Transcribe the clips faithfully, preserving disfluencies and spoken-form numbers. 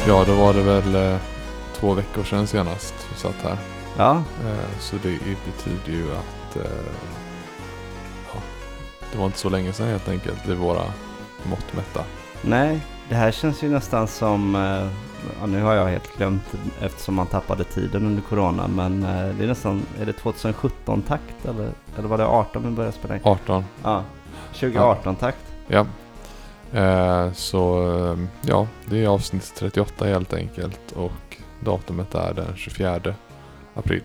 Ja, då var det väl eh, två veckor sedan senast vi satt här. Ja. Eh, så det betyder ju att eh, ja, det var inte så länge sedan helt enkelt i våra mått mätta. Nej, det här känns ju nästan som, eh, ja, nu har jag helt glömt eftersom man tappade tiden under corona, men eh, det är nästan, är det tjugohundrasjutton-takt eller, eller var det arton vi började spela in? arton. Ja, tjugoarton-takt. Ja. Eh, så eh, ja, det är avsnitt trettioåtta helt enkelt och datumet är den tjugofjärde april.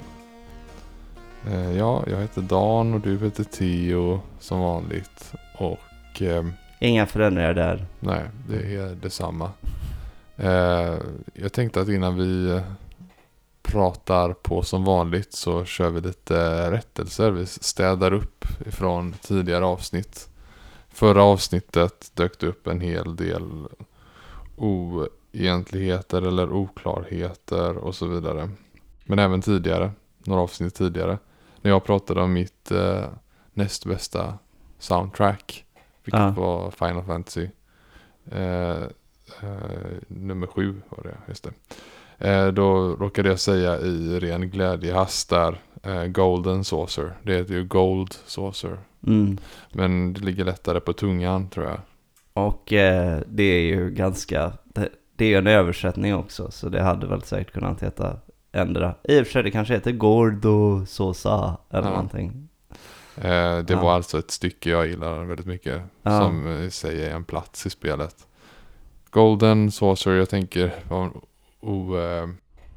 Eh, ja, jag heter Dan och du heter Theo som vanligt och eh, Inga förändringar där. nej, det är detsamma. Eh, jag tänkte att innan vi pratar på som vanligt så kör vi lite rättelser. Vi städar upp ifrån tidigare avsnitt. Förra avsnittet dök det upp en hel del oegentligheter eller oklarheter och så vidare. Men även tidigare, några avsnitt tidigare, när jag pratade om mitt eh, näst bästa soundtrack, vilket Ja. var Final Fantasy. Eh, eh, nummer sju var det, just det. Eh, då råkade jag säga i ren glädjehast där eh, Golden Saucer. Det heter ju Gold Saucer. Mm. Men det ligger lättare på tungan tror jag. Och eh, det är ju ganska, det, det är ju en översättning också, så det hade väl säkert kunnat heta ändra. I och för sig det kanske heter Gordo Sosa eller Ja. någonting. Eh, det Ja. var alltså ett stycke jag gillar väldigt mycket. Ja. Som eh, säger en plats i spelet. Golden Saucer, jag tänker o, o, eh,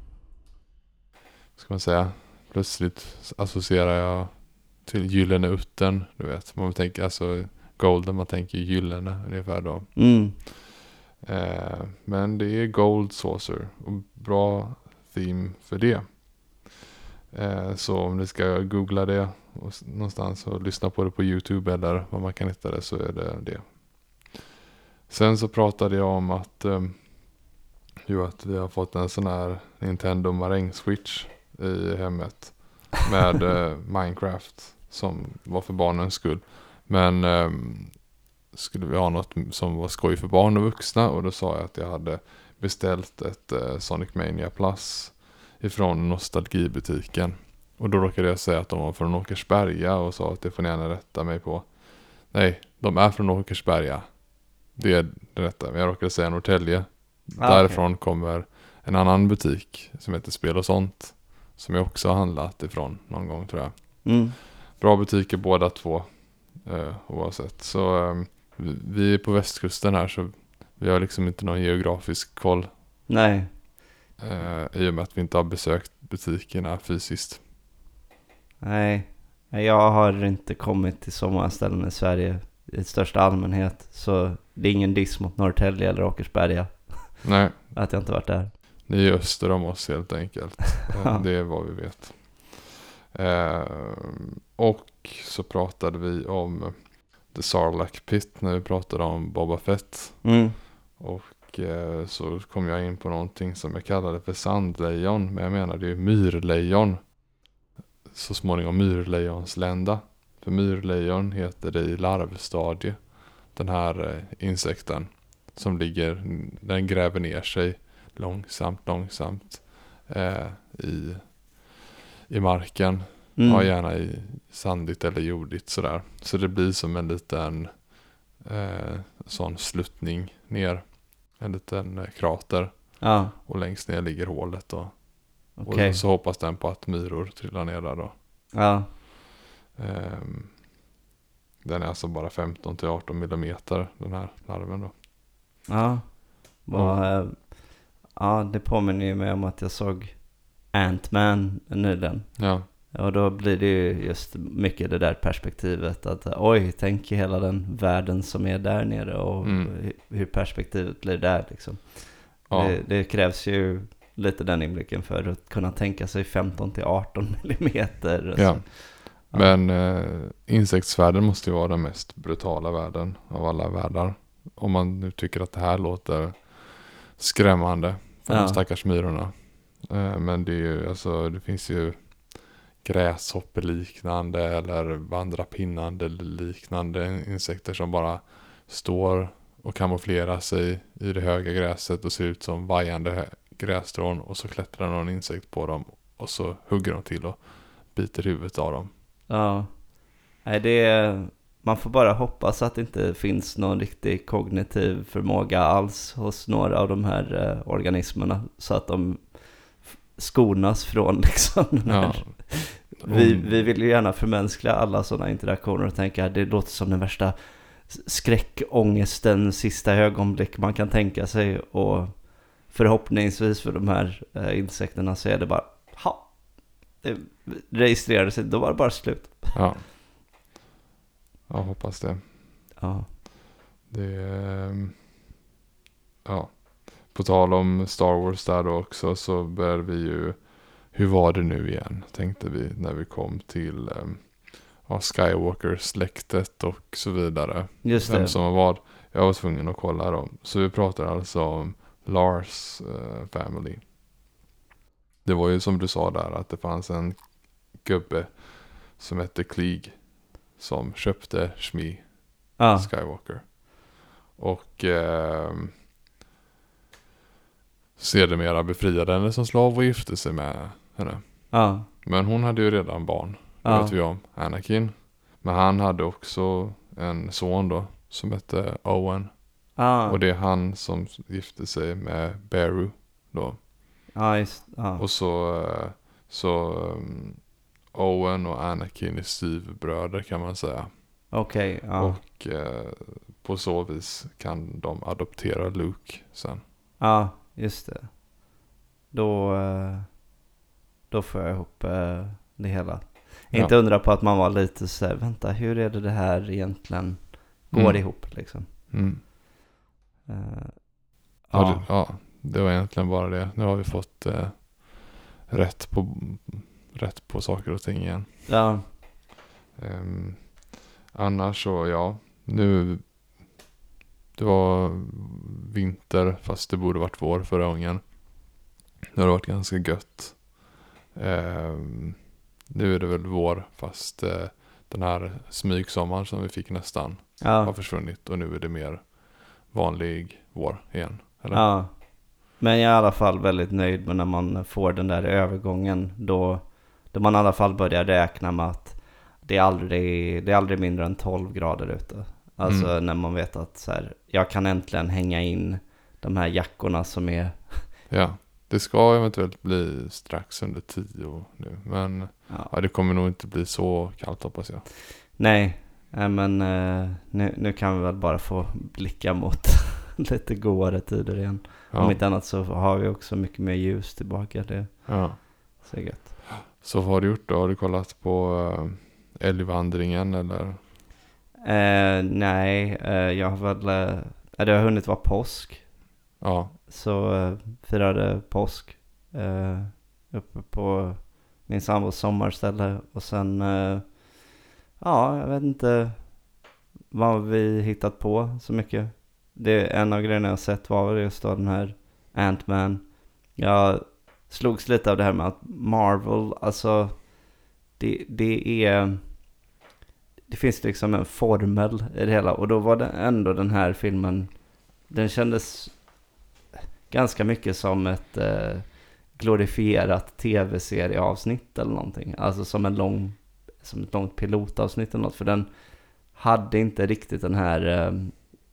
ska man säga, plötsligt associerar jag till gyllene utten, du vet. Man tänker alltså golden, man tänker gyllene ungefär då. Mm. Eh, men det är Gold Saucer och bra theme för det. Eh, så om ni ska googla det och, någonstans och lyssna på det på YouTube eller vad man kan hitta det, så är det det. Sen så pratade jag om att, eh, jo, att vi har fått en sån här Nintendo maräng-switch i hemmet med eh, Minecraft som var för barnens skull. Men eh, skulle vi ha något som var skoj för barn och vuxna, och då sa jag att jag hade beställt ett eh, Sonic Mania Plus ifrån nostalgibutiken. Och då råkade jag säga att de var från Åkersberga och sa att det får ni gärna rätta mig på. Nej, de är från Åkersberga. Det är det rätta, men jag råkade säga Norrtälje. Ah, Därifrån okay. kommer en annan butik som heter Spel och sånt, som jag också har handlat ifrån någon gång tror jag. Mm. Bra butiker båda två, eh, oavsett. Så eh, vi är på västkusten här, så vi har liksom inte någon geografisk koll. Nej. Eh, I och med att vi inte har besökt butikerna fysiskt. Nej. Jag har inte kommit till så många ställen i Sverige i största allmänhet, så det är ingen diss mot Norrtälje eller Åkersberga. Nej. Att jag inte varit där. Ni är öster om oss helt enkelt. Det är vad vi vet. Eh, och så pratade vi om The Sarlacc Pit när vi pratade om Boba Fett. Mm. Och eh, så kom jag in på någonting som jag kallade för sandlejon. Men jag menar det är myrlejon. Så småningom myrlejonslända. För myrlejon heter det i larvstadie. Den här eh, insekten som ligger, den gräver ner sig långsamt, långsamt eh, i, i marken. Mm. Ja, gärna i sandigt eller jordigt sådär. Så det blir som en liten eh, sån sluttning ner. En liten eh, krater. Ja. Och längst ner ligger hålet då. Okej. Och så hoppas den på att myror trillar ner där då. Ja. Um, den är alltså bara femton till arton millimeter, den här larven då. Ja. Var, ja, det påminner ju mig om att jag såg Ant-Man nyligen. Ja. Och då blir det ju just mycket det där perspektivet att oj, tänk hela den världen som är där nere och Mm. hur perspektivet blir där liksom. Ja. Det, det krävs ju lite den inblicken för att kunna tänka sig femton till arton millimeter. Ja. Ja. Men eh, insektsvärlden måste ju vara den mest brutala världen av alla världar. Om man nu tycker att det här låter skrämmande för Ja. de stackars myrorna. Eh, men det är ju, alltså, det finns ju gräshoppeliknande eller vandrarpinnande liknande insekter som bara står och kamouflera sig i det höga gräset och ser ut som vajande grässtrån, och så klättrar någon insekt på dem och så hugger de till och biter huvudet av dem. Ja. Nej, det är, man får bara hoppas att det inte finns någon riktig kognitiv förmåga alls hos några av de här eh, organismerna, så att de f- skonas från liksom den här. Ja. Vi, vi vill ju gärna förmänskliga alla sådana interaktioner och tänka att det låter som den värsta skräckångesten sista ögonblick man kan tänka sig, och förhoppningsvis för de här eh, insekterna så är det bara ha, det registrerade sig, då var det bara slut. Ja. Jag hoppas det. Ja. Det är, ja. På tal om Star Wars där då också, så började vi ju, hur var det nu igen, tänkte vi när vi kom till ja, Skywalker-släktet och så vidare. Just Vem det. som var vad. Jag var tvungen att kolla dem. Så vi pratar alltså om Lars uh, family. Det var ju som du sa där, att det fanns en gubbe som hette Klieg som köpte Shmi Ja. Skywalker. Och eh, sedermera befriade henne som slav och gifte sig med henne. Ja. Men hon hade ju redan barn. Det Ja. vet vi om. Anakin. Men han hade också en son då som hette Owen. Ja. Och det är han som gifte sig med Beru då. Ja, just, ja. Och så, eh, så um, Owen och Anakin är styvbröder kan man säga. Okej, ja. Och eh, på så vis kan de adoptera Luke sen. Ja, just det. Då, eh, då får jag ihop eh, det hela. Ja. Inte undra på att man var lite så här, vänta, hur är det det här egentligen går Mm. ihop liksom. Mm. Eh, Ja. ja. Det, ja, det var egentligen bara det. Nu har vi fått eh, rätt, på, rätt på saker och ting igen. Ja. Um, annars så, ja. Nu, det var vinter fast det borde varit vår förra gången. Nu har det varit ganska gött. Um, nu är det väl vår fast eh, den här smygsommaren som vi fick nästan har Ja. försvunnit. Och nu är det mer vanlig vår igen. Eller? Ja. Men jag är i alla fall väldigt nöjd med när man får den där övergången. Då, då man i alla fall börjar räkna med att det är aldrig, det är aldrig mindre än tolv grader ute. Alltså Mm. när man vet att så här, jag kan äntligen hänga in de här jackorna som är... Ja, det ska eventuellt bli strax under tio nu. Men Ja. ja, det kommer nog inte bli så kallt hoppas jag. Nej, nej, men eh, nu, nu kan vi väl bara få blicka mot lite godare tider igen. Ja. Om inte annat så har vi också mycket mer ljus tillbaka. Det Ja. är gött. Så vad har du gjort då? Har du kollat på äh, älgvandringen eller? Eh, nej, eh, jag har väl... Eh, det har hunnit vara påsk. Ja. Så eh, firade påsk eh, uppe på min sambos sommarställe. Och sen... Eh, ja, jag vet inte vad vi hittat på så mycket. Det, en av grejerna jag sett var väl just då den här Ant-Man. Jag slogs lite av det här med att Marvel, alltså det, det är... Det finns liksom en formel i det hela. Och då var det ändå den här filmen... Den kändes ganska mycket som ett eh, glorifierat tv-serieavsnitt eller någonting. Alltså som en lång... Som ett långt pilotavsnitt eller något. För den hade inte riktigt den här eh,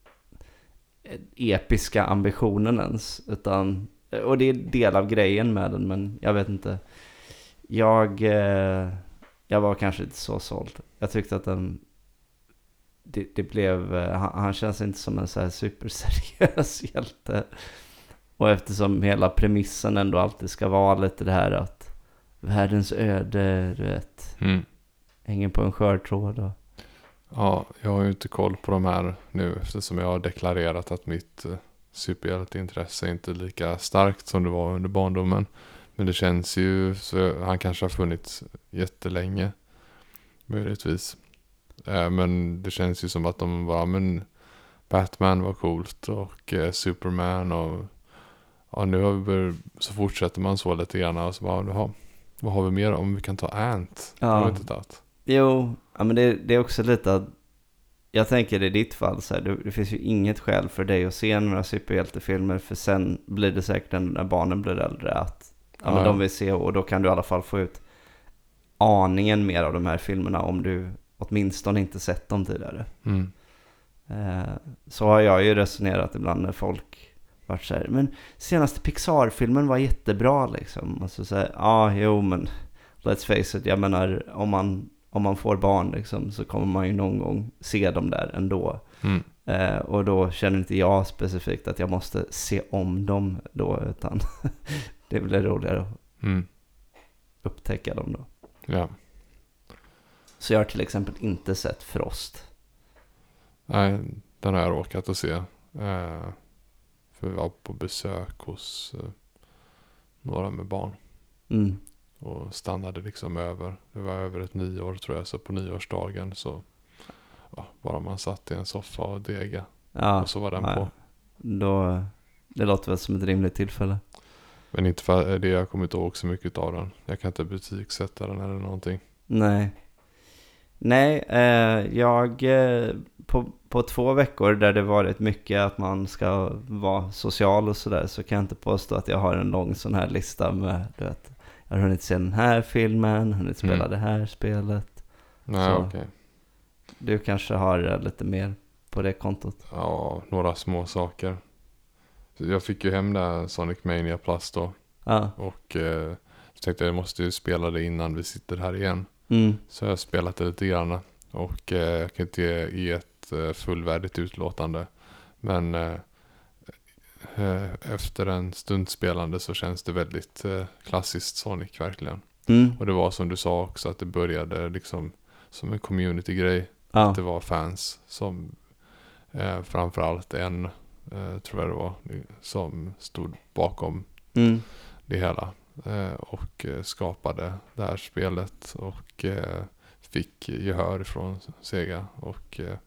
episka ambitionen ens. Utan, och det är del av grejen med den. Men jag vet inte. Jag... Eh, Jag var kanske inte så såld. Jag tyckte att den... Det, det blev... Han, han känns inte som en så här superseriös hjälte. Och eftersom hela premissen ändå alltid ska vara lite det här att... Världens öde, du vet. Mm. Hänger på en skörtråd. Och... Ja, jag har ju inte koll på de här nu eftersom jag har deklarerat att mitt uh, superhjälteintresse är inte lika starkt som det var under barndomen. Men det känns ju, så han kanske har funnits jättelänge, möjligtvis. Eh, men det känns ju som att de var, men Batman var coolt och eh, Superman och ja, nu har vi bör, så fortsätter man så lite grann och så bara, jaha, vad har vi mer om vi kan ta Ant? Ja. Har vi inte tagit? Jo, ja, men det, det är också lite att jag tänker i ditt fall så här, det, det finns ju inget skäl för dig att se några superhjältefilmer, för sen blir det säkert när barnen blir äldre att ja, Ja, men ja. de vill se, och då kan du i alla fall få ut aningen mer av de här filmerna om du åtminstone inte sett dem tidigare. Mm. Eh, så har jag ju resonerat ibland när folk varit så här, men senaste Pixar-filmen var jättebra liksom. Och så säger ja, ah, jo men let's face it, jag menar om man, om man får barn liksom, så kommer man ju någon gång se dem där ändå. Mm. Eh, och då känner inte jag specifikt att jag måste se om dem då, utan det blir roligare att Mm. upptäcka dem då. Ja. Så jag har till exempel inte sett Frost. Nej, den har jag råkat att se. Eh, för vi var på besök hos eh, några med barn. Mm. Och stannade liksom över. Det var över ett nyår tror jag. Så på nyårsdagen så ja, bara man satt i en soffa och dega. Ja, Och så var den ja, på. Då, det låter väl som ett rimligt tillfälle. Men inte för det, jag kommer inte ihåg så mycket av den. Jag kan inte betygsätta den eller någonting. Nej. Nej, eh, jag eh, på, på två veckor där det varit mycket att man ska vara social och sådär, så kan jag inte påstå att jag har en lång sån här lista med, du vet, jag har hunnit se den här filmen, hunnit spela Mm. det här spelet. Nej, Så. okej. Du kanske har eh, lite mer på det kontot. Ja, några små saker. Så jag fick ju hem där Sonic Mania Plus då. Ja. Och eh, så tänkte jag, jag måste ju spela det innan vi sitter här igen. Mm. Så jag har spelat det lite grann. Och eh, jag kan inte ge, ge ett eh, fullvärdigt utlåtande. Men eh, eh, efter en stund spelande så känns det väldigt eh, klassiskt Sonic verkligen. Mm. Och det var som du sa också, att det började liksom som en community-grej. Ja. Att det var fans som eh, framförallt en, eh, tror jag det var, som stod bakom Mm. det hela. Eh, och eh, skapade det här spelet. Och eh, fick gehör från Sega. Och eh,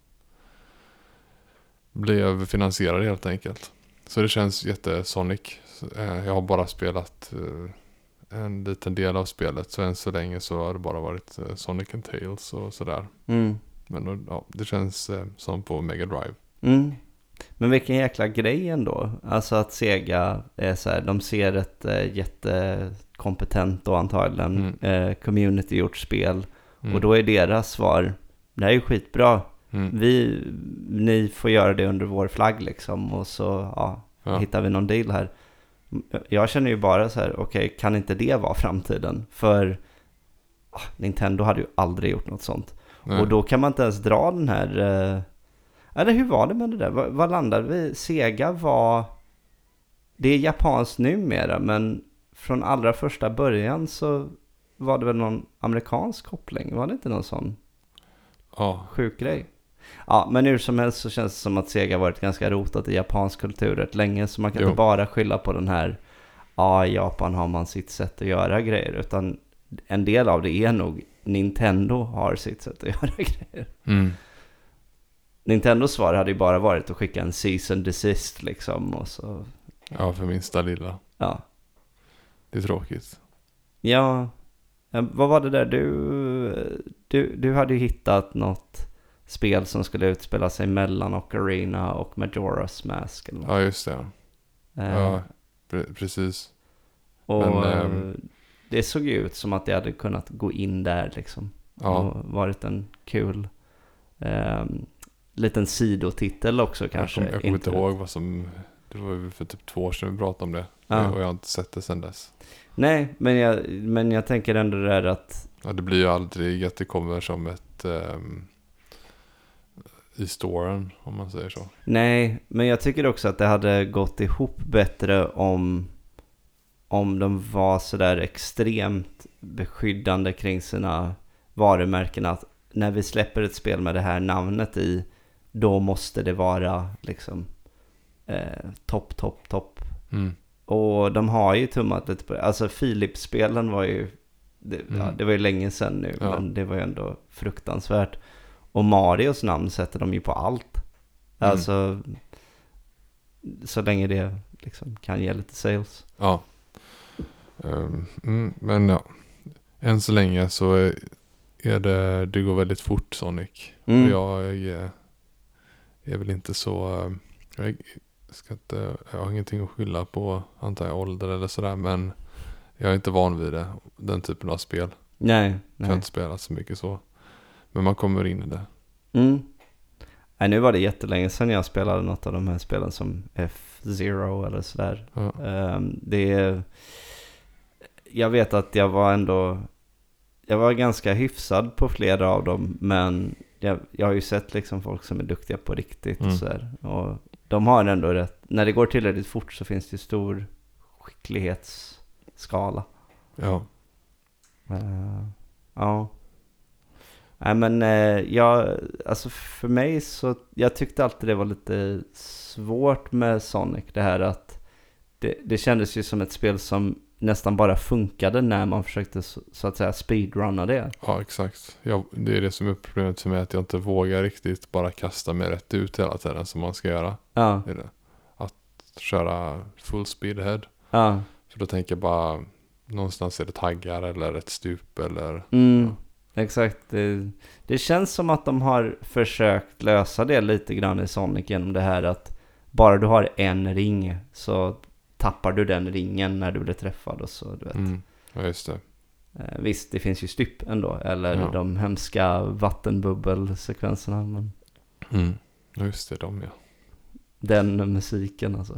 blev finansierad helt enkelt. Så det känns jätte-Sonic. Eh, jag har bara spelat eh, en liten del av spelet. Så än så länge så har det bara varit eh, Sonic and Tails och sådär. Mm. Men ja, det känns eh, som på Mega Drive. Mm. Men vilken jäkla grej ändå. Alltså att Sega är så här, de ser ett äh, jättekompetent och antagligen Mm. äh, community-gjort spel. Mm. Och då är deras svar, det här är ju skitbra. Mm. Vi, ni får göra det under vår flagg liksom. Och så ja, Ja. hittar vi någon deal här. Jag känner ju bara så här, okej, okay, kan inte det vara framtiden? För ah, Nintendo hade ju aldrig gjort något sånt. Nej. Och då kan man inte ens dra den här... Uh, eller hur var det med det där? Vad, vad landade vi? Sega var... Det är japanskt numera, men från allra första början så var det väl någon amerikansk koppling? Var det inte någon sån Ja. sjuk grej? Ja, men hur som helst så känns det som att Sega varit ganska rotat i japansk kultur rätt länge. Så man kan Jo. inte bara skylla på den här, ja, i Japan har man sitt sätt att göra grejer. Utan en del av det är nog Nintendo har sitt sätt att göra grejer. Mm. Nintendos svar hade ju bara varit att skicka en cease and desist liksom. Och så, Ja, för minsta lilla. ja. Det är tråkigt. Ja, eh, vad var det där? Du, du, du hade ju hittat något spel som skulle utspela sig mellan Ocarina och Majora's Mask. Eller något. Ja, just det. Eh, Ja, pre- precis. och men, eh, ehm, det såg ju ut som att det hade kunnat gå in där liksom. Ja. Och varit en kul eh, liten sidotitel också kanske. Jag kommer kom inte ihåg vad som... Det var ju för typ två år sedan vi pratade om det. Ja. Och jag har inte sett det sedan dess. Nej, men jag, men jag tänker ändå det där att... Ja, det blir ju aldrig att det kommer som ett... Um, i storen, om man säger så. Nej, men jag tycker också att det hade gått ihop bättre om... Om de var sådär extremt beskyddande kring sina varumärken. Att när vi släpper ett spel med det här namnet i, då måste det vara liksom eh, topp, topp, topp. Mm. Och de har ju tummat lite på det. Alltså Philips-spelen var ju, det, Mm. ja, det var ju länge sedan nu, Ja. men det var ju ändå fruktansvärt. Och Marios namn sätter de ju på allt. Mm. Alltså, så länge det liksom kan ge lite sales. Ja. Um, mm, men ja. Än så länge så är, är det... Det går väldigt fort, Sonic. Mm. Och jag, jag är väl inte så... Uh, jag, ska inte, jag har ingenting att skylla på, antar jag, ålder eller sådär. Men jag är inte van vid det, den typen av spel. Nej, Jag nej. har inte spelat så mycket så. Men man kommer in i det. Mm. Nej, nu var det jättelänge sedan jag spelade något av de här spelen som F-Zero eller sådär. Ja. Um, det är... Jag vet att jag var ändå... Jag var ganska hyfsad på flera av dem, men jag, jag har ju sett liksom folk som är duktiga på riktigt Mm. och sådär. Och de har ändå rätt... När det går tillräckligt fort så finns det stor skicklighetsskala. Ja. Uh, ja. Nej, men uh, jag... Alltså för mig så... Jag tyckte alltid det var lite svårt med Sonic. Det här att... Det, det kändes ju som ett spel som nästan bara funkade när man försökte så, så att säga speedrunna det. Ja, exakt. Jag, det är det som är problemet för mig, att jag inte vågar riktigt bara kasta mig rätt ut hela tiden som man ska göra. Ja, Är det. Att köra full speed ahead. ja. För då tänker jag bara, någonstans är det taggar eller ett stup eller... Mm, exakt. Det, det känns som att de har försökt lösa det lite grann i Sonic genom det här att bara du har en ring så tappar du den ringen när du blir träffad och så, du vet. Mm. Ja, just det. Eh, visst, det finns ju stup ändå, eller Ja. de hemska vattenbubbelsekvenserna, men Mm. Ja, just det, de ja. den musiken alltså.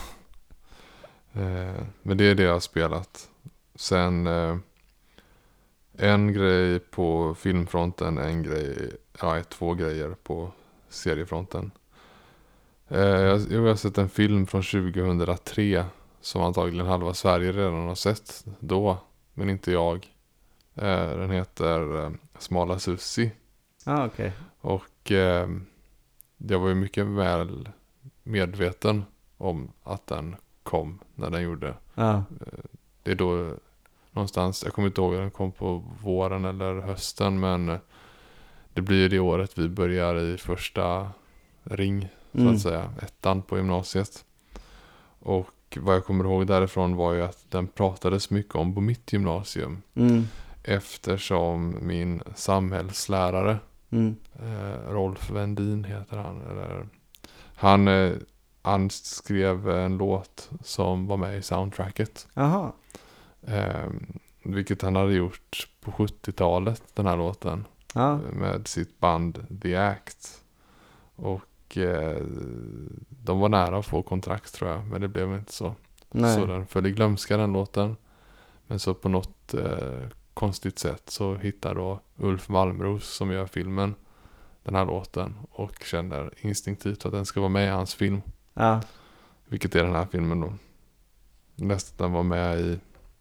Eh, men det är det jag har spelat. Sen eh, en grej på filmfronten, en grej, ja, två grejer på seriefronten. Eh, jag, jag har sett en film från tjugohundratre som antagligen halva Sverige redan har sett då, men inte jag. Eh, den heter eh, Smala Sussi. Ah, okej. Och eh, jag var ju mycket väl medveten om att den kom när den gjorde. Ja. Det är då någonstans, jag kommer inte ihåg om den kom på våren eller hösten, men det blir det året vi börjar i första ring, så Mm. att säga, ettan på gymnasiet. Och vad jag kommer ihåg därifrån var ju att den pratades mycket om på mitt gymnasium, Mm. eftersom min samhällslärare, Mm. eh, Rolf Vendin heter han, eller han, eh, han skrev en låt som var med i soundtracket. Aha. Eh, vilket han hade gjort på sjuttiotalet, den här låten. Ja. Med sitt band The Act. Och eh, de var nära att få kontrakt, tror jag. Men det blev inte så. Nej. Så den föll i glömska, den låten. Men så på något eh, konstigt sätt så hittar då Ulf Malmros, som gör filmen, den här låten. Och känner instinktivt att den ska vara med i hans film. Ja. Vilket är den här filmen då. Nästan var med i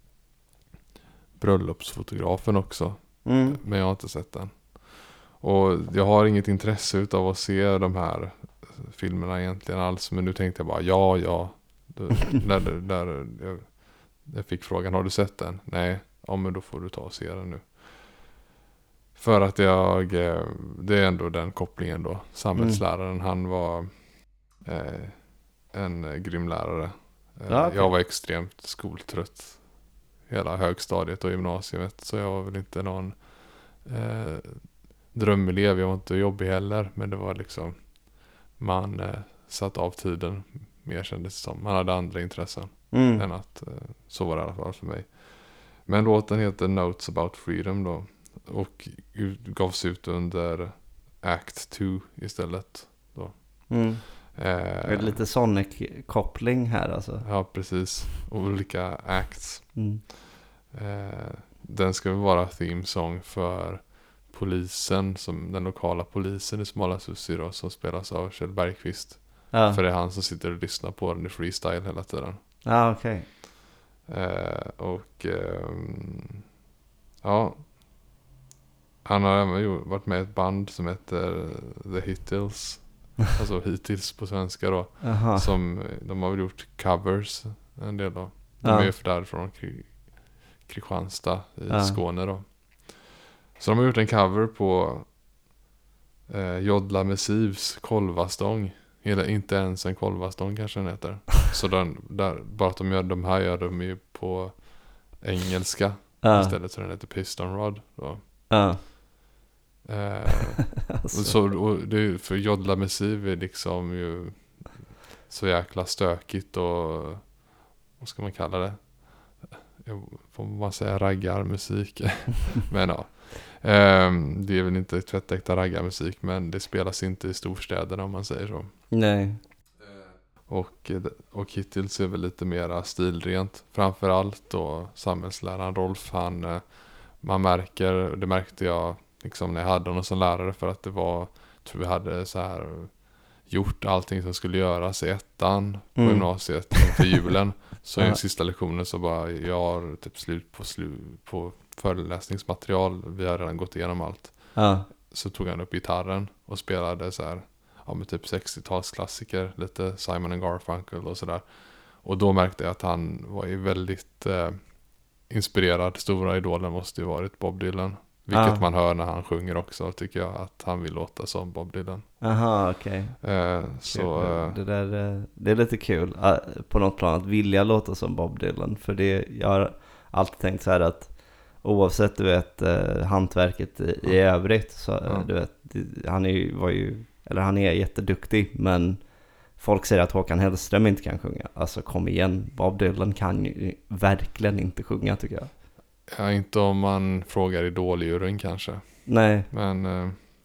Bröllopsfotografen också. Mm. Men jag har inte sett den. Och jag har inget intresse utav att se de här filmerna egentligen alls. Men nu tänkte jag bara, ja, ja. Då, när, när jag, jag fick frågan, har du sett den? Nej, ja, men då får du ta och se den nu. För att jag, det är ändå den kopplingen då. Samhällsläraren, mm. han var eh, en grym lärare. Eh, Ja, okay. Jag var extremt skoltrött hela högstadiet och gymnasiet. Så jag var väl inte någon eh, drömelev. Jag var inte jobbig heller. Men det var liksom, man eh, satt av tiden mer, kändes det som. Man hade andra intressen Mm. än att, eh, så var det i alla fall för mig. Men låten heter Notes About Freedom då. Och gavs ut under Act två istället då. Mm. Eh, Det är lite Sonic-koppling här alltså. Ja, precis. Olika acts. Mm. Eh, den ska vara theme song för polisen, som den lokala polisen i Smala Sussi då, som spelas av Kjell Bergqvist. Ja, För det är han som sitter och lyssnar på den i freestyle hela tiden. ja okej. Eh, och ehm, ja, han har även gjort- varit med i ett band som heter The Hittills. Alltså hittills på svenska då. Aha. Som, de har väl gjort covers en del då. De Ja. är ju därifrån Kri- Kristianstad i Ja. Skåne då. Så de har gjort en cover på eh, Jodla med Sivs kolvastång. Eller inte ens en kolvastång kanske den heter. Så den, där, bara att de gör de här gör de ju på engelska Ja. istället, så den heter Piston Rod då. Ja. Eh, Alltså. och så, och det, för Jodla Missiv är liksom ju så jäkla stökigt och vad ska man kalla det? Jag får man säga raggarmusik. Men ja. Um, det är väl inte tvättäkta raggarmusik, men det spelas inte i storstäderna om man säger så. Nej. Och, och hittills är väl lite mera stilrent. Framförallt då samhällsläraren Rolf, han, man märker, det märkte jag liksom när jag hade honom som lärare, för att det var, tror vi hade så här gjort allting som skulle göras i ettan på Mm. gymnasiet inför julen. Så i Ja. den sista lektionen så bara, jag har typ slut på, slu, på föreläsningsmaterial. Vi har redan gått igenom allt. Ja. Så tog han upp gitarren och spelade så här, ja, med typ sextiotalsklassiker, lite Simon and Garfunkel och sådär. Och då märkte jag att han var ju väldigt eh, inspirerad. Stora idolen måste ju varit Bob Dylan. Vilket Ah. man hör när han sjunger också, tycker jag, att han vill låta som Bob Dylan. Aha, okej. Eh, så eh, Det där, eh, det är lite kul eh, på något plan att vilja låta som Bob Dylan. För det, jag har alltid tänkt så här att oavsett, du vet, eh, hantverket i, i övrigt så, eh, Ja. du vet, det, han är ju, var ju, eller han är jätteduktig, men folk säger att Håkan Hellström inte kan sjunga. Alltså kom igen, Bob Dylan kan ju verkligen inte sjunga, tycker jag. ja, inte om man frågar idoljuryn kanske. Nej, Men eh,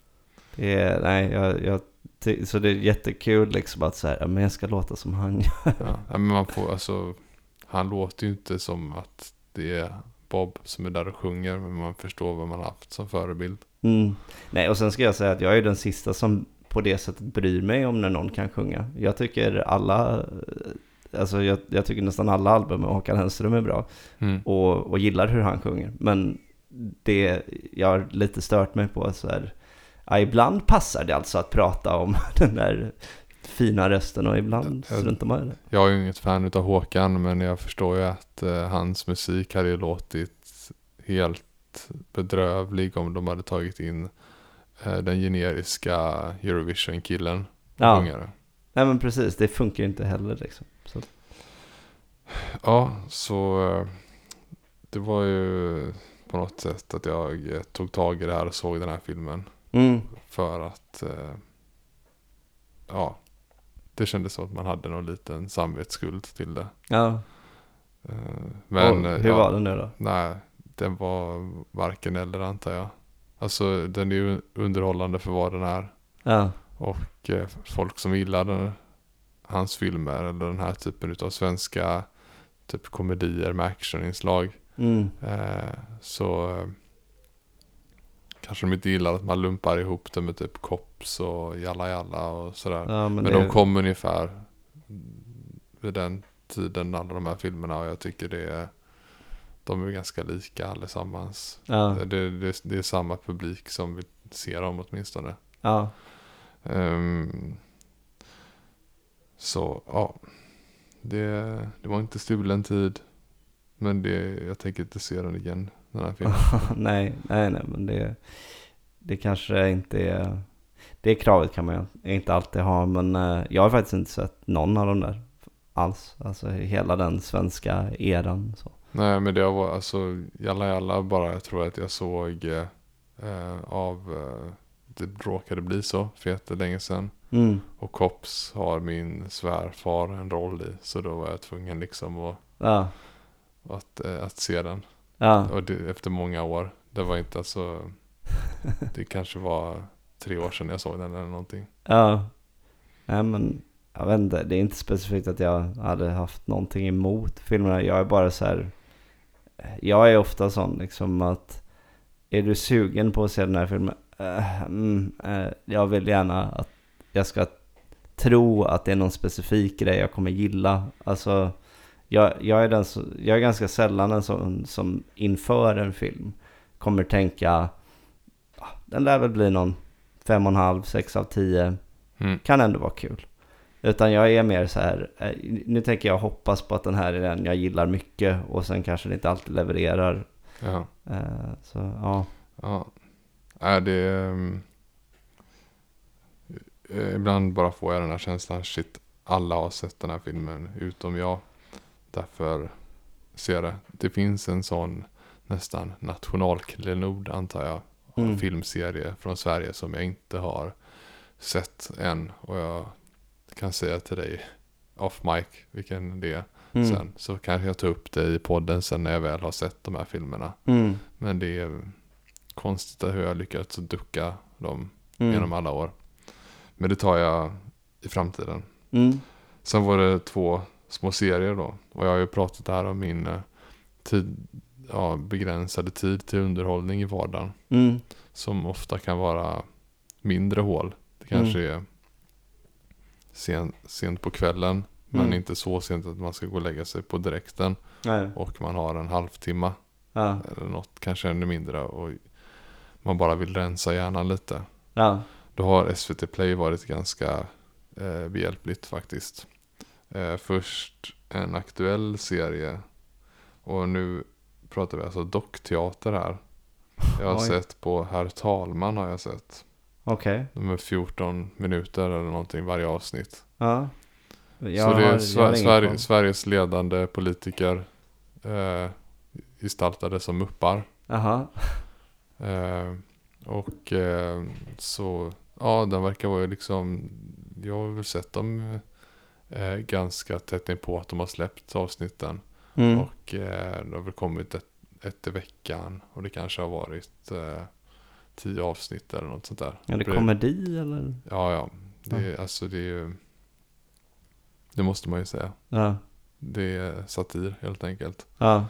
det är, nej, jag, jag ty- så det är jättekul liksom att så här, ja, men jag ska låta som han gör. ja, ja, men man får, alltså, han låter ju inte som att det är Bob som är där och sjunger, men man förstår vad man har haft som förebild. Mm. Nej, och sen ska jag säga att jag är den sista som på det sättet bryr mig om när någon kan sjunga. Jag tycker alla, alltså jag, jag tycker nästan alla album med Håkan Hellström är bra Mm. och, och gillar hur han sjunger. Men det jag har lite stört mig på så här, ja, ibland passar det alltså att prata om den där fina rösten och ibland Ja, struntar man i det. Jag är ju inget fan utav Håkan, men jag förstår ju att eh, hans musik hade ju låtit helt bedrövlig om de hade tagit in eh, den generiska Eurovision-killen. Ja, Sjungare. nej men precis, det funkar ju inte heller liksom. Så. Ja, så eh, det var ju på något sätt att jag eh, tog tag i det här och såg den här filmen. Mm. För att eh, ja, det kändes som att man hade någon liten samvetsskuld till det. Ja. Eh, men och eh, hur ja, var det nu då? nej, den var varken eller, antar jag. Alltså den är ju underhållande för vad den är. Ja. Och eh, folk som gillar den, hans filmer eller den här typen av svenska typ komedier med actioninslag, Mm. eh, så eh, kanske de inte gillar att man lumpar ihop det med typ Kops och Jalla Jalla och sådär. Ja, men Men det... de kom ungefär vid den tiden, alla de här filmerna, och jag tycker det är, de är ganska lika allesammans. Ja. Det, det, det är samma publik som vill se dem åtminstone. Ja. Um, så ja, det, det var inte stulen tid, men det, jag tänker inte se den igen, den här filmen. nej, nej, nej, men det, det kanske inte är, det kravet kan man ju inte alltid ha, men uh, jag har faktiskt inte sett någon av dem där alls, alltså hela den svenska eran så. Nej, men det var alltså Jalla Jalla bara, jag tror att jag såg eh, av eh, det råkade bli så för jättelänge sedan. Mm. Och Kops har min svärfar en roll i, så då var jag tvungen liksom att, Ja. att, eh, att se den. Ja. Och det, efter många år, det var inte alltså, det kanske var tre år sedan jag såg den eller någonting. Ja. Nej, men jag vet inte, det är inte specifikt att jag hade haft någonting emot filmerna. Jag är bara så här, jag är ofta sån liksom att är du sugen på att se den här filmen? Uh, mm, uh, jag vill gärna att jag ska tro att det är någon specifik grej jag kommer gilla. Alltså jag, jag, är, den så, jag är ganska sällan en sån som inför en film kommer tänka ah, den lär väl bli någon fem och en halv, sex av tio. Mm. Kan ändå vara kul. Utan jag är mer så här, nu tänker jag hoppas på att den här är den jag gillar mycket och sen kanske det inte alltid levererar. Ja. Uh, så ja. Ja. Är det um, ibland bara får jag den här känslan, shit, alla har sett den här filmen utom jag. Därför ser det. Det finns en sån nästan nationalklenod, antar jag, mm. filmserie från Sverige som jag inte har sett än. Och jag kan säga till dig off mic vilken det är mm. sen. Så kanske jag tar upp det i podden sen när jag väl har sett de här filmerna. Mm. Men det är konstigt hur jag lyckats ducka dem mm. genom alla år. Men det tar jag i framtiden. Mm. Sen var det två små serier då. Och jag har ju pratat här om min tid, ja, begränsade tid till underhållning i vardagen. Mm. Som ofta kan vara mindre hål. Det kanske mm. är sent, sent på kvällen. Men mm. inte så sent att man ska gå och lägga sig på direkten. Nej. Och man har en halvtimme. Ja. Eller något, kanske ännu mindre. Och man bara vill rensa hjärnan lite. Ja. Då har S V T Play varit ganska eh, behjälpligt faktiskt. Eh, först en aktuell serie. Och nu pratar vi alltså dockteater här. Jag har Oj. sett på Herr Talman har jag sett. Okej. Okay. De är fjorton minuter eller någonting varje avsnitt. Ja. Jag så det är har, Sver- Sver- Sveriges ledande politiker eh, gestaltade som muppar. Aha. Eh, och eh, så ja, den verkar vara ju liksom, jag har väl sett dem eh, ganska tätt in på att de har släppt avsnitten. Mm. Och eh, det har väl kommit ett, ett i veckan. Och det kanske har varit eh, tio avsnitt eller något sånt där. Är det komedi eller? Ja, ja. Det, ja. Alltså det är ju, det måste man ju säga. Ja. Det är satir helt enkelt. Ja.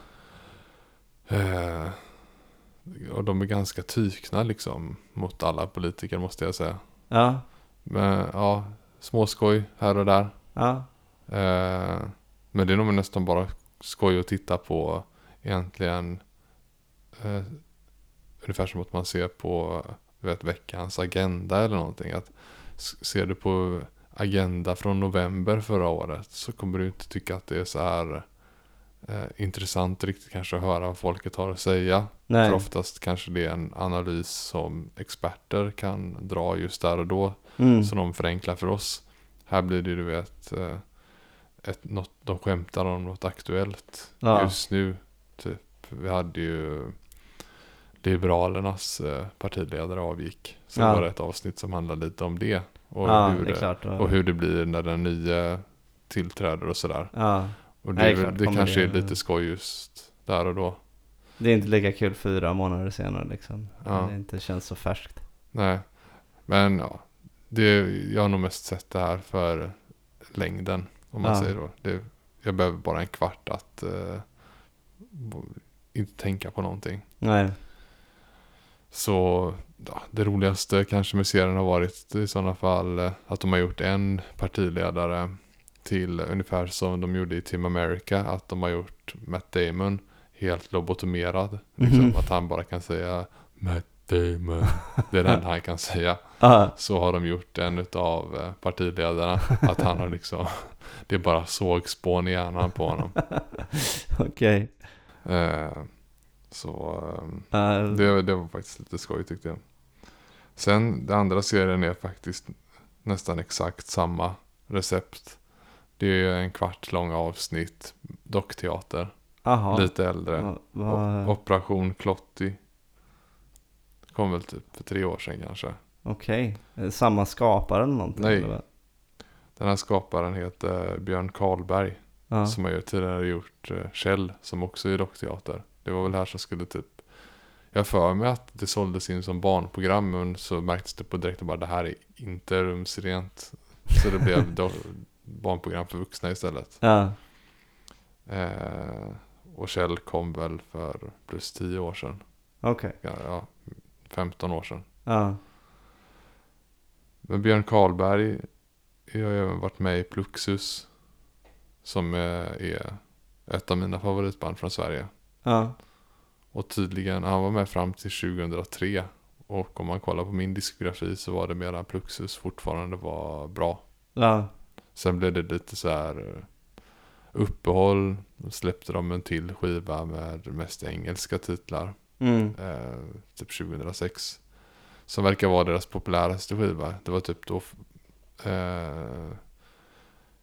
Eh, och de är ganska tykna liksom mot alla politiker måste jag säga. Ja. Men ja, småskoj här och där. Ja. Eh, men det är nog nästan bara skoj att titta på egentligen eh, ungefär som att man ser på vet, veckans agenda eller någonting. Att ser du på agenda från november förra året så kommer du inte tycka att det är så här eh, intressant riktigt kanske att höra vad folket har att säga. Nej. För oftast kanske det är en analys som experter kan dra just där och då. Mm. Som de förenklar för oss. Här blir det du vet eh, ett, något, de skämtar om något aktuellt ja. just nu. Typ, vi hade ju Liberalernas eh, partiledare avgick. Så ja. var det ett avsnitt som handlade lite om det. Och, ja, hur, det, det klart, och hur det blir när den nya tillträder och sådär. Ja. Och det, Nej, det, klart, det kanske det, är lite skoj just där och då. Det är inte lika kul fyra månader senare liksom. Ja. Det inte känns så färskt. Nej, men ja. Det, jag har nog mest sett det här för längden. Om man ja. säger då. Det, jag behöver bara en kvart att uh, inte tänka på någonting. Nej. Så ja, det roligaste kanske med serien har varit i sådana fall att de har gjort en partiledare till ungefär som de gjorde i Team America. Att de har gjort Matt Damon helt lobotomerad. Liksom, mm-hmm. Att han bara kan säga Matt Damon. Det är den han kan säga. Uh-huh. Så har de gjort en av partiledarna. Att han har liksom, det är bara sågspån i hjärnan på honom. Okej. Okay. Eh, Så uh, det, det var faktiskt lite skoj tyckte jag. Sen den andra serien är faktiskt nästan exakt samma recept. Det är en kvart lång avsnitt dockteater. Aha. Lite äldre. Va, va... Operation Klotty. Kom väl typ för tre år sedan kanske. Okej. Okay. Samma skapare eller någonting? Nej. Eller? Den här skaparen heter Björn Karlberg. Uh. Som har ju tidigare gjort uh, Kjell som också är dockteater. Det var väl här som skulle typ, jag för mig att det såldes in som barnprogram, men så märktes det på direkt att bara det här är inte rumsrent. Så det blev då barnprogram för vuxna istället. Ja. Eh, och Kjell kom väl för plus tio år sedan. Okej. Okay. Ja, ja, femton år sedan. Ja. Men Björn Karlberg har ju även varit med i Pluxus, som är ett av mina favoritband från Sverige. Ja. Och tydligen, han var med fram till tjugohundratre. Och om man kollar på min diskografi så var det medan Pluxus fortfarande var bra. Ja. Sen blev det lite så här uppehåll. Då släppte de en till skiva med mest engelska titlar. Mm. Eh, typ tjugohundrasex. Som verkar vara deras populäraste skiva. Det var typ då eh,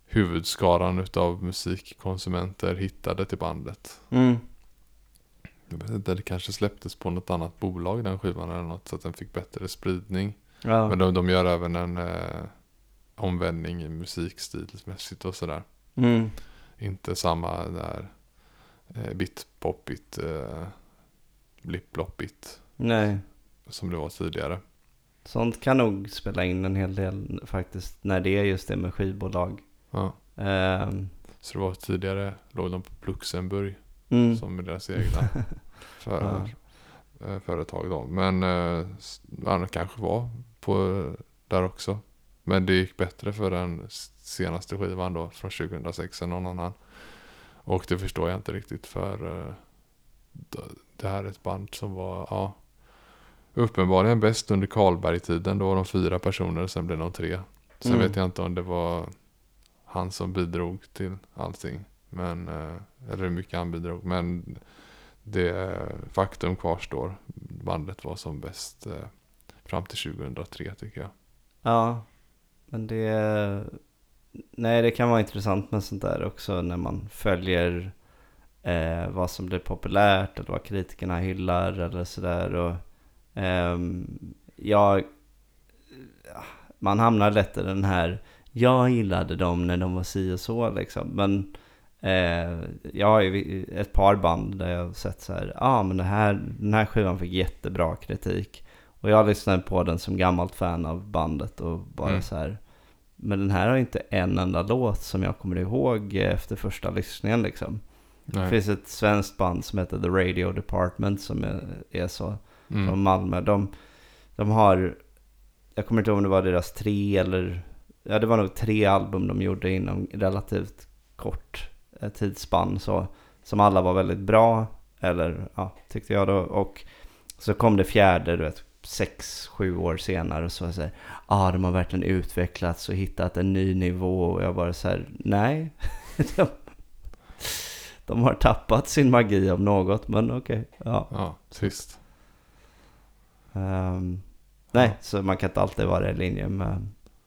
huvudskaran utav musikkonsumenter hittade till bandet. Mm. Jag vet inte, det kanske släpptes på något annat bolag den skivan eller något så att den fick bättre spridning. Ja. Men de, de gör även en eh, omvändning i musikstilsmässigt och sådär. Mm. Inte samma där eh, bit-pop-bit, eh, blip-blop-bit Nej. som det var tidigare. Sånt kan nog spela in en hel del faktiskt när det är just det med skivbolag. Ja. Um, Så det var tidigare låg de på Luxemburg mm. som är deras egna för, ja. företag då. Men eh, ja, kanske var på där också. Men det gick bättre för den senaste skivan då från tjugohundrasex än någon annan. Och det förstår jag inte riktigt för eh, det här är ett band som var ja, uppenbarligen bäst under Karlberg-tiden. Då var de fyra personer, sen blev de tre. Sen Mm. vet jag inte om det var han som bidrog till allting. Men, eh, eller hur mycket han bidrog. Men det faktum kvarstår. Bandet var som bäst eh, fram till tjugohundratre tycker jag. Ja, men det... Nej, det kan vara intressant med sånt där också när man följer eh, vad som blir populärt eller vad kritikerna hyllar eller sådär. Och ehm, jag... Man hamnar lätt i den här... Jag gillade dem när de var si och så liksom. Men eh, jag har ju ett par band där jag har sett så här. Ja, ah, men det här, den här skivan fick jättebra kritik. Och jag lyssnade på den som gammalt fan av bandet och bara mm. så här. Men den här har inte en enda låt som jag kommer ihåg efter första lyssningen liksom. Nej. Det finns ett svenskt band som heter The Radio Department som är, är så mm. från Malmö. De, de har, jag kommer inte ihåg om det var deras tre eller, ja det var nog tre album de gjorde inom relativt kort eh, tidsspann så, som alla var väldigt bra, eller ja, tyckte jag då. Och så kom det fjärde, du vet, sex, sju år senare och så var det så här, ah, de har verkligen utvecklats och hittat en ny nivå och jag bara så här, nej de, de har tappat sin magi av något, men okej, okay, ja. Ja, sist. Um, nej, ja. Så man kan inte alltid vara i linje med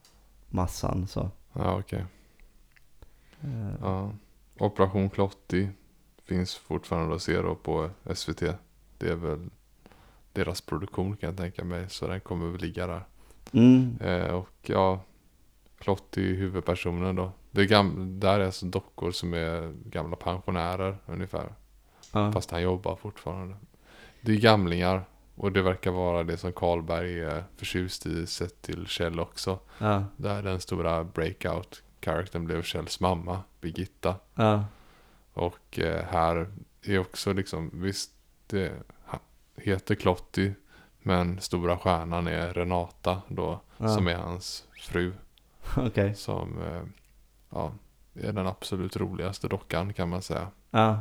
massan så. Ja, okej. Okay. Uh, ja. Operation Klotti finns fortfarande att se då på S V T. Det är väl deras produktion kan jag tänka mig. Så den kommer väl ligga där. Mm. Eh, och ja, Klotti är huvudpersonen då. Det är gam- där är alltså dockor som är gamla pensionärer ungefär. Ja. Fast han jobbar fortfarande. Det är gamlingar. Och det verkar vara det som Karlberg är förtjust i sett till Kjell också. Ja. Där den stora breakout-karaktären blev Kjells mamma, Birgitta. Ja. Och eh, här är också liksom, visst det heter Klotti, men stora stjärnan är Renata då, ja. Som är hans fru. Okay. Som eh, ja, är den absolut roligaste dockan kan man säga. Ja.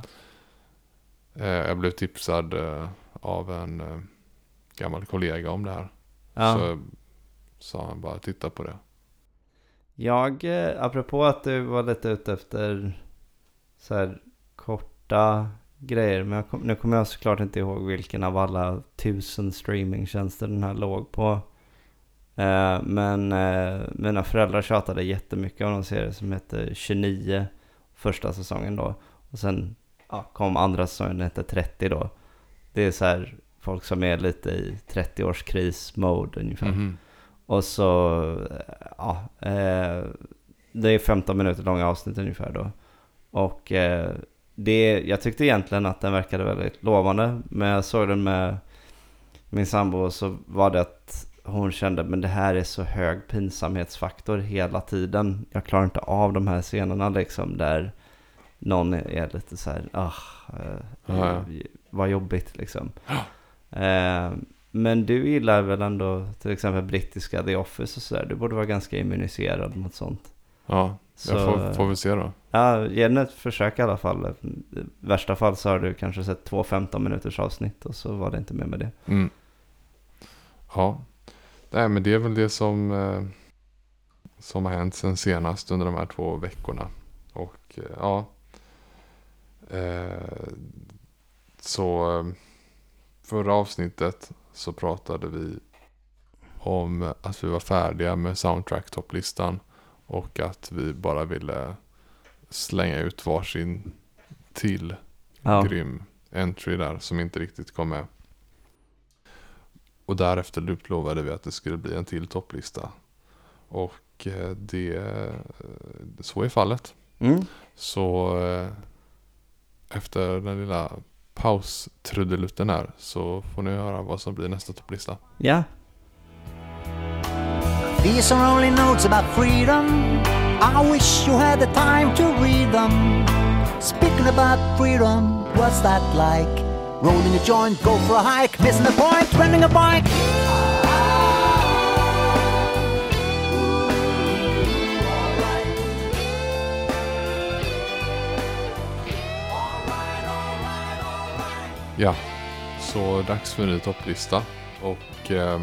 Eh, jag blev tipsad eh, av en eh, gammal kollega om det här. Ja. Så sa han bara titta på det. Jag, eh, apropå att du var lite ute efter så här korta grejer, men jag kom, nu kommer jag såklart inte ihåg vilken av alla tusen streamingtjänster den här låg på. Eh, men eh, mina föräldrar tjatade jättemycket om en serie som heter tjugonio första säsongen då. Och sen ja, kom andra säsongen, den heter trettio då. Det är så här folk som är lite i trettio-årskris-mode ungefär. Mm-hmm. Och så ja, eh, det är femton minuter långa avsnitt ungefär då. Och eh, det, jag tyckte egentligen att den verkade väldigt lovande, men jag såg den med min sambo och så var det att hon kände, men det här är så hög pinsamhetsfaktor hela tiden. Jag klarar inte av de här scenerna liksom där någon är lite så här, ah, eh, ja. vad jobbigt liksom. eh, men du gillar väl ändå till exempel brittiska The Office och sådär. Du borde vara ganska immuniserad mot sånt. Ja, så, jag får, får vi se då. Ja, ge den ett försök i alla fall. I värsta fall så har du kanske sett två femton minuters avsnitt och så var det inte med med det. Mm. Ja, nej, men det är väl det som eh, som har hänt sen senast under de här två veckorna. Och eh, ja eh, så eh, förra avsnittet så pratade vi om att vi var färdiga med soundtrack-topplistan och att vi bara ville slänga ut varsin till ja. grym entry där som inte riktigt kom med. Och därefter utlovade vi att det skulle bli en till topplista. Och det, så är fallet. Mm. Så efter den lilla paus-trudelutten här så får ni höra vad som blir nästa topplista. Ja. These are only notes about freedom. I wish you had the time to read them. Speaking about freedom, what's that like? Rolling a joint, go for a hike, missing the point, renting a bike. Ja, så dags för en ny topplista. Och eh,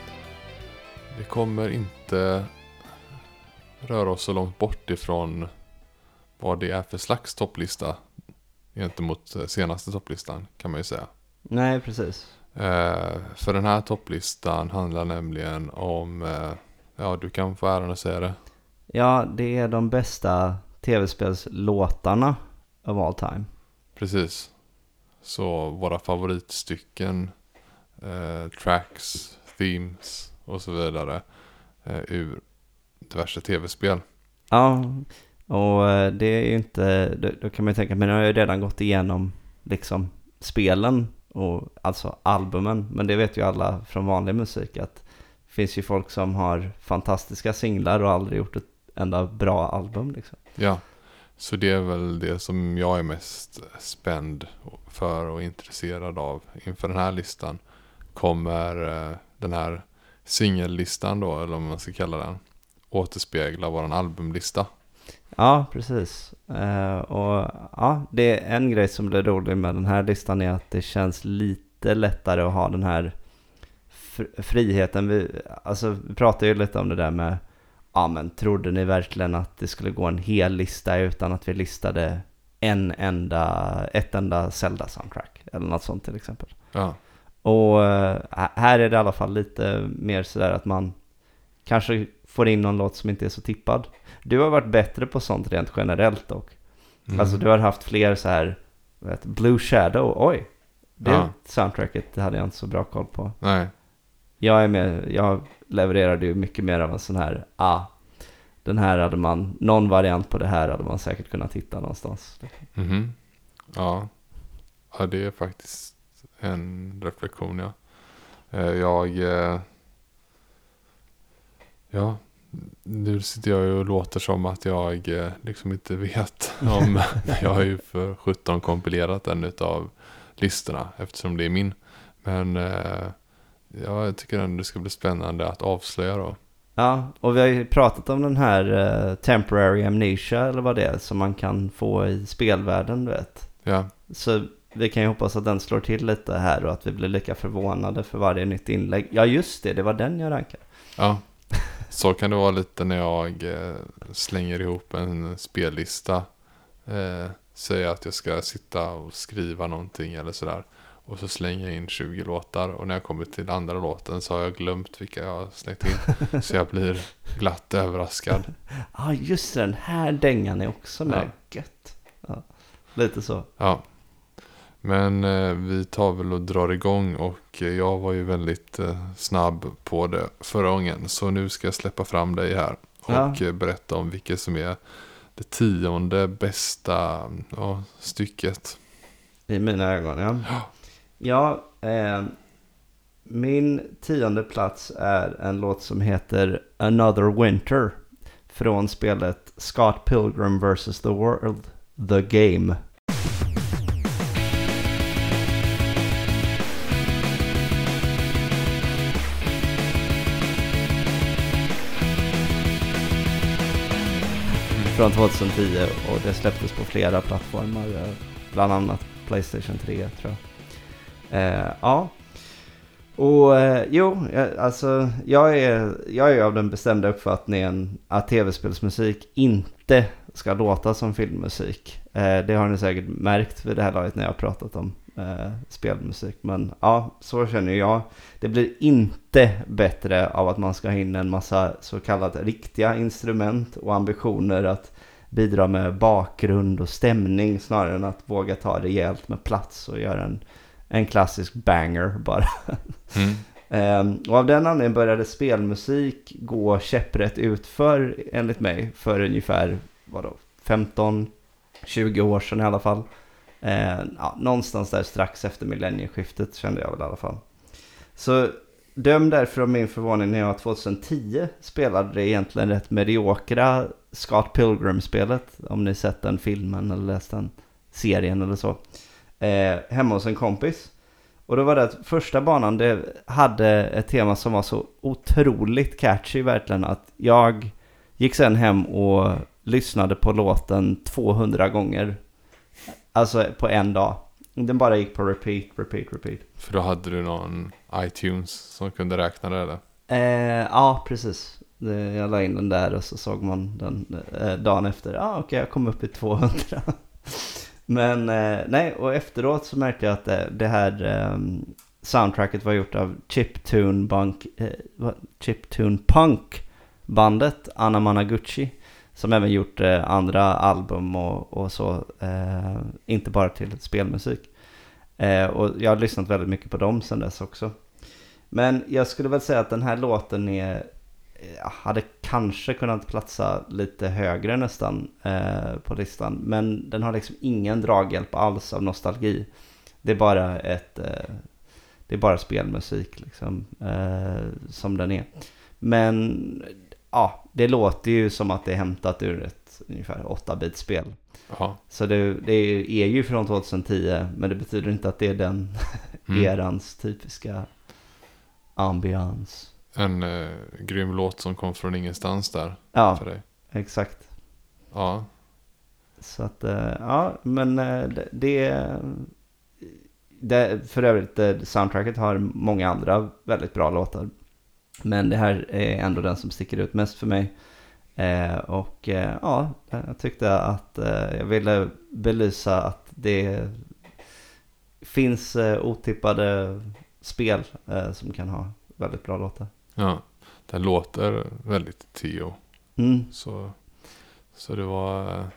vi kommer inte röra oss så långt bort ifrån vad det är för slags topplista gentemot senaste topplistan, kan man ju säga. Nej, precis. Eh, för den här topplistan handlar nämligen om, eh, ja, du kan få äran att säga det. Ja, det är de bästa tv-spelslåtarna of all time. Precis. Så våra favoritstycken, eh, tracks, themes och så vidare eh, ur diverse tv-spel. Ja, och det är ju inte, då kan man ju tänka, men jag har ju redan gått igenom liksom spelen och alltså albumen, men det vet ju alla från vanlig musik att det finns ju folk som har fantastiska singlar och aldrig gjort ett enda bra album liksom. Ja, så det är väl det som jag är mest spänd för och intresserad av inför den här listan. Kommer eh, den här singellistan då, eller om man ska kalla den, återspegla våran albumlista. Ja, precis. Uh, och ja, det är en grej som blir rolig med den här listan är att det känns lite lättare att ha den här fr- friheten. Vi, alltså, vi pratade ju lite om det där med, ja men trodde ni verkligen att det skulle gå en hel lista utan att vi listade en enda, ett enda Zelda-soundtrack eller något sånt till exempel. Ja. Och uh, här är det i alla fall lite mer sådär att man kanske får in någon låt som inte är så tippad. Du har varit bättre på sånt rent generellt och mm. alltså du har haft fler så här, vet, Blue Shadow, oj. Det ja. soundtracket det hade jag inte så bra koll på. Nej. Jag är med, jag levererade ju mycket mer av en sån här, ah, den här hade man, någon variant på det här hade man säkert kunnat hitta någonstans. Mhm. Ja. Ja, det är faktiskt en reflektion, ja. Jag ja, nu sitter jag ju och låter som att jag liksom inte vet om jag har ju för sjutton kompilerat en utav listorna eftersom det är min. Men eh, jag tycker ändå det ska bli spännande att avslöja då. Ja, och vi har ju pratat om den här uh, temporary amnesia eller vad det är som man kan få i spelvärlden, du vet. Ja. Så vi kan ju hoppas att den slår till lite här och att vi blir lika förvånade för varje nytt inlägg. Ja, just det, det var den jag rankade. Ja. Så kan det vara lite när jag eh, slänger ihop en spellista. Eh, säger att jag ska sitta och skriva någonting eller sådär. Och så slänger jag in tjugo låtar. Och när jag kommer till andra låten så har jag glömt vilka jag har slängt in. Så jag blir glatt överraskad. Ja, ah, just den här dängan är också med. Ja. Gött. Ja, lite så. Ja. Men eh, vi tar väl och drar igång och eh, jag var ju väldigt eh, snabb på det förra gången. Så nu ska jag släppa fram dig här och ja. eh, berätta om vilket som är det tionde bästa ja, stycket. I mina ögon, ja. Ja, eh, min tionde plats är en låt som heter Another Winter från spelet Scott Pilgrim versus the World, The Game. Från tjugohundratio och det släpptes på flera plattformar, bland annat PlayStation tre tror jag. Eh, ja. Och eh, jo, alltså jag är, jag är av den bestämda uppfattningen att tv-spelsmusik inte ska låta som filmmusik. Eh, det har ni säkert märkt vid det här laget när jag har pratat om eh, spelmusik. Men ja, så känner jag. Det blir inte bättre av att man ska ha in en massa så kallade riktiga instrument och ambitioner att bidra med bakgrund och stämning snarare än att våga ta rejält med plats och göra en, en klassisk banger bara. Mm. um, och av den anledningen började spelmusik gå käpprätt utför enligt mig för ungefär vadå, femton tjugo år sedan i alla fall. Uh, ja, någonstans där strax efter millennieskiftet kände jag väl i alla fall. Så döm därför om min förvåning när jag tjugohundratio spelade det egentligen rätt mediokra Scott Pilgrim-spelet, om ni sett den filmen eller läst den serien eller så, eh, hemma hos en kompis. Och då var det att första banan det hade ett tema som var så otroligt catchy verkligen att jag gick sen hem och lyssnade på låten tvåhundra gånger, alltså på en dag. Den bara gick på repeat, repeat, repeat. För då hade du någon iTunes som kunde räkna det eller? Eh, ja, precis. Jag la in den där och så såg man den eh, dagen efter. Ja, ah, okej, okay, jag kom upp i tvåhundra. Men eh, nej, och efteråt så märkte jag att det, det här eh, soundtracket var gjort av Chiptune Punk, eh, Chiptune Punk bandet Anna Managuchi, som även gjort eh, andra album och, och så, eh, inte bara till spelmusik. Eh, och jag har lyssnat väldigt mycket på dem sedan dess också. Men jag skulle väl säga att den här låten är, hade kanske kunnat platsa lite högre nästan eh, på listan. Men den har liksom ingen draghjälp alls av nostalgi. Det är bara ett eh, det är bara spelmusik liksom, eh, som den är. Men ja, det låter ju som att det är hämtat ur ett ungefär åtta-bit-spel. Ja. Så det, det är ju från tjugohundratio, men det betyder inte att det är den mm. erans typiska ambians. En eh, grym låt som kom från ingenstans där. Ja, för dig. Exakt. Ja. Så att, eh, ja, men eh, det, det för övrigt, eh, soundtracket har många andra väldigt bra låtar. Men det här är ändå den som sticker ut mest för mig. Eh, och eh, ja, jag tyckte att eh, jag ville belysa att det finns eh, otippade spel eh, som kan ha väldigt bra låtar. Ja, det låter väldigt Tio. Mm. Så, så det var eh,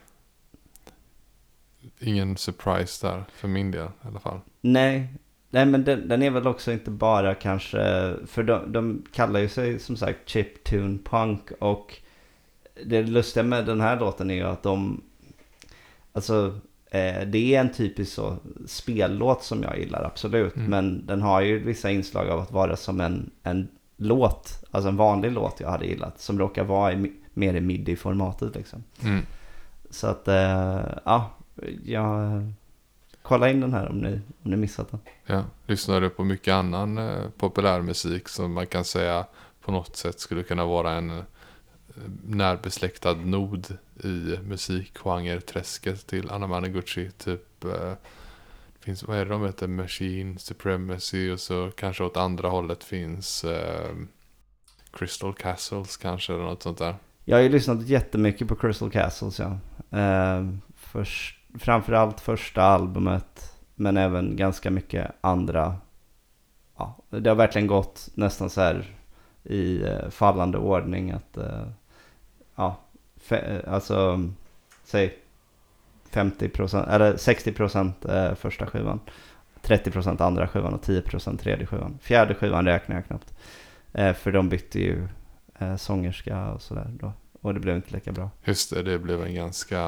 ingen surprise där för min del i alla fall. Nej, nej men den, den är väl också inte bara kanske, för de, de kallar ju sig som sagt chiptune punk, och det lustiga med den här låten är ju att de, alltså eh, det är en typisk så spellåt som jag gillar absolut, mm. men den har ju vissa inslag av att vara som en, en låt, alltså en vanlig låt jag hade gillat, som råkar vara i, mer i midi-formatet liksom. Mm. Så att eh, ja, jag kolla in den här om ni, om ni missat den. Ja, lyssnar du på mycket annan eh, populärmusik som man kan säga på något sätt skulle kunna vara en eh, närbesläktad nod i musikgenre-träsket till Anna Managuchi, typ eh, finns, vad är det de heter, Machine Supremacy, och så kanske åt andra hållet finns eh, Crystal Castles kanske eller något sånt där. Jag har ju lyssnat jättemycket på Crystal Castles, ja. Eh, först, framförallt första albumet, men även ganska mycket andra. Ja, det har verkligen gått nästan så här i eh, fallande ordning att eh, ja, fe, alltså säg femtio procent eller sextio procent eh, första skivan, trettio procent andra skivan och tio procent tredje skivan. Fjärde skivan räknar jag knappt. Eh, för de bytte ju eh, sångerska och sådär då. Och det blev inte lika bra. Just det, det blev en ganska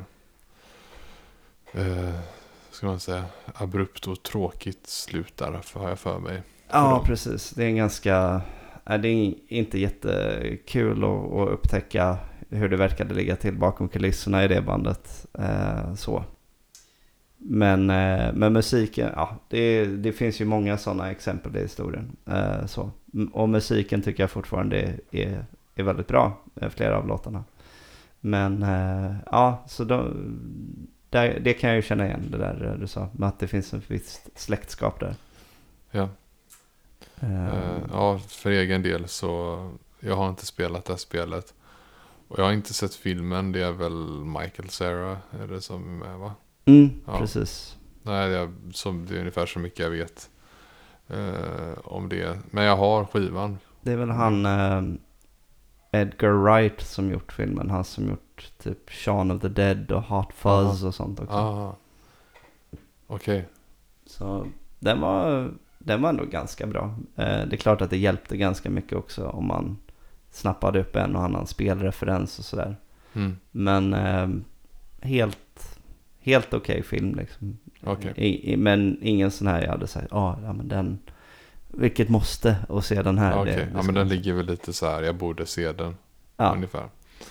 eh, ska man säga abrupt och tråkigt slut där, för har jag för mig. För ja, dem. Precis. Det är en ganska, äh, det är inte jättekul att, att upptäcka hur det verkade ligga till bakom kulisserna i det bandet. Eh, så. Men eh, med musiken, ja, det, det finns ju många sådana exempel i historien. Eh, så. Och musiken tycker jag fortfarande är, är väldigt bra, flera av låtarna. Men eh, ja, så då, där, det kan jag ju känna igen, det där du sa, med att det finns en viss släktskap där. Ja. Uh, uh, ja, för egen del så jag har inte spelat det här spelet. Och jag har inte sett filmen, det är väl Michael Cera är det som är, va? Mm, ja. Precis. Nej, det är, som, det är ungefär så mycket jag vet uh, om det. Men jag har skivan. Det är väl han uh, Edgar Wright som gjort filmen. Han som gjort typ Shaun of the Dead och Hot Fuzz Aha. och sånt också. Aha. Okej. Okay. Så den var, den var ändå ganska bra. Eh, det är klart att det hjälpte ganska mycket också om man snappade upp en och annan spelreferens och sådär. Mm. Men eh, helt, helt okej okay film liksom. Okay. I, i, men ingen sån här jag hade sagt, ah, ja men den, vilket måste och se den här. Okej, okay. det, ja men den ligger väl lite så här, jag borde se den ja. Ungefär.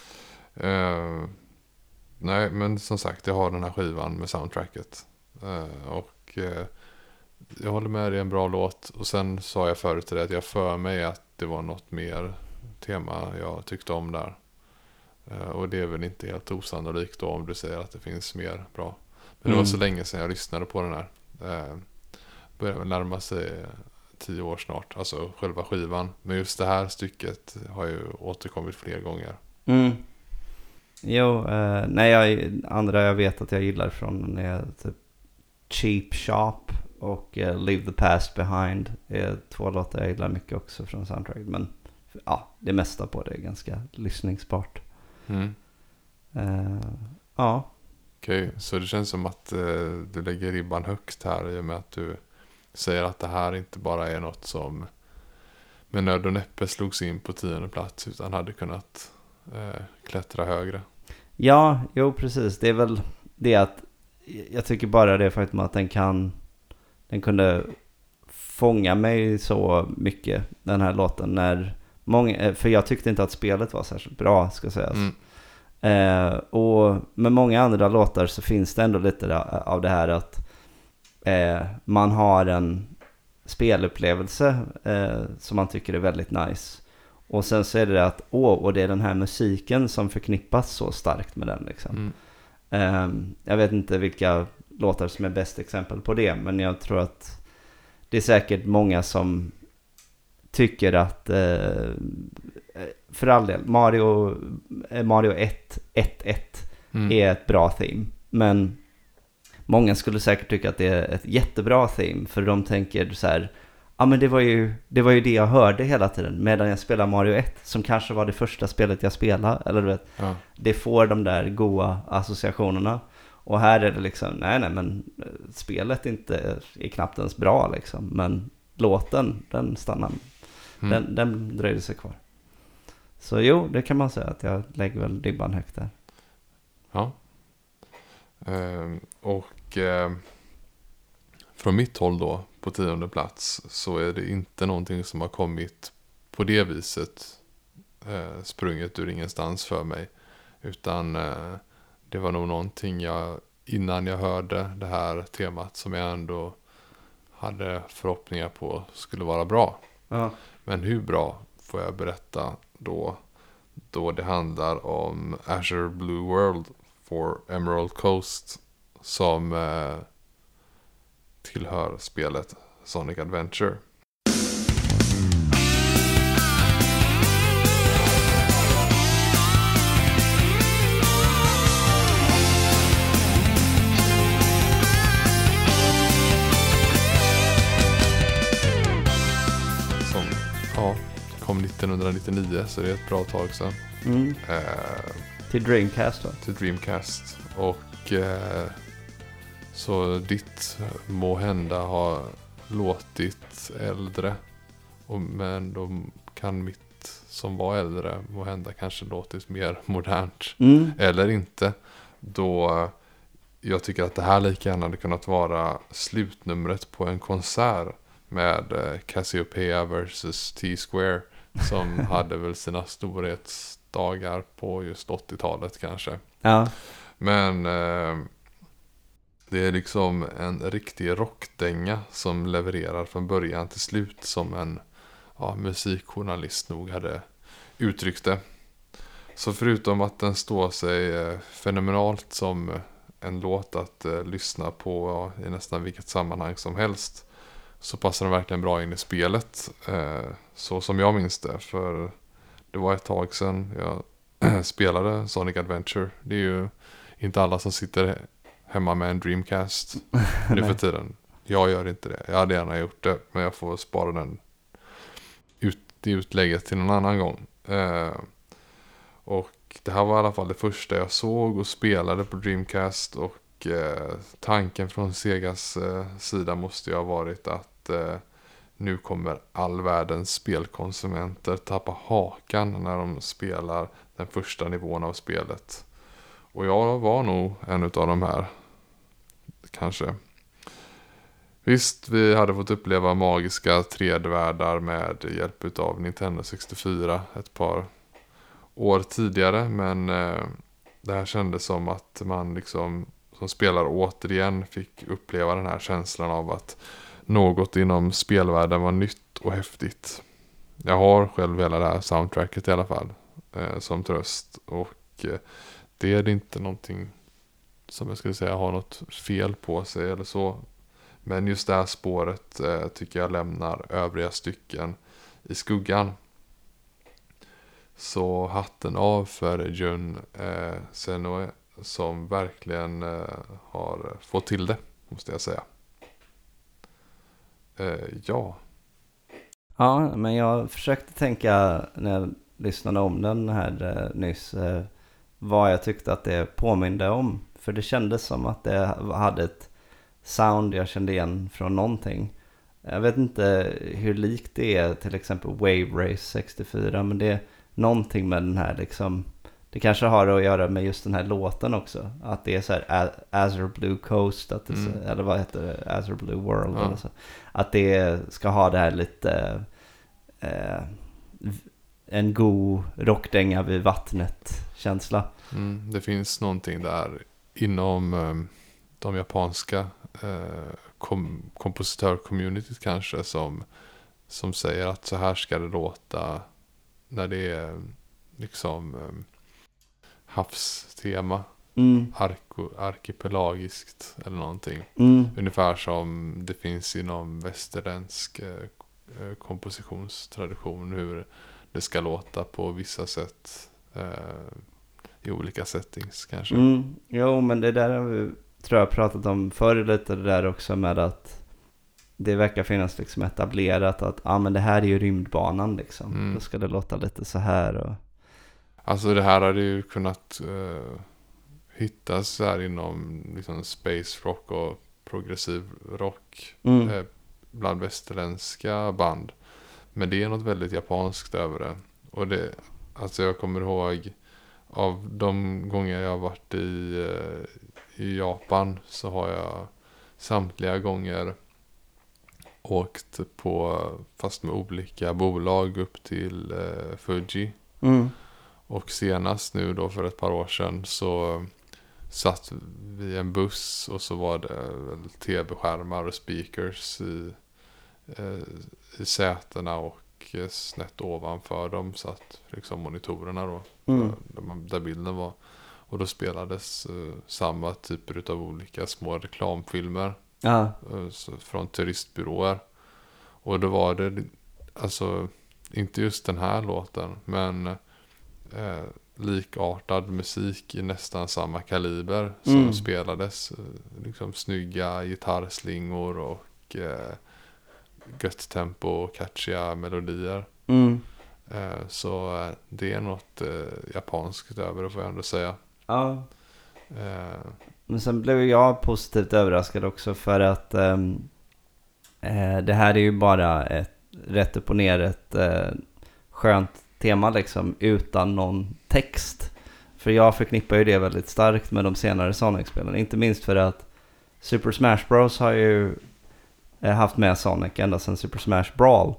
Uh, nej men som sagt, jag har den här skivan med soundtracket. Uh, och uh, jag håller med, det är en bra låt. Och sen sa jag förut till dig att jag för mig att det var något mer tema jag tyckte om där. Uh, och det är väl inte helt osannolikt då om du säger att det finns mer bra. Men det mm. var så länge sedan jag lyssnade på den här. Uh, börjar väl närma sig tio år snart, alltså själva skivan. Men just det här stycket har ju återkommit fler gånger. Mm. Jo, eh, nej, jag, andra jag vet att jag gillar från är typ Cheap Shop och uh, Leave the Past Behind är två låtar jag gillar mycket också från soundtracket. Men ja, det mesta på det är ganska lyssningsbart. Mm. Uh, ja. Okej, okay, så det känns som att uh, du lägger ribban högt här i och med att du säger att det här inte bara är något som med nöd och näppe slogs in på tionde plats utan hade kunnat uh, klättra högre. Ja, jo precis. Det är väl det att jag tycker bara det faktum att den kan den kunde fånga mig så mycket, den här låten, när många, för jag tyckte inte att spelet var särskilt bra, ska sägas. Mm. Eh, och med många andra låtar så finns det ändå lite av det här att eh, man har en spelupplevelse eh, som man tycker är väldigt nice. Och sen så är det att, åh, och det är den här musiken som förknippas så starkt med den liksom. Mm. Um, jag vet inte vilka låtar som är bäst exempel på det, men jag tror att det är säkert många som tycker att uh, för all del Mario, Mario ett ett mm. är ett bra theme, men många skulle säkert tycka att det är ett jättebra theme, för de tänker så här: ja men det var ju det var ju det jag hörde hela tiden medan jag spelade Mario ett, som kanske var det första spelet jag spelade, eller du vet. Ja. Det får de där goa associationerna. Och här är det liksom, nej nej men spelet inte är knappt ens bra liksom, men låten, den stannar. Mm. Den, den dröjde sig kvar. Så jo, det kan man säga att jag lägger väl ribban högt där. Ja. Ehm, och eh, från mitt håll då på tionde plats så är det inte någonting som har kommit på det viset eh, sprunget ur ingenstans för mig, utan eh, det var nog någonting jag innan jag hörde det här temat som jag ändå hade förhoppningar på skulle vara bra. Ja. Men hur bra får jag berätta då, då det handlar om Azure Blue World for Emerald Coast som eh, tillhör spelet Sonic Adventure. Som ja, kom nittonhundranittionio, så det är ett bra tag sedan. Mm. Eh, till Dreamcast då? Till Dreamcast. Och eh, så ditt må hända har låtit äldre, och, men då kan mitt som var äldre må hända kanske låtit mer modernt. Mm. Eller inte. Då jag tycker att det här lika gärna hade kunnat vara slutnumret på en konsert med Cassiopeia versus T-Square som hade väl sina storhetsdagar på just åttiotalet kanske. Ja. Men eh, det är liksom en riktig rockdänga som levererar från början till slut, som en ja, musikjournalist nog hade uttryckt det. Så förutom att den står sig eh, fenomenalt som en låt att eh, lyssna på ja, i nästan vilket sammanhang som helst, så passar den verkligen bra in i spelet. Eh, så som jag minns det, för det var ett tag sedan jag spelade Sonic Adventure. Det är ju inte alla som sitter hemma med en Dreamcast nu för tiden. Jag gör inte det. Jag hade gärna gjort det, men jag får spara den ut, det utlägget till någon annan gång. Eh, Och det här var i alla fall det första jag såg och spelade på Dreamcast. Och eh, tanken från Segas eh, sida måste ju ha varit att eh, nu kommer all världens spelkonsumenter tappa hakan när de spelar den första nivån av spelet. Och jag var nog en av de här, kanske. Visst, vi hade fått uppleva magiska tre D-världar med hjälp av Nintendo sextiofyra ett par år tidigare. Men eh, det här kändes som att man liksom som spelare återigen fick uppleva den här känslan av att något inom spelvärlden var nytt och häftigt. Jag har själv hela det här soundtracket i alla fall eh, som tröst. Och eh, det är inte någonting som jag skulle säga har något fel på sig eller så. Men just det här spåret eh, tycker jag lämnar övriga stycken i skuggan. Så hatten av för Jun eh, Senoue som verkligen eh, har fått till det, måste jag säga. Eh, ja. Ja, men jag försökte tänka när jag lyssnade om den här eh, nyss eh, vad jag tyckte att det påminde om. För det kändes som att det hade ett sound jag kände igen från någonting. Jag vet inte hur likt det är till exempel Wave Race sextiofyra, men det är någonting med den här liksom, det kanske har att göra med just den här låten också, att det är så här Azure Blue Coast, att det, mm. eller vad heter det, Azure Blue World, ja. Eller så. Att det ska ha det här lite eh, en god rockdänga vid vattnet känsla. Mm, det finns någonting där inom um, de japanska uh, kom- kompositör-communityt kanske som, som säger att så här ska det låta när det är liksom um, havstema, mm. Arko- arkipelagiskt eller någonting. Mm. Ungefär som det finns inom västerländsk uh, kompositionstradition, hur det ska låta på vissa sätt uh, i olika settings kanske. Mm. Jo, men det där har vi, tror jag, pratat om förr lite, det där också med att det verkar finnas liksom etablerat att ah, men det här är ju rymdbanan liksom. Mm. Då ska det låta lite så här. Och... Alltså det här hade ju kunnat uh, hittas här inom liksom space rock och progressiv rock mm. eh, bland västerländska band. Men det är något väldigt japanskt över det. Och det, alltså jag kommer ihåg av de gånger jag har varit i, uh, i Japan så har jag samtliga gånger åkt på, fast med olika bolag, upp till eh, Fuji. Mm. Och senast nu då för ett par år sedan så satt vi i en buss och så var det väl tv-skärmar och speakers i, eh, i sätena och eh, snett ovanför dem satt liksom monitorerna då, mm. där, man, där bilden var. Och då spelades eh, samma typer av olika små reklamfilmer. Ja. Från turistbyråer. Och då var det alltså inte just den här låten, men eh, likartad musik i nästan samma kaliber som mm. spelades. Liksom snygga gitarrslingor och eh, gött tempo och catchiga melodier. Mm. Eh, så eh, det är något eh, japanskt över det, får jag ändå säga. Ja. Eh, Men sen blev jag positivt överraskad också för att um, eh, det här är ju bara ett rätt upp och ner ett eh, skönt tema liksom utan någon text. För jag förknippar ju det väldigt starkt med de senare Sonic-spelen. Inte minst för att Super Smash Bros har ju eh, haft med Sonic ända sedan Super Smash Brawl.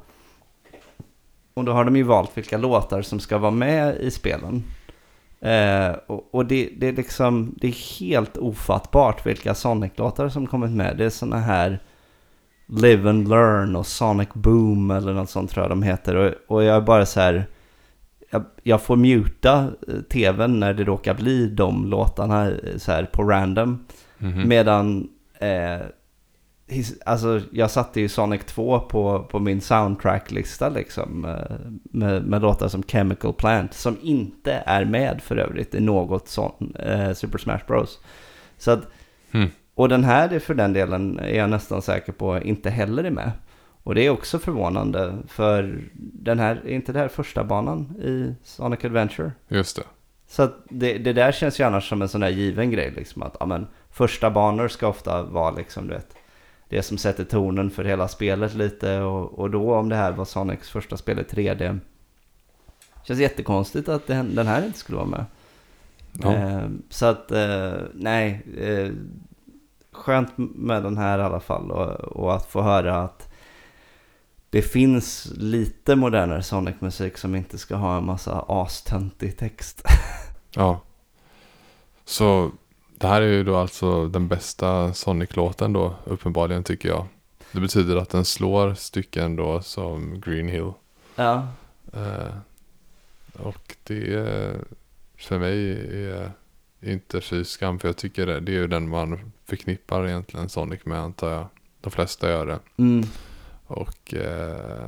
Och då har de ju valt vilka låtar som ska vara med i spelen. Eh, och och det, det, är liksom, det är helt ofattbart vilka Sonic-låtar som kommit med. Det är såna här Live and Learn och Sonic Boom eller något sånt tror jag de heter. Och, och jag är bara så här, jag, jag får muta tvn när det råkar bli de låtarna så här på random. Mm-hmm. Medan eh, his, alltså jag satte ju Sonic två på, på min soundtrack-lista liksom, med, med låtar som Chemical Plant som inte är med för övrigt i något sånt eh, Super Smash Bros. Så att, mm. och den här är för den delen är jag nästan säker på inte heller är med. Och det är också förvånande, för den här, är inte det här första banan i Sonic Adventure? Just det. Så att det, det där känns ju annars som en sån där given grej liksom, att ja, men, första banor ska ofta vara liksom, du vet, det som sätter tonen för hela spelet lite, och, och då om det här var Sonics första spel i tre D, känns jättekonstigt att den, den här inte skulle vara med. Ja. Eh, så att eh, nej, eh, skönt med den här i alla fall, och, och att få höra att det finns lite modernare Sonic-musik som inte ska ha en massa astöntig text. Ja. Så det här är ju då alltså den bästa Sonic-låten då, uppenbarligen tycker jag. Det betyder att den slår stycken då som Green Hill. Ja. Eh, och det är, för mig är inte fy skam, för jag tycker det, det är ju den man förknippar egentligen Sonic med, antar jag. De flesta gör det. Mm. Och eh,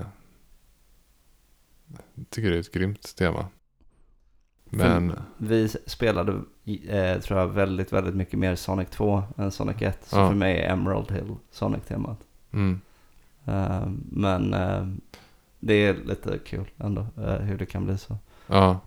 jag tycker det är ett grymt tema. Men För vi spelade eh, tror jag väldigt, väldigt mycket mer Sonic två än Sonic ett. Så ja. för mig är Emerald Hill Sonic-temat. Mm. Uh, men uh, det är lite kul ändå uh, hur det kan bli så. Ja.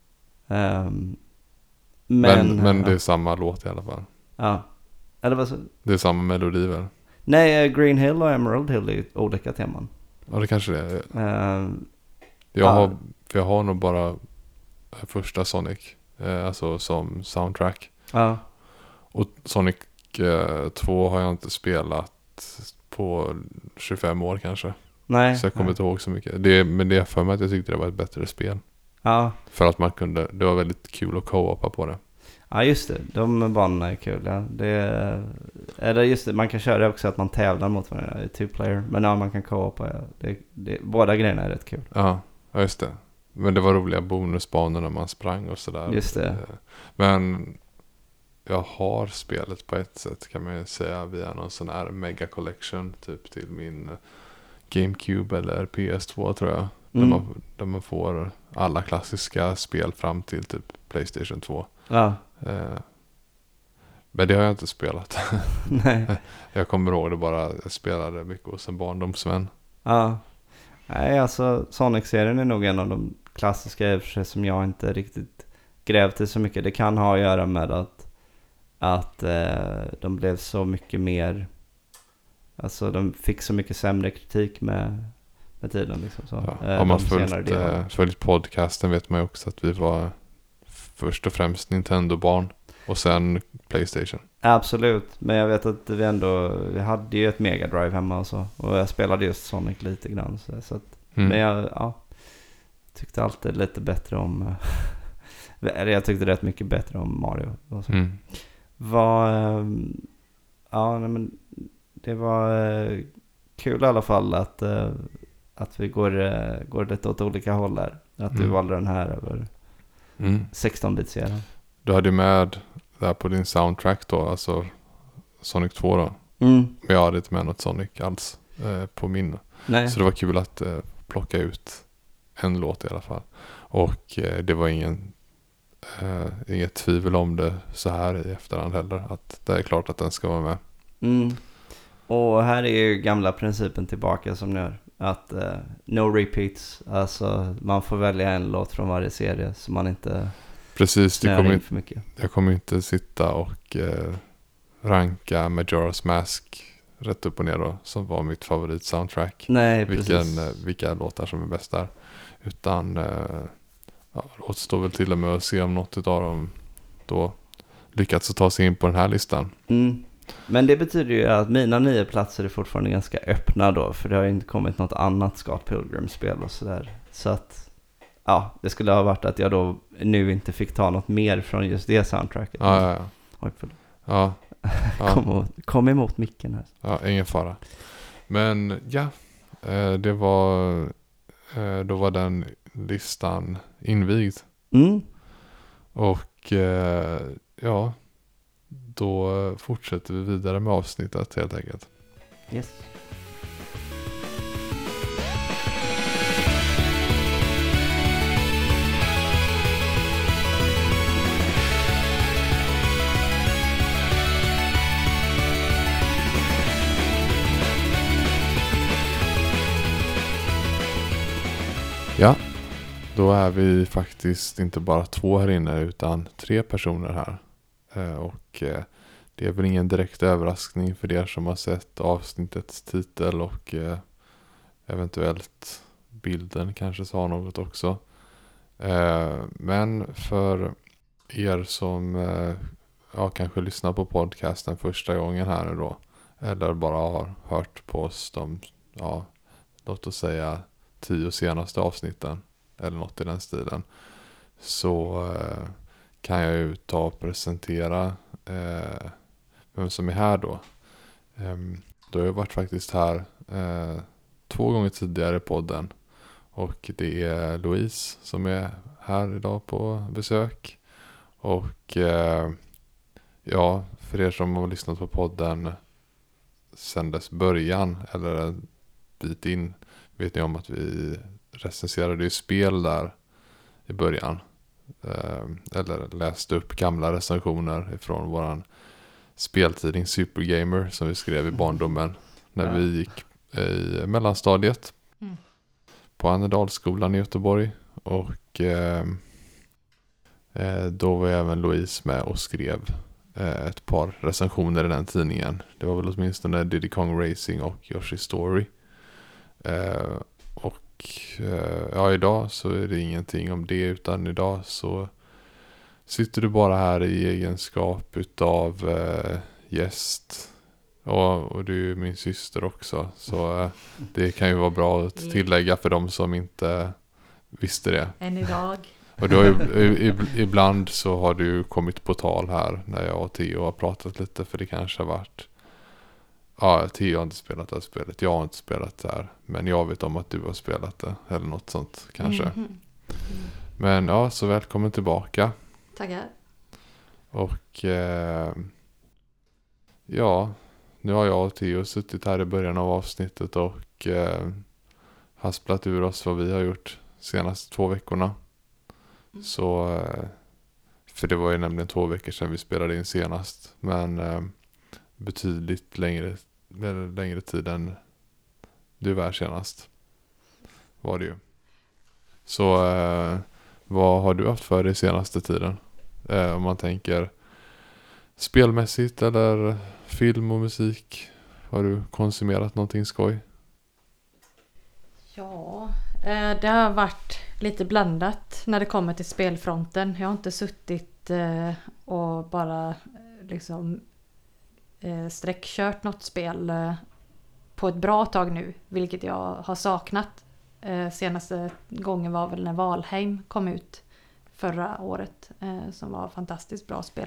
Um, Men, men men uh, det är samma låt i alla fall. Ja. Eller vad så? Det är samma melodi väl? Nej, Green Hill och Emerald Hill är olika teman. Ja, det kanske det är. Uh, Jag, ja. har, för jag har nog bara första Sonic, eh, alltså som soundtrack. Ja. Och Sonic eh, två har jag inte spelat på tjugofem år kanske. Nej. Så jag kommer nej. inte ihåg så mycket. Det, men det är för mig att jag tyckte det var ett bättre spel. Ja. För att man kunde, det var väldigt kul att co-opa på det. Ja, just det. De banorna är kul, ja. Det är, eller just det, man kan köra också att man tävlar mot varandra i two-player. Men ja, man kan co-opa, ja. Det, det, båda grejerna är rätt kul. Ja, ja, just det. Men det var roliga bonusbanor när man sprang och sådär. Just det. Men jag har spelet på ett sätt, kan man ju säga, via någon sån här mega collection typ till min GameCube eller P S två tror jag. Mm. Där, man, där man får alla klassiska spel fram till typ PlayStation två. Ja. Eh, men det har jag inte spelat. Nej. Jag kommer ihåg det bara, jag spelade mycket hos en barndomsvän. Ja. Nej, alltså Sonic-serien är nog en av de klassiska i och för sig som jag inte riktigt grävt i så mycket. Det kan ha att göra med att, att eh, de blev så mycket mer, alltså de fick så mycket sämre kritik med, med tiden. Liksom, så. Ja, eh, har man de följt, eh, följt podcasten vet man ju också att vi var först och främst Nintendo-barn och sen PlayStation. Absolut, men jag vet att vi ändå, vi hade ju ett Mega Drive hemma och så. Och jag spelade just Sonic lite grann. Så, så att, Mm. men jag ja, tyckte alltid lite bättre om, eller jag tyckte rätt mycket bättre om Mario. Och så. Mm. Var, ja, nej, men det var eh, kul i alla fall att, eh, att vi går, eh, går lite åt olika håll där. Att du Mm. valde den här över Mm. sexton-bit-serien. Du hade ju med där på din soundtrack då, alltså Sonic två då. Mm. Men jag hade inte med något Sonic alls eh, på min. Nej. Så det var kul att eh, plocka ut en låt i alla fall. Och eh, det var ingen eh, inget tvivel om det så här i efterhand heller. Att det är klart att den ska vara med. Mm. Och här är ju gamla principen tillbaka som gör att uh, no repeats. Alltså man får välja en låt från varje serie så man inte Precis, det snör kommer in inte, för mycket. jag kommer inte sitta och eh, ranka Majora's Mask rätt upp och ner då, som var mitt favorit soundtrack. Nej, Vilken, precis. eh, vilka låtar som är bäst där. Utan eh, ja, det återstår väl till och med att se om något av dem då lyckats att ta sig in på den här listan. Mm. Men det betyder ju att mina nio platser är fortfarande ganska öppna då. För det har ju inte kommit något annat Scott Pilgrim-spel och sådär. Så att, ja, det skulle ha varit att jag då nu inte fick ta något mer från just det soundtracket. Ja, ja, ja. Oj, förlåt. ja, ja. Kom, och, kom emot micken här. Ja, ingen fara. Men ja, eh, det var eh, då var den listan invigd. Mm. Och eh, ja, då fortsätter vi vidare med avsnittet helt enkelt. Yes. Ja, då är vi faktiskt inte bara två här inne utan tre personer här. Eh, och eh, det är väl ingen direkt överraskning för er som har sett avsnittets titel och eh, eventuellt bilden kanske sa något också. Eh, men för er som eh, ja, kanske lyssnar på podcasten första gången här då, eller bara har hört på oss de, ja, låt oss säga tio senaste avsnitten eller något i den stilen, så eh, kan jag ju ta och presentera eh, vem som är här då. Eh, då har jag varit faktiskt här eh, två gånger tidigare i podden, och det är Louise som är här idag på besök. Och eh, ja, för er som har lyssnat på podden sedan dess början eller en bit in, vet ni om att vi recenserade ju spel där i början. Eh, eller läste upp gamla recensioner från våran speltidning Supergamer som vi skrev i barndomen när Ja. vi gick i mellanstadiet Mm. på Annedalsskolan i Göteborg. Och eh, eh, då var även Louise med och skrev eh, ett par recensioner i den tidningen. Det var väl åtminstone Diddy Kong Racing och Yoshi Story. Eh, och eh, ja, idag så är det ingenting om det, utan idag så sitter du bara här i egenskap utav eh, gäst. Och, och du är ju min syster också, så eh, det kan ju vara bra att tillägga för de som inte visste det. Än idag. Och då är, i, i, ibland så har du kommit på tal här när jag och Theo har pratat lite, för det kanske har varit, ja, Theo har inte spelat det här spelet, jag har inte spelat det här, men jag vet om att du har spelat det eller något sånt kanske. Mhm. Men ja, så välkommen tillbaka. Tackar. Och eh, ja, nu har jag och Theo suttit här i början av avsnittet och eh, hasplat ur oss vad vi har gjort senaste två veckorna. Mm. Så, eh, för det var ju nämligen två veckor sedan vi spelade in senast. Men eh, betydligt längre, längre tid än du var senast. Var det ju. Så eh, vad har du haft för dig senaste tiden? Eh, om man tänker spelmässigt eller film och musik. Har du konsumerat någonting skoj? Ja, eh, det har varit lite blandat när det kommer till spelfronten. Jag har inte suttit eh, och bara eh, liksom eh, sträckkört något spel eh, på ett bra tag nu, vilket jag har saknat. Eh, senaste gången var väl när Valheim kom ut förra året, eh, som var ett fantastiskt bra spel.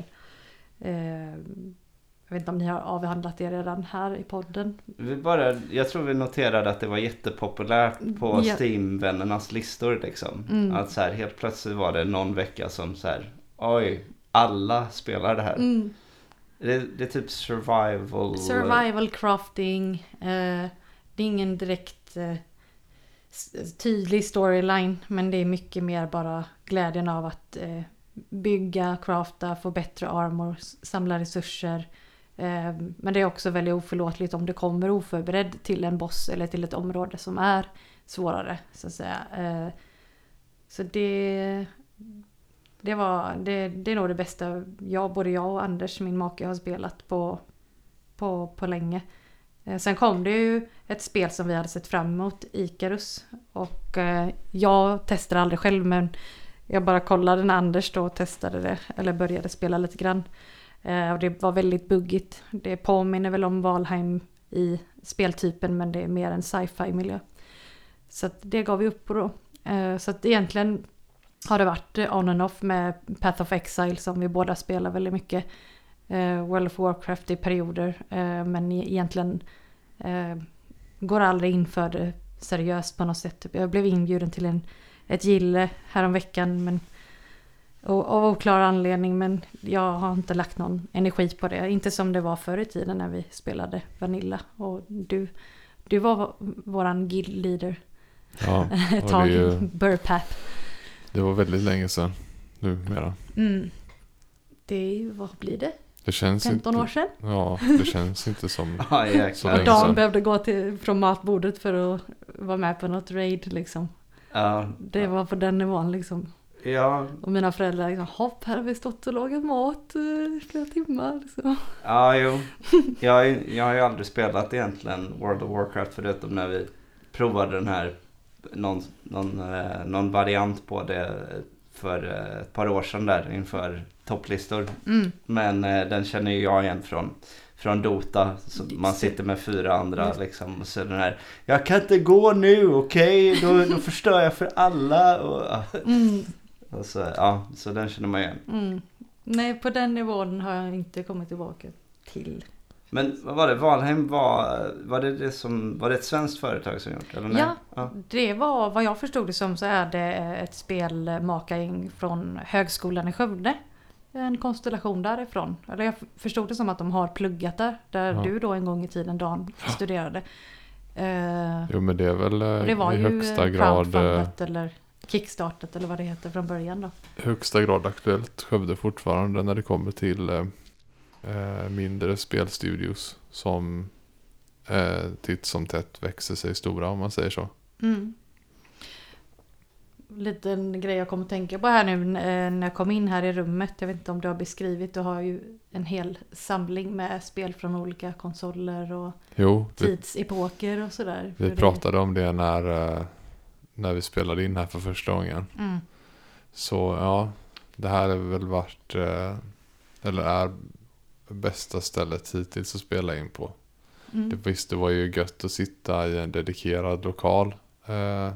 Eh, jag vet inte om ni har avhandlat det redan här i podden. Vi bara, jag tror vi noterade att det var jättepopulärt på Ja. Steam-vännernas listor liksom. Mm. Att så här, helt plötsligt var det någon vecka som så här, oj, alla spelar det här. Mm. Det, det är typ survival. Survival crafting. Eh, det är ingen direkt eh, s- tydlig storyline, men det är mycket mer bara glädjen av att eh, bygga, crafta, få bättre armor, s- samla resurser. Eh, men det är också väldigt oförlåtligt om det kommer oförberedd till en boss eller till ett område som är svårare, så att säga. Eh, så det, det, var, det, det är nog det bästa jag, både jag och Anders, min make, har spelat på, på, på länge. Eh, sen kom det ju ett spel som vi hade sett fram emot, Icarus. Och eh, jag testade aldrig själv, men jag bara kollade när Anders då testade det, eller började spela lite grann. Eh, och det var väldigt buggigt. Det påminner väl om Valheim i speltypen, men det är mer en sci-fi miljö. Så att det gav vi upp på då. Eh, så att egentligen har det varit on and off med Path of Exile som vi båda spelar väldigt mycket. Eh, World of Warcraft i perioder. Eh, men e- egentligen eh, går aldrig in för det seriöst på något sätt. Jag blev inbjuden till en, ett gille häromveckan, men och, av oklar anledning, men jag har inte lagt någon energi på det. Inte som det var förr i tiden när vi spelade Vanilla. Och du, du var våran guild leader Ja, ett och tag, det, är ju, Burpath. det var väldigt länge sedan numera. Mm. Det är ju, vad blir det? Det känns femton inte, år sedan? Ja, det känns inte som Ja, så jäklar. länge Dan sedan. behövde gå till, från matbordet för att vara med på något raid liksom. Ja. Det var på den nivån liksom. Ja, Och mina föräldrar liksom, hopp, här har vi stått och lagat mat i flera timmar. Så. ja jo. Jag, jag har ju aldrig spelat egentligen World of Warcraft förutom när vi provade den här någon, någon, eh, någon variant på det för eh, ett par år sedan där inför topplistor. Mm. Men eh, den känner ju jag igen från, från Dota. Så man sitter med fyra andra liksom, och så den här, jag kan inte gå nu, okej? Okay? Då, då förstör jag för alla. Och, Mm. och så, ja, så den känner man igen. Mm. Nej, på den nivån har jag inte kommit tillbaka till. Men vad var det? Valheim var, var det det som, var det ett svenskt företag som gjort? Eller nej? Ja, Ja, det var, vad jag förstod det som, så är det ett spelmakare från högskolan i Skövde. En konstellation därifrån. Eller jag förstod det som att de har pluggat där. Där Ja. du då en gång i tiden, Dan, studerade. Uh, Jo, men det är väl eh, det var i ju högsta grad, eh, crowdfundet eller kickstartet eller vad det heter från början då. högsta grad aktuellt Skövde fortfarande när det kommer till eh, eh, mindre spelstudios som eh, titt som tätt växer sig stora, om man säger så. Mm. Liten grej jag kommer att tänka på här nu eh, när jag kom in här i rummet. Jag vet inte om du har beskrivit. Du har ju en hel samling med spel från olika konsoler och Jo, vi, tidsepoker och sådär. vi För det- pratade om det när, eh, när vi spelade in här för första gången. Mm. Så ja, det här är väl vart, eh, eller är bästa stället hittills att spela in på. Mm. Det, visst, det var ju gött att sitta i en dedikerad lokal eh,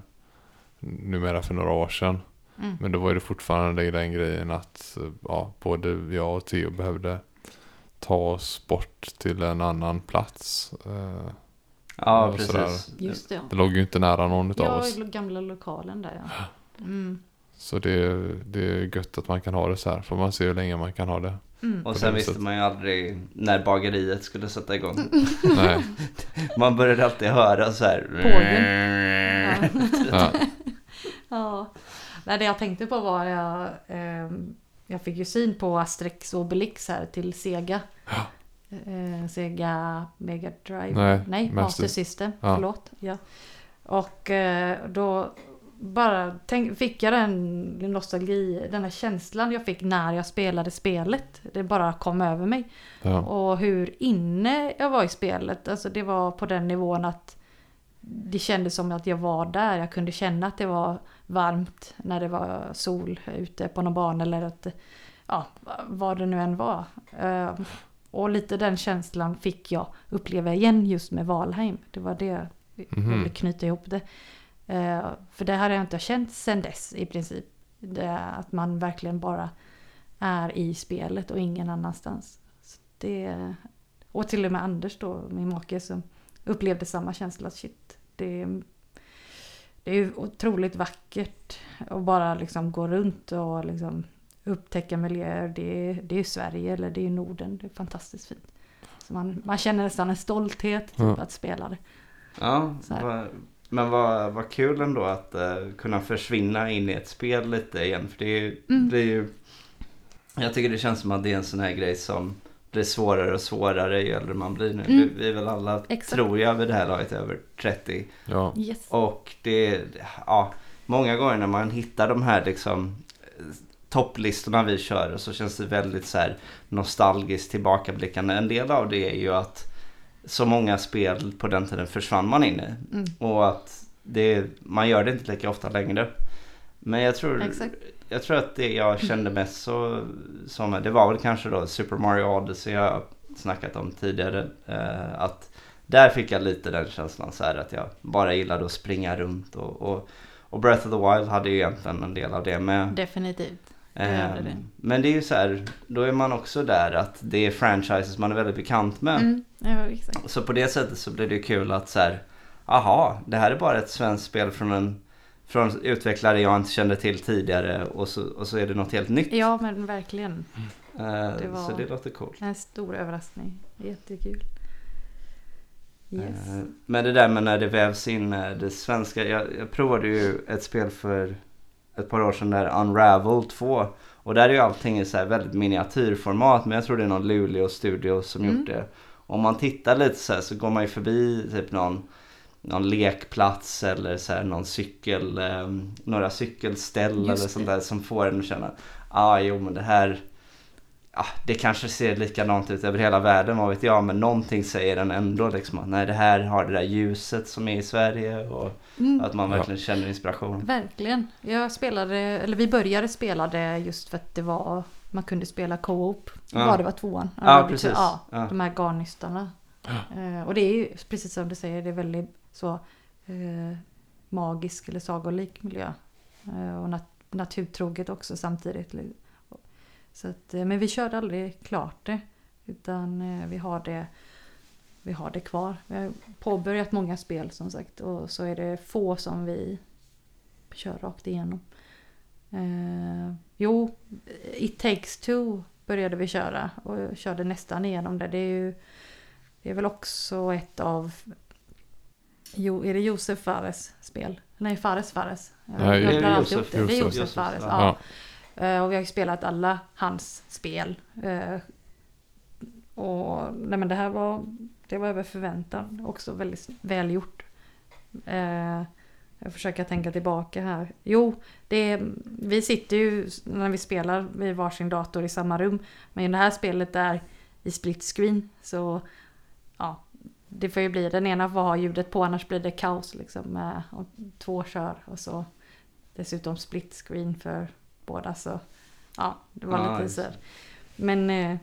numera för några år sedan. Mm. Men då var det fortfarande den grejen att ja, både jag och Theo behövde ta oss bort till en annan plats. Eh, ja och precis. sådär. Just det. det låg ju inte nära någon av Ja, oss. i gamla lokalen där ja. Mm. Så det, det är gött att man kan ha det så här. Får man se hur länge man kan ha det. Mm. Och på sen det visste sättet. man ju aldrig när bageriet skulle sätta igång. Nej. Man började alltid höra så här. Pågen. Ja. Ja. Nej, det jag tänkte på var jag, eh, jag fick ju syn på Asterix och Obelix här till Sega. Eh, Sega Mega Drive. Nej, Nej Master- Master System. Ja. Förlåt. Ja. Och eh, då bara tänk, fick jag den nostalgi, den här känslan jag fick när jag spelade spelet. Det bara kom över mig. Ja. Och hur inne jag var i spelet. Alltså det var på den nivån att det kändes som att jag var där. Jag kunde känna att det var varmt när det var sol ute på någon bana. Eller att, ja, vad det nu än var. Uh, och lite den känslan fick jag uppleva igen just med Valheim. Det var det jag Mhm. ville knyta ihop det. Uh, för det hade jag inte känt sedan dess i princip. Det, att man verkligen bara är i spelet och ingen annanstans. Så det, och till och med Anders då, min make, som upplevde samma känsla. Shit, det, det är ju otroligt vackert att bara liksom gå runt och liksom upptäcka miljöer. Det är, det är ju Sverige eller det är ju Norden. Det är fantastiskt fint. Så man, man känner nästan en stolthet typ, Ja. att spela det. Ja, Så här. vad- men vad, vad kul ändå att uh, kunna försvinna in i ett spel lite igen. För det är, ju- Mm. det är ju, jag tycker det känns som att det är en sån här grej som blir svårare och svårare ju äldre man blir nu. Mm. Vi, vi är väl alla, Exakt. tror jag, vid det här laget över trettio. Ja. Yes. Och det, ja, många gånger när man hittar de här liksom eh, topplistorna vi kör, så känns det väldigt så här nostalgiskt tillbakablickande. En del av det är ju att så många spel på den tiden försvann man in i. Mm. Och att det, man gör det inte lika ofta längre. Men jag tror, Exakt. jag tror att det jag kände mest så, som, det var väl kanske då Super Mario Odyssey jag har snackat om tidigare. Eh, att där fick jag lite den känslan så här att jag bara gillade att springa runt. Och, och, och Breath of the Wild hade ju egentligen en del av det med. Definitivt. Eh, gör det. men det är ju så här, då är man också där att det är franchises man är väldigt bekant med. Mm. Ja, exakt. Så på det sättet så blir det kul att så här, aha, det här är bara ett svenskt spel från en från utvecklare jag inte kände till tidigare, och så, och så är det något helt nytt. Ja, men verkligen. Eh, det var- Så det låter coolt. En stor överraskning. Jättekul. Yes. Eh, Men det där med när det vävs in eh, det svenska, jag, jag provade ju ett spel för ett par år sedan där, Unravel två, och där är ju allting i så här väldigt miniatyrformat, men jag tror det är någon Luleå studio som Mm. gjort det. Om man tittar lite så här så går man ju förbi typ någon någon lekplats eller så här, någon cykel, eh, några cykelställ Just eller det. sånt där som får en att känna, ja ah, jo men det här, ah, det kanske ser likadant ut över hela världen, vad vet jag, men någonting säger den ändå liksom att nej, det här har det där ljuset som är i Sverige och Mm. att man verkligen ja. känner inspiration. Verkligen. Jag spelade, eller vi började spela det just för att det var, man kunde spela co-op. Ja. Var det var tvåan. Ja, det precis. Betyder, ja, Ja. de här garnnystarna. Eh, och det är ju precis som du säger, det är väldigt så eh, magisk eller sagolik miljö. Eh, och nat- naturtroget också samtidigt. Så att, eh, men vi körde aldrig klart det. Utan eh, vi har det vi har det kvar. Vi har påbörjat många spel som sagt. Och så är det få som vi kör rakt igenom. Eh, jo, It Takes Two började vi köra. Och körde nästan igenom det. Det är ju det är väl också ett av... Jo, är det Josef Fares spel? Nej, Fares Fares. Nej, jag det är blandar alltid Josef. ihop det. Det är Josef. Josef Fares, Ja. ja. Eh, Och vi har ju spelat alla hans spel. Eh, Och nej, men det här var det var över förväntan. Också väldigt välgjort. Eh, jag försöker tänka tillbaka här. Jo, det är, vi sitter ju när vi spelar vid varsin dator i samma rum. Men i det här spelet är i split screen. Så ja, det får ju bli. Den ena får ha ljudet på, annars blir det kaos liksom. Eh, och två kör och så dessutom split screen för båda. Så ja, det var Ja, lite just så här. Men eh,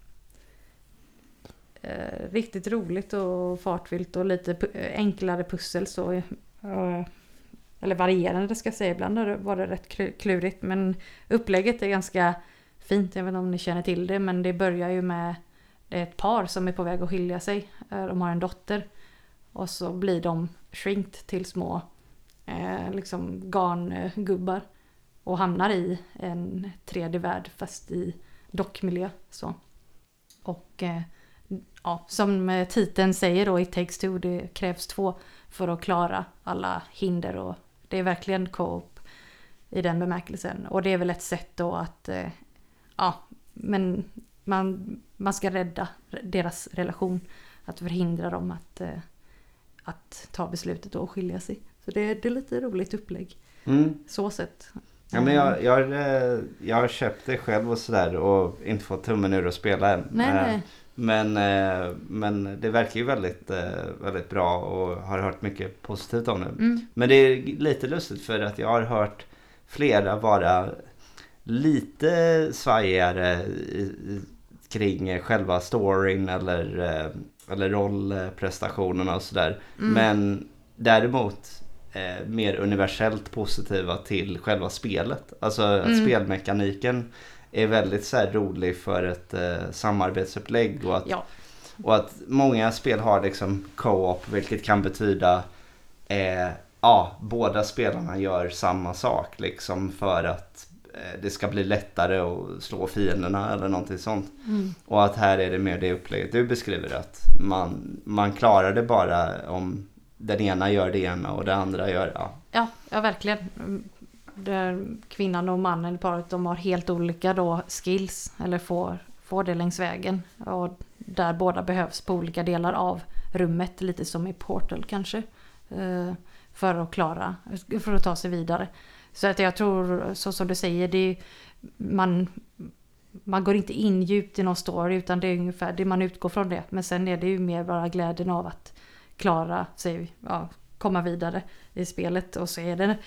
eh, riktigt roligt och fartfyllt och lite pu- enklare pussel så. Eh, eller varierande ska jag säga. Ibland har det- var det rätt kl- klurigt. Men upplägget är ganska fint. Jag vet inte om ni känner till det. Men det börjar ju med det är ett par som är på väg att skilja sig. Eh, De har en dotter. Och så blir de shrinked till små eh, liksom garngubbar. Och hamnar i en tredje värld fast i dockmiljö. Så. Och eh, ja, som eh, titeln säger då, It Takes Two, det krävs två för att klara alla hinder. Och det är verkligen co-op i den bemärkelsen. Och det är väl ett sätt då att eh, ja, men man, man ska rädda deras relation. Att förhindra dem att, eh, att ta beslutet och skilja sig. Så det, det är lite roligt upplägg. Mm. Så sett. Ja, men jag, jag, eh, jag har köpt det själv och sådär och inte fått tummen ur att spela än. Nej, Eh, nej. Men, eh, men det verkar ju väldigt, eh, väldigt bra och har hört mycket positivt om det. Mm. Men det är lite lustigt för att jag har hört flera vara lite svajigare i, i, kring själva storyn eller, eh, eller rollprestationerna och sådär. Mm. Men däremot eh, mer universellt positiva till själva spelet. Alltså att Mm. spelmekaniken är väldigt så här rolig för ett eh, samarbetsupplägg och att, Ja. och att många spel har liksom co-op, vilket kan betyda eh, ja, båda spelarna gör samma sak liksom för att eh, det ska bli lättare att slå fienderna eller någonting sånt. Mm. Och att här är det mer det upplägget du beskriver, att man, man klarar det bara om den ena gör det ena och det andra gör ja. Ja, ja verkligen. Där kvinnan och mannen i paret, de har helt olika då skills eller får, får det längs vägen. Och där båda behövs på olika delar av rummet, lite som i Portal kanske. eh, För att klara, för att ta sig vidare. Så att jag tror, så som du säger, det är, man, man går inte in djupt i någon story utan det är ungefär det man utgår från det. Men sen är det ju mer bara glädjen av att klara sig, ja, komma vidare i spelet. Och så är det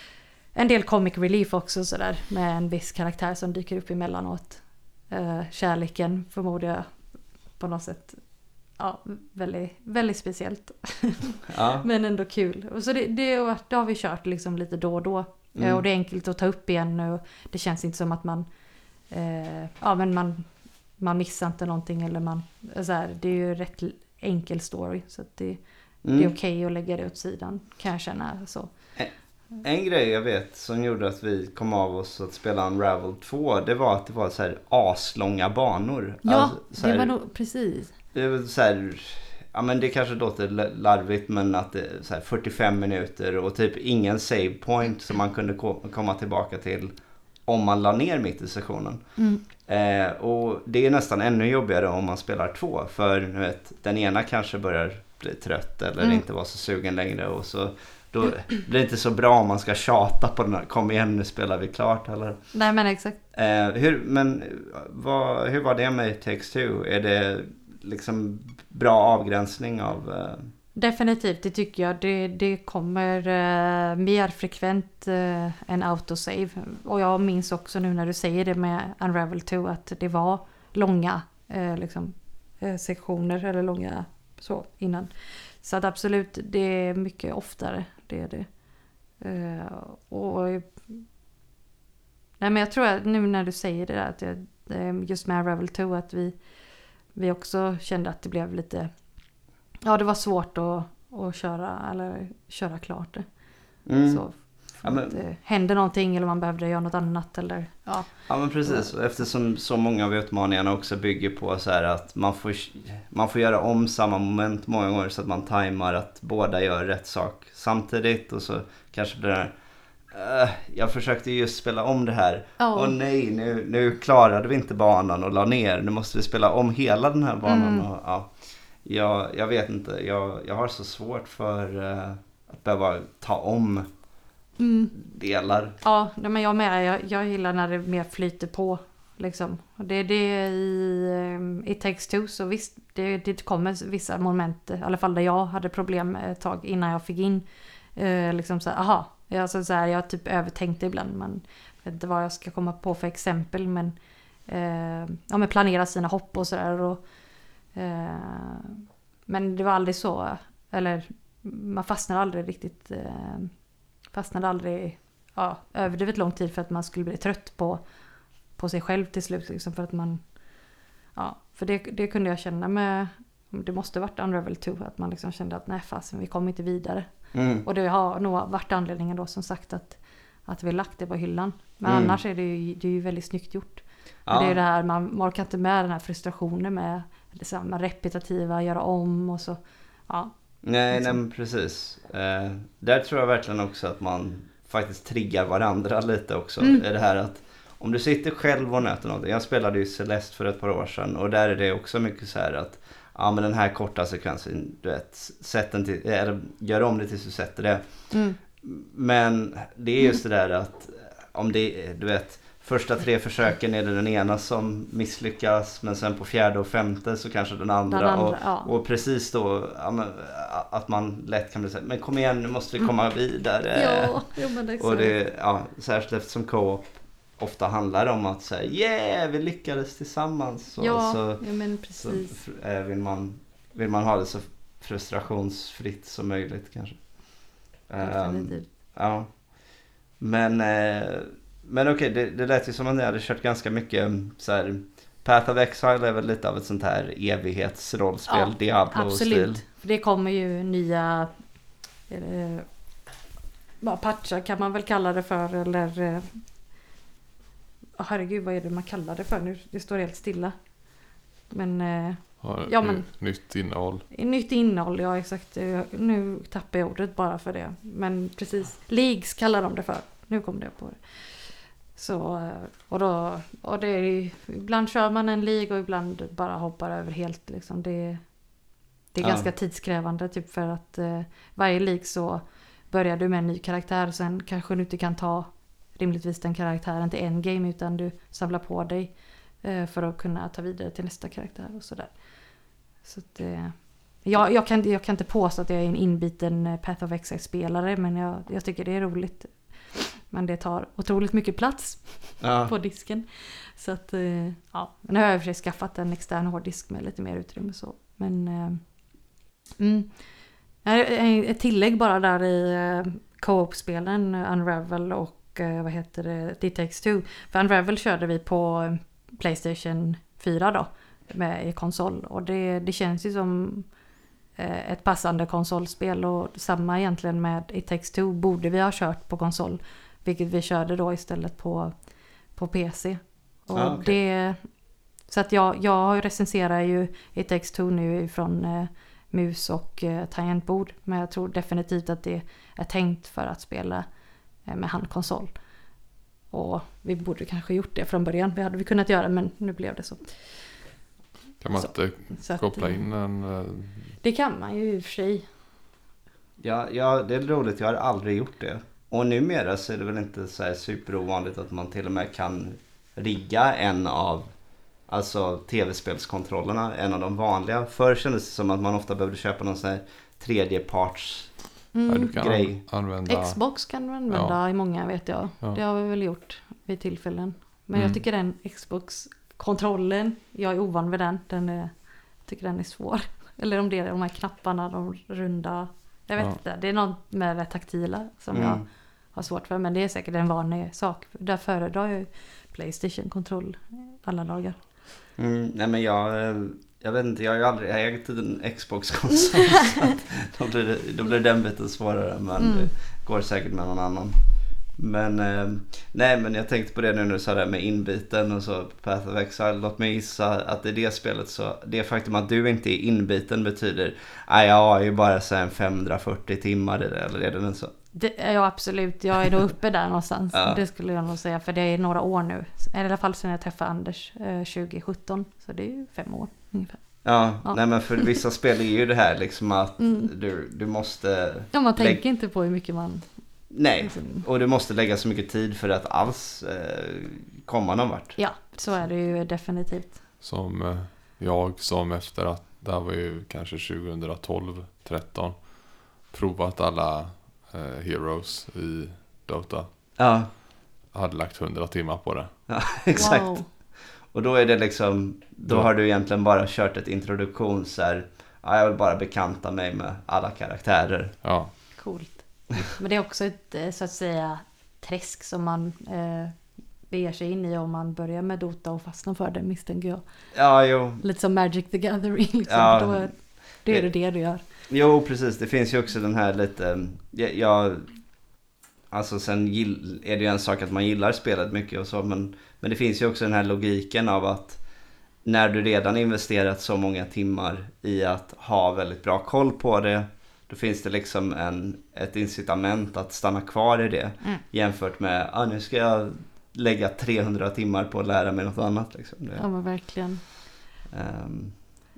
en del comic relief också sådär, med en viss karaktär som dyker upp emellanåt. Eh, kärleken förmodar jag på något sätt. Ja, väldigt, väldigt speciellt. Ja. Men ändå kul. Och så det, det, det har vi kört liksom lite då och då. Mm. Eh, och det är enkelt att ta upp igen. Och det känns inte som att man eh, ja, men man, man missar inte någonting. Eller man, så här, det är ju rätt enkel story. Så att det, Mm. det är okej att lägga det åt sidan. Kan jag känna så. En grej jag vet som gjorde att vi kom av oss att spela Unravel två, det var att det var så här aslånga banor. Ja, Alltså, så här, det var nog precis. det var så här, ja men det kanske låter larvigt, men att det är så här fyrtiofem minuter och typ ingen save point som man kunde ko- komma tillbaka till om man la ner mitt i sessionen. Mm. Eh, och det är nästan ännu jobbigare om man spelar två, för nu vet, den ena kanske börjar bli trött eller Mm. inte vara så sugen längre. Och så, då blir det inte så bra om man ska tjata på den här. Kom igen, nu spelar vi klart. Eller? Nej men exakt. Eh, hur, men vad, hur var det med It Takes Two? Är det liksom bra avgränsning av... Eh... Definitivt, det tycker jag. Det, det kommer eh, mer frekvent eh, än autosave. Och jag minns också nu när du säger det med Unravel två att det var långa eh, liksom, eh, sektioner eller långa så innan. Så att absolut, det är mycket oftare. Det är det. Eh, och nej men jag tror att nu när du säger det där att jag, just med Unravel två att vi, vi också kände att det blev lite... Ja, det var svårt att, att köra eller köra klart det. Mm. Så ja, men, att det hände någonting eller man behövde göra något annat eller ja. Ja, men precis. Och eftersom så många av utmaningarna också bygger på så här att man får man får göra om samma moment många gånger så att man tajmar att båda gör rätt sak samtidigt och så kanske blir det uh, jag försökte just spela om det här. Åh oh. oh, nej, nu nu klarade vi inte banan och la ner. Nu måste vi spela om hela den här banan mm. och ja. Jag, jag vet inte, jag, jag har så svårt för uh, att behöva ta om mm. delar. Ja, men jag med. Jag, jag gillar när det mer flyter på. Liksom. Och det är det i um, It Takes Two. Så visst, det, det kommer vissa moment, i alla fall där jag hade problem ett tag innan jag fick in. Uh, liksom så här, aha. Alltså, så här, jag typ övertänkte ibland. Man vet inte vad jag ska komma på för exempel. Men, uh, ja, men planera sina hopp och sådär. Och men det var aldrig så, eller man fastnade aldrig riktigt, fastnade aldrig ja, överdrivet lång tid för att man skulle bli trött på, på sig själv till slut liksom, för att man ja, för det, det kunde jag känna med, det måste varit Unravel två, att man liksom kände att nej fasen, vi kommer inte vidare mm. och det har nog varit anledningen då som sagt att, att vi lagt det på hyllan, men mm. annars är det ju, det är ju väldigt snyggt gjort. Ja. Det är det här, man orkar inte med den här frustrationen med det samma repetitiva, göra om och så. Ja. Nej, liksom. nej men precis. Eh, där tror jag verkligen också att man faktiskt triggar varandra lite också. Mm. Är det här att om du sitter själv och nöter någonting. Jag spelade ju Celeste för ett par år sedan och där är det också mycket så här att ja men den här korta sekvensen, du vet, sätt den till, eller gör om det tills du sätter det. Mm. Men det är just det där att om det, du vet, första tre försöken är det den ena som misslyckas, men sen på fjärde och femte så kanske den andra. Den andra och, ja. och precis då ja, men, att man lätt kan bli så här, men kom igen, nu måste vi komma mm. vidare. Ja, jo, men det är så. Och det, ja, särskilt eftersom co-op ofta handlar om att säga, yeah, vi lyckades tillsammans. Så, ja, så, ja, men precis. Så äh, vill, man, vill man ha det så frustrationsfritt som möjligt kanske. Definitivt. Um, ja. Men... Eh, Men okej, det, det lät ju som att ni hade kört ganska mycket så här, Path of Exile är väl lite av ett sånt här evighetsrollspel, ja, Diablo-stil. Absolut, för det kommer ju nya eh, bara patchar kan man väl kalla det för, eller eh, herregud, vad är det man kallar det för nu? Det står helt stilla. Men eh, ja, ja, men nytt innehåll. Nytt innehåll, ja exakt. Nu tappar jag ordet bara för det. Men precis, Leagues kallar de det för. Nu kom det på det. Så, och då, och det är ju, ibland kör man en lig och ibland bara hoppar över helt liksom. Det, det är ja. ganska tidskrävande typ för att eh, varje lig så börjar du med en ny karaktär, sen kanske du inte kan ta rimligtvis den karaktären till en game utan du samlar på dig eh, för att kunna ta vidare till nästa karaktär och sådär. Så att eh, jag, jag, kan, jag kan inte påstå att jag är en inbiten Path of Exile-spelare, men jag, jag tycker det är roligt. Men det tar otroligt mycket plats ja. på disken. Så att, ja. Nu har jag i och för sig skaffat en extern hårddisk med lite mer utrymme. Så. Men mm. ett tillägg bara där i co-op-spelen Unravel och vad heter det, It Takes Two. För Unravel körde vi på PlayStation fyra då, med i konsol. Och det, det känns ju som ett passande konsolspel. Och samma egentligen med It Takes Two borde vi ha kört på konsol. Vilket vi körde då istället på, på P C. Och ah, okay. det, så att jag, jag recenserar ju It Takes Two nu från eh, mus och eh, tangentbord. Men jag tror definitivt att det är tänkt för att spela eh, med handkonsol. Och vi borde kanske gjort det från början. Det hade vi kunnat göra, men nu blev det så. Kan man Så- inte Så att, koppla eh, in en... eh, Det kan man ju i och för sig. Ja, ja, det är roligt. Jag har aldrig gjort det. Och numera så är det väl inte så här superovanligt att man till och med kan rigga en av alltså tv-spelskontrollerna, en av de vanliga. Förr kändes det som att man ofta behövde köpa någon sån här tredjeparts Ja, Mm. du kan grej. an- använda... Xbox kan du använda i många vet jag. Ja. Det har vi väl gjort vid tillfällen. Men Mm. jag tycker den Xbox-kontrollen, jag är ovan vid den. den är, jag tycker den är svår. Eller om det är de här knapparna, de runda. Jag vet Ja. inte, det är något med det taktila som Mm. jag har svårt för. Men det är säkert en vanlig sak. Där föredrar jag ju Playstation-kontroll alla dagar. Mm, nej men jag, eh, jag vet inte, jag har ju aldrig ägt en Xbox-konsol. Så att då, blir det, då blir den biten svårare, men Mm. det går säkert med någon annan. Men eh, nej, men jag tänkte på det nu när du sa det med inbiten och så Path of Exile. Låt mig gissa att i det spelet så det faktum att du inte är inbiten betyder att jag har ju bara så här en femhundrafyrtio timmar i det, eller är det den så? Det är jag absolut. Jag är nog uppe där någonstans. Ja. Det skulle jag nog säga. För det är några år nu. I alla fall sedan jag träffade Anders eh, tjugo-sjutton. Så det är ju fem år ungefär. Ja, Ja. nej men för vissa spel är ju det här liksom att Mm. du, du måste... Ja, man Lägg- tänker inte på hur mycket man... Nej, liksom- och du måste lägga så mycket tid för att alls eh, komma någon vart. Ja, så är det ju definitivt. Som eh, jag som efter att det här var ju kanske tjugotolv tretton provat alla eh, heroes i Dota. Ja, Hade lagt hundra timmar på det. ja exakt. Wow. Och då är det liksom, då Ja. har du egentligen bara kört ett introduktion så här, ja, jag vill bara bekanta mig med alla karaktärer. Ja, Coolt. Men det är också ett, eh, så att säga, träsk som man eh, beger sig in i om man börjar med Dota och fastnar för det, misstänker jag. Ja, jo. Lite som Magic the Gathering. Liksom. Ja. Då är, då är det det du gör. Jo, precis. Det finns ju också den här lite, jag, jag alltså sen gill, är det ju en sak att man gillar spelet mycket och så, men, men det finns ju också den här logiken av att när du redan investerat så många timmar i att ha väldigt bra koll på det, då finns det liksom en, ett incitament att stanna kvar i det Mm. jämfört med, ah, nu ska jag lägga trehundra timmar på att lära mig något annat. Liksom. Det, Ja, men verkligen. ehm,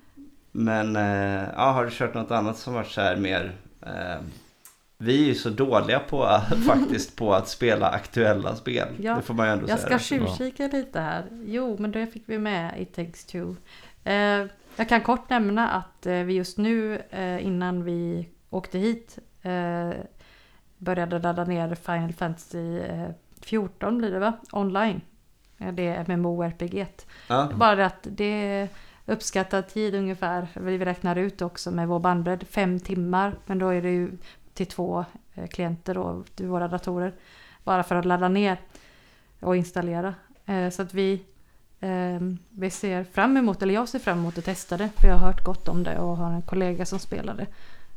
men eh, ja, har du kört något annat som varit så här mer... ehm, vi är ju så dåliga på faktiskt på att spela aktuella spel. Ja, det får man ju ändå Jag säga. ska tjuvkika lite här. Jo, men det fick vi med i Takes Two. Eh, jag kan kort nämna att eh, vi just nu, eh, innan vi åkte hit, eh, började ladda ner Final Fantasy eh, fjorton blir det va? Online. Eh, Det är MMORPG. Ja. Bara det att det är uppskattad tid ungefär. Vi räknar ut också med vår bandbredd. Fem timmar. Men då är det ju till två eh, klienter och till våra datorer. Bara för att ladda ner och installera. Eh, så att vi, eh, vi ser fram emot, eller jag ser fram emot att testa det. För jag har hört gott om det och har en kollega som spelar det.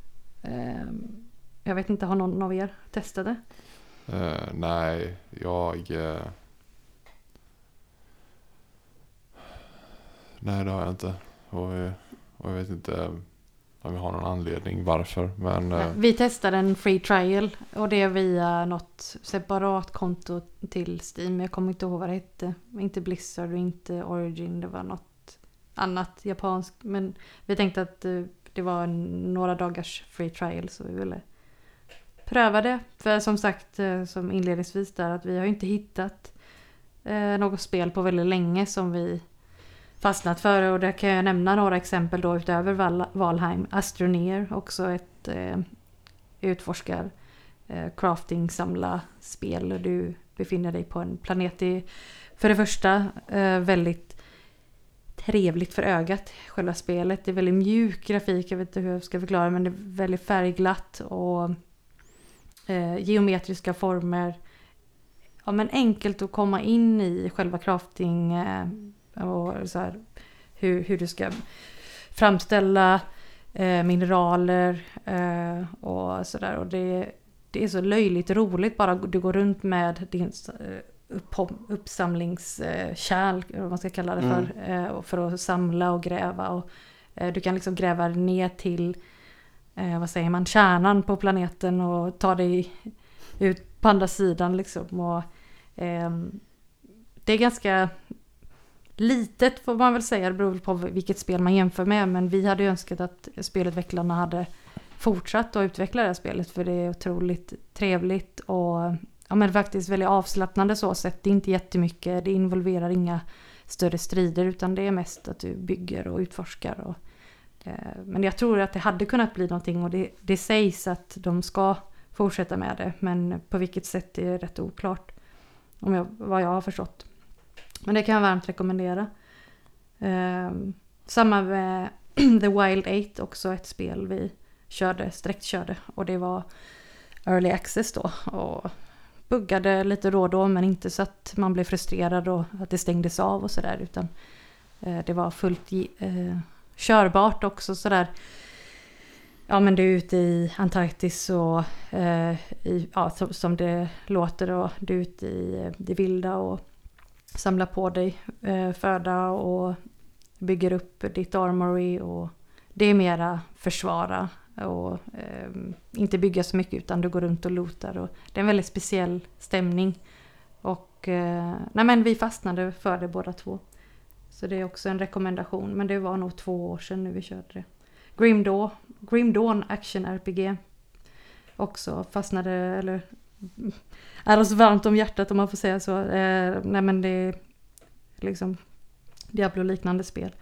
Eh, jag vet inte, har någon av er testat det? eh, nej, jag... Eh, nej, det har jag inte. Och, eh, och jag vet inte om jag har någon anledning varför. Men eh, Vi testade en free trial och det är via något separat konto till Steam. Jag kommer inte ihåg vad det hette. Inte Blizzard och inte Origin. Det var något annat japanskt. Men vi tänkte att eh, det var en, några dagars free trial så vi ville pröva det. För som sagt, eh, som inledningsvis där, att vi har inte hittat eh, något spel på väldigt länge som vi fastnat för, och där kan jag nämna några exempel då utöver Val- Valheim. Astroneer, också ett eh, utforskar eh, crafting samla spel. Du befinner dig på en planet i, för det första eh, väldigt trevligt för ögat, själva spelet. Det är väldigt mjuk grafik, jag vet inte hur jag ska förklara, men det är väldigt färgglatt och eh, geometriska former. Ja, men enkelt att komma in i själva crafting eh, och så här, hur, hur du ska framställa eh, mineraler eh, och sådär. Och det, det är så löjligt roligt bara du går runt med din eh, upp, uppsamlingskärl, eh, vad man ska kalla det för, Mm. eh, för att samla och gräva. Och, eh, du kan liksom gräva ner till eh, vad säger man, kärnan på planeten och ta dig ut på andra sidan liksom. Och, eh, det är ganska litet får man väl säga, det beror på vilket spel man jämför med, men vi hade önskat att spelutvecklarna hade fortsatt att utveckla det här spelet, för det är otroligt trevligt och ja, men faktiskt väldigt avslappnande så sätt. Det är inte jättemycket, det involverar inga större strider, utan det är mest att du bygger och utforskar. Och, eh, men jag tror att det hade kunnat bli någonting, och det, det sägs att de ska fortsätta med det, men på vilket sätt är rätt oklart, om jag, vad jag har förstått. Men det kan jag varmt rekommendera. Eh, samma med The Wild Eight, också ett spel vi körde, sträckt körde, och det var early access då, och buggade lite då och då, men inte så att man blev frustrerad och att det stängdes av och sådär, utan eh, det var fullt eh, körbart också sådär. Ja, men du är ute i Antarktis och eh, i, ja, som, som det låter, och du är ute i eh, det vilda och samlar på dig eh, föda och bygger upp ditt armory, och det är mera försvara och eh, inte bygga så mycket, utan du går runt och lootar, och det är en väldigt speciell stämning, och eh, nej, men vi fastnade för det båda två, så det är också en rekommendation, men det var nog två år sedan nu vi körde det. Grim Dawn, Grim Dawn Action R P G också fastnade, eller är oss varmt om hjärtat om man får säga så. Eh, nej, men det är liksom Diablo-liknande spel.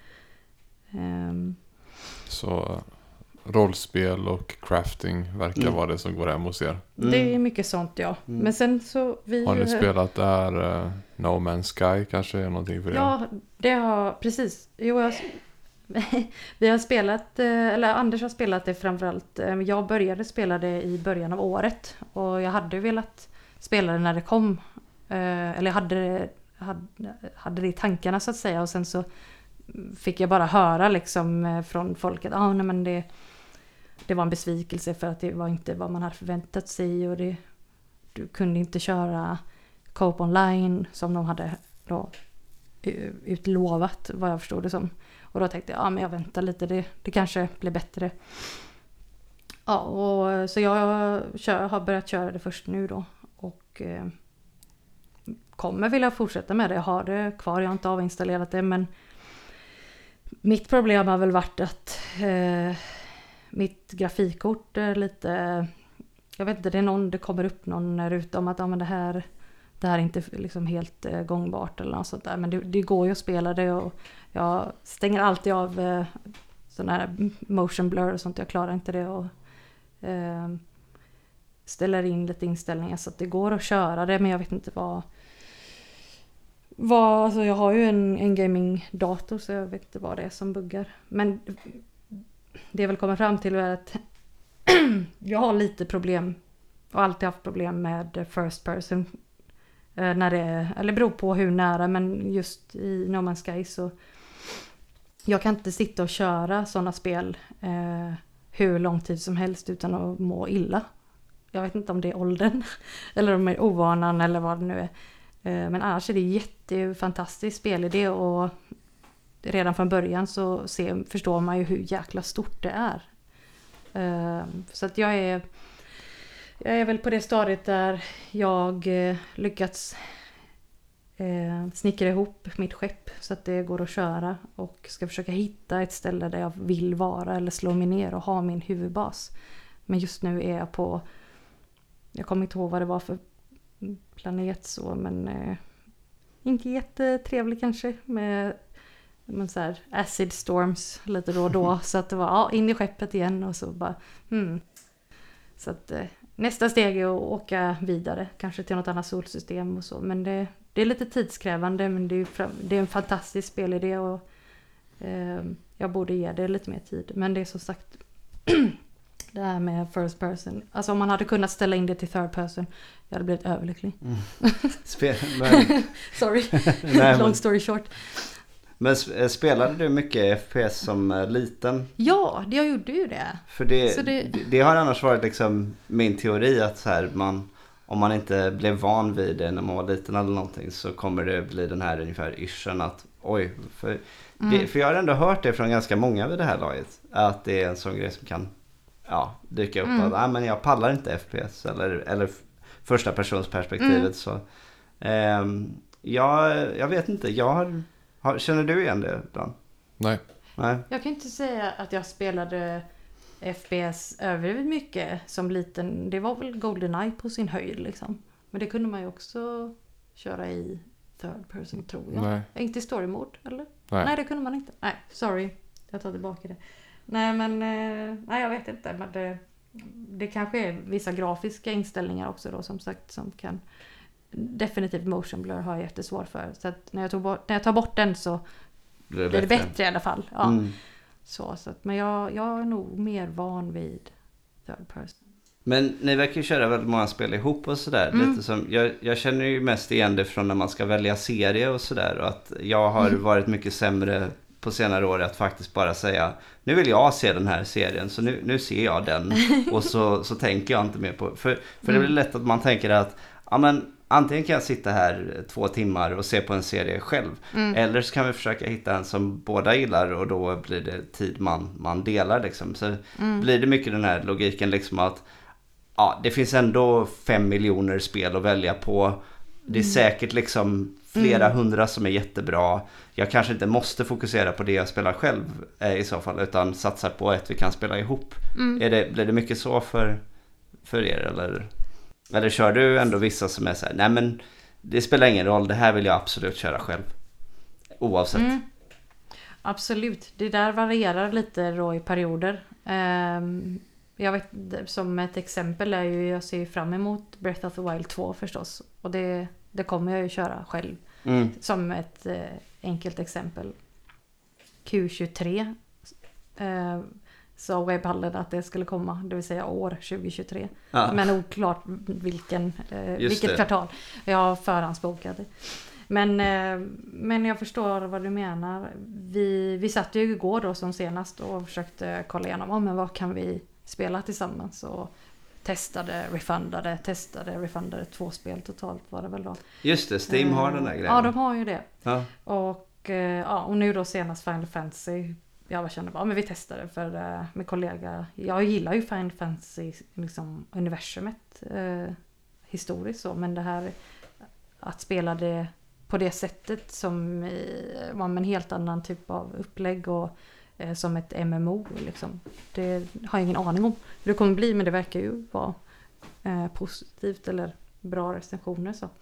Um, så rollspel och crafting verkar mm. vara det som går hem hos er. Mm. Det är mycket sånt, ja. Mm. Men sen så vi har ni spelat där uh, No Man's Sky kanske är någonting för er? Ja, det har precis. Jo, jag, vi har spelat, eller Anders har spelat det framförallt. Jag började spela det i början av året, och jag hade velat spela det när det kom. Eller jag hade, hade, hade det i tankarna så att säga, och sen så fick jag bara höra liksom från folket att ah, nej, men det, det var en besvikelse, för att det var inte vad man hade förväntat sig, och det, du kunde inte köra co-op online som de hade då utlovat, vad jag förstod det som. Och då tänkte jag, ja men jag väntar lite, det, det kanske blir bättre. Ja, och så jag kör, har börjat köra det först nu då, och eh, kommer vilja fortsätta med det. Jag har det kvar, jag har inte avinstallerat det, men mitt problem har väl varit att eh, mitt grafikkort är lite, jag vet inte, det är någon, det kommer upp någon ruta om att ja, men det här det här är inte liksom helt eh, gångbart eller något sånt där, men det, det går ju att spela det, och jag stänger alltid av eh, sån här motion blur och sånt, jag klarar inte det, och eh, ställer in lite inställningar så att det går att köra det, men jag vet inte vad vad, alltså jag har ju en, en gaming-dator, så jag vet inte vad det är som buggar. Men det jag väl kommer fram till är att jag har lite problem, och alltid haft problem med first person. Eh, när det, eller beror på hur nära, men just i No Man's Sky så jag kan inte sitta och köra sådana spel eh, hur lång tid som helst utan att må illa. Jag vet inte om det är åldern eller om det är ovanan eller vad det nu är. Men annars är det jättefantastiskt spelidé, och redan från början så ser, förstår man ju hur jäkla stort det är. Så att jag är jag är väl på det stadiet där jag lyckats snickra ihop mitt skepp så att det går att köra, och ska försöka hitta ett ställe där jag vill vara eller slå mig ner och ha min huvudbas. Men just nu är jag på, jag kommer inte ihåg vad det var för planet så, men eh, inte jättetrevlig kanske, med, med så här acid storms lite då och då, så att det var ja, in i skeppet igen, och så bara hmm. Så att eh, nästa steg är att åka vidare, kanske till något annat solsystem och så, men det, det är lite tidskrävande, men det är, det är en fantastisk spelidé, och eh, jag borde ge det lite mer tid, men det är som sagt det här med first person. Alltså om man hade kunnat ställa in det till third person, jag hade blivit överlycklig. Mm. Spel, men... Sorry, Nej, long men... story short. Men spelade du mycket F P S som liten? Ja, jag gjorde ju det. För det, så det... det, det har annars varit liksom min teori att så här, man, om man inte blev van vid det när man var liten eller någonting, så kommer det bli den här ungefär yrseln att oj, för, mm. det, för jag har ändå hört det från ganska många vid det här laget, att det är en sån grej som kan ja, dyka upp mm. att ah, men jag pallar inte F P S eller, eller första persons perspektivet mm. så um, jag, jag vet inte, jag har Har, känner du igen det, Dan? Nej. Nej. Jag kan inte säga att jag spelade F P S överdrivet mycket som liten. Det var väl GoldenEye på sin höjd liksom. Men det kunde man ju också köra i third person, tror jag. Nej. Inte i story mode, eller? Nej. Nej, det kunde man inte. Nej, sorry. Jag tar tillbaka det. Nej, men eh, nej, jag vet inte. Men det, det kanske är vissa grafiska inställningar också då, som sagt, som kan... Definitivt motion blur har jag jättesvårt för. Så att när jag, tog bort, när jag tar bort den så blir det, blir det bättre i alla fall. Ja. Mm. Så, så att, men jag, jag är nog mer van vid third person. Men ni verkar ju köra väldigt många spel ihop och sådär. Mm. Lite som, jag, jag känner ju mest igen det från när man ska välja serie och sådär. Och att jag har mm. varit mycket sämre på senare år att faktiskt bara säga, nu vill jag se den här serien, så nu, nu ser jag den. Och så, så tänker jag inte mer på. För, för mm. det blir lätt att man tänker att, ja men antingen kan jag sitta här två timmar och se på en serie själv. Mm. Eller så kan vi försöka hitta en som båda gillar, och då blir det tid man, man delar liksom. Så mm. blir det mycket den här logiken liksom att ja, det finns ändå fem miljoner spel att välja på. Det är mm. säkert liksom flera mm. hundra som är jättebra. Jag kanske inte måste fokusera på det jag spelar själv eh, i så fall, utan satsa på att vi kan spela ihop. Mm. Är det, blir det mycket så för, för er, eller... Eller kör du ändå vissa som är så här, nej men det spelar ingen roll, det här vill jag absolut köra själv. Oavsett. Mm. Absolut, det där varierar lite då i perioder. Um, jag vet, som ett exempel är ju, jag ser ju fram emot Breath of the Wild två förstås. Och det, det kommer jag ju köra själv. Mm. Som ett eh, enkelt exempel. Q tjugotre. Uh, Så webbhallen att det skulle komma, det vill säga år tjugohundratjugotre. Ja. Men oklart vilken, eh, vilket det. kvartal. Jag förhandsbokade. Men, eh, men jag förstår vad du menar. Vi, vi satt ju igår då som senast och försökte kolla igenom, oh, men vad kan vi spela tillsammans? Och testade, refundade, testade, refundade två spel totalt var det väl då. Just det, Steam eh, har den här grejen. Ja, de har ju det. Ja. Och, eh, ja, och nu då senast Final Fantasy. Jag kände bara, men vi testade för uh, min kollega. Jag gillar ju Final Fantasy liksom universumet uh, historiskt så, men det här att spela det på det sättet som uh, var med en helt annan typ av upplägg och uh, som ett M M O liksom. Det har jag ingen aning om hur det kommer bli, men det verkar ju vara uh, positivt eller bra recensioner så.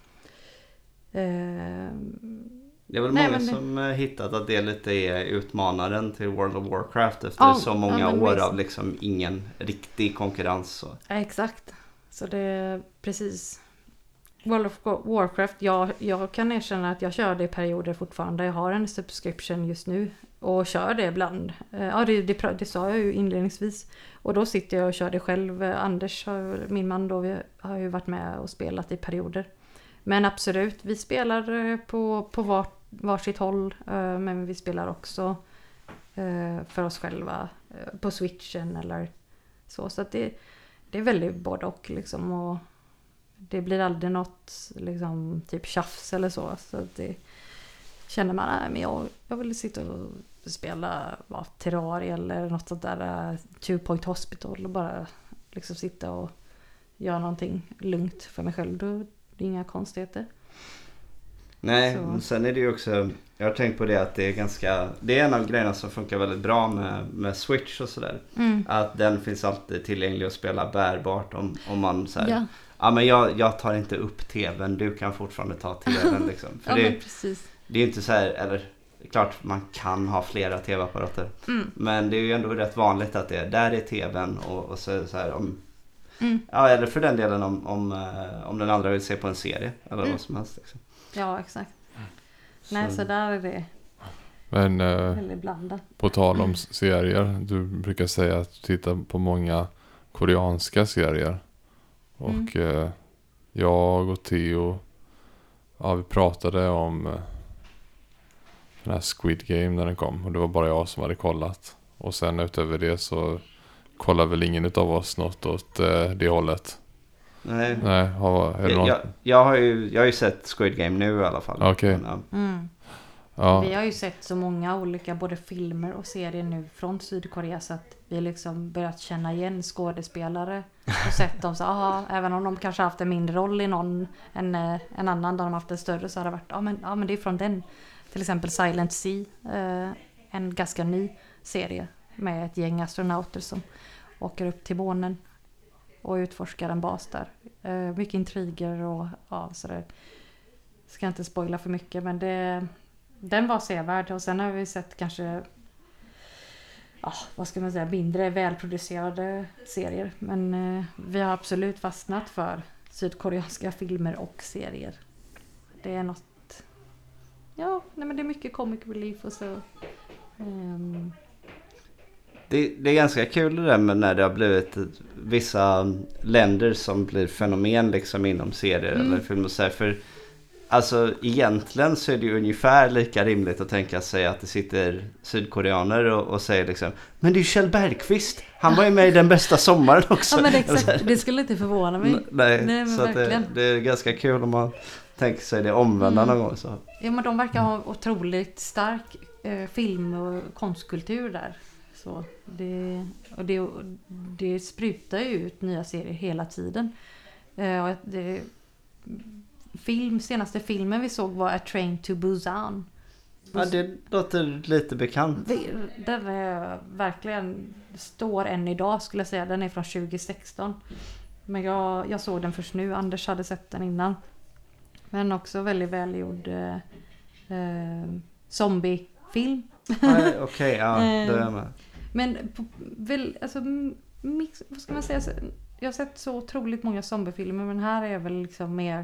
Uh, Det är väl Nej, många det... som hittat att det lite är utmanaren till World of Warcraft efter ja, så många ja, år visst. av liksom ingen riktig konkurrens. Så. Ja, exakt. Så det är precis. World of Warcraft, jag, jag kan erkänna att jag kör det i perioder fortfarande. Jag har en subscription just nu och kör det ibland. Ja, det, det, det sa jag ju inledningsvis. Och då sitter jag och kör det själv. Anders, har, min man då, vi har ju varit med och spelat i perioder. Men absolut, vi spelar på, på var, varsitt håll, men vi spelar också för oss själva på Switchen eller så. Så att det, det är väldigt både och liksom, och det blir aldrig något liksom, typ tjafs eller så. Så att det känner man, nej men jag, jag vill sitta och spela vad, Terraria eller något sånt där Two Point Hospital och bara liksom sitta och göra någonting lugnt för mig själv. Då det är inga konstigheter. Nej, så. Sen är det ju också, jag har tänkt på det att det är ganska, det är en av grejerna som funkar väldigt bra med, med Switch och sådär. Mm. Att den finns alltid tillgänglig att spela bärbart om, om man så här, ja. ja men jag, jag tar inte upp tvn, du kan fortfarande ta tvn liksom. För ja, det, men precis. Det är inte så här, eller klart man kan ha flera tv-apparater. Mm. Men det är ju ändå rätt vanligt att det är, där är tvn och, och så, så här om Mm. ja, eller för den delen om, om, om den andra vill se på en serie eller mm. vad som helst liksom. Ja, exakt. Så. Nej, så där är det. Men eh, på tal om serier, du brukar säga att du tittar på många koreanska serier. Och mm. eh, jag och Theo, ja, vi pratade om eh, den här Squid Game när den kom. Och det var bara jag som hade kollat. Och sen utöver det så kollar väl ingen av oss något åt eh, det hållet. Nej. Nej, har, är det jag, någon... jag, jag, har ju, jag har ju sett Squid Game nu i alla fall. Okej. Okay. Mm. Ja. Vi har ju sett så många olika både filmer och serier nu från Sydkorea så att vi liksom börjat känna igen skådespelare och sett dem så aha, även om de kanske haft en mindre roll i någon än en annan där de haft en större så har det varit ja men, ja men det är från den till exempel Silent Sea, eh, en ganska ny serie med ett gäng astronauter som åker upp till månen och utforskar en bas där. Eh, mycket intriger och ja, sådär. Ska inte spoila för mycket, men det, den var sevärd. Och sen har vi sett kanske, ja, vad ska man säga, mindre välproducerade serier. Men eh, vi har absolut fastnat för sydkoreanska filmer och serier. Det är något, ja, nej, men det är mycket comic relief och så. Um, Det, det är ganska kul det där med när det har blivit vissa länder som blir fenomen liksom inom serier mm. eller film och så här. För alltså egentligen så är det ju ungefär lika rimligt att tänka sig att det sitter sydkoreaner och, och säger liksom, men det är ju Kjell Bergqvist, han var ju med i Den bästa sommaren också. Ja men exakt, det skulle inte förvåna mig. N- nej, nej så att det, det är ganska kul om man tänker sig det omvända mm. någon gång. Så. Ja men de verkar ha otroligt stark eh, film- och konstkultur där. Så det, och det, det sprutar ju ut nya serier hela tiden. Eh, och det, film, senaste filmen vi såg var A Train to Busan. Ja, det låter lite bekant. Den är verkligen står än idag skulle jag säga. Den är från tjugo sexton. Men jag, jag såg den först nu. Anders hade sett den innan. Men också väldigt välgjord eh, eh, zombiefilm. Okej, okay, ja, det är jag med. Men på, väl, alltså, mix, vad ska man säga? Jag har sett så otroligt många zombiefilmer, men här är väl liksom mer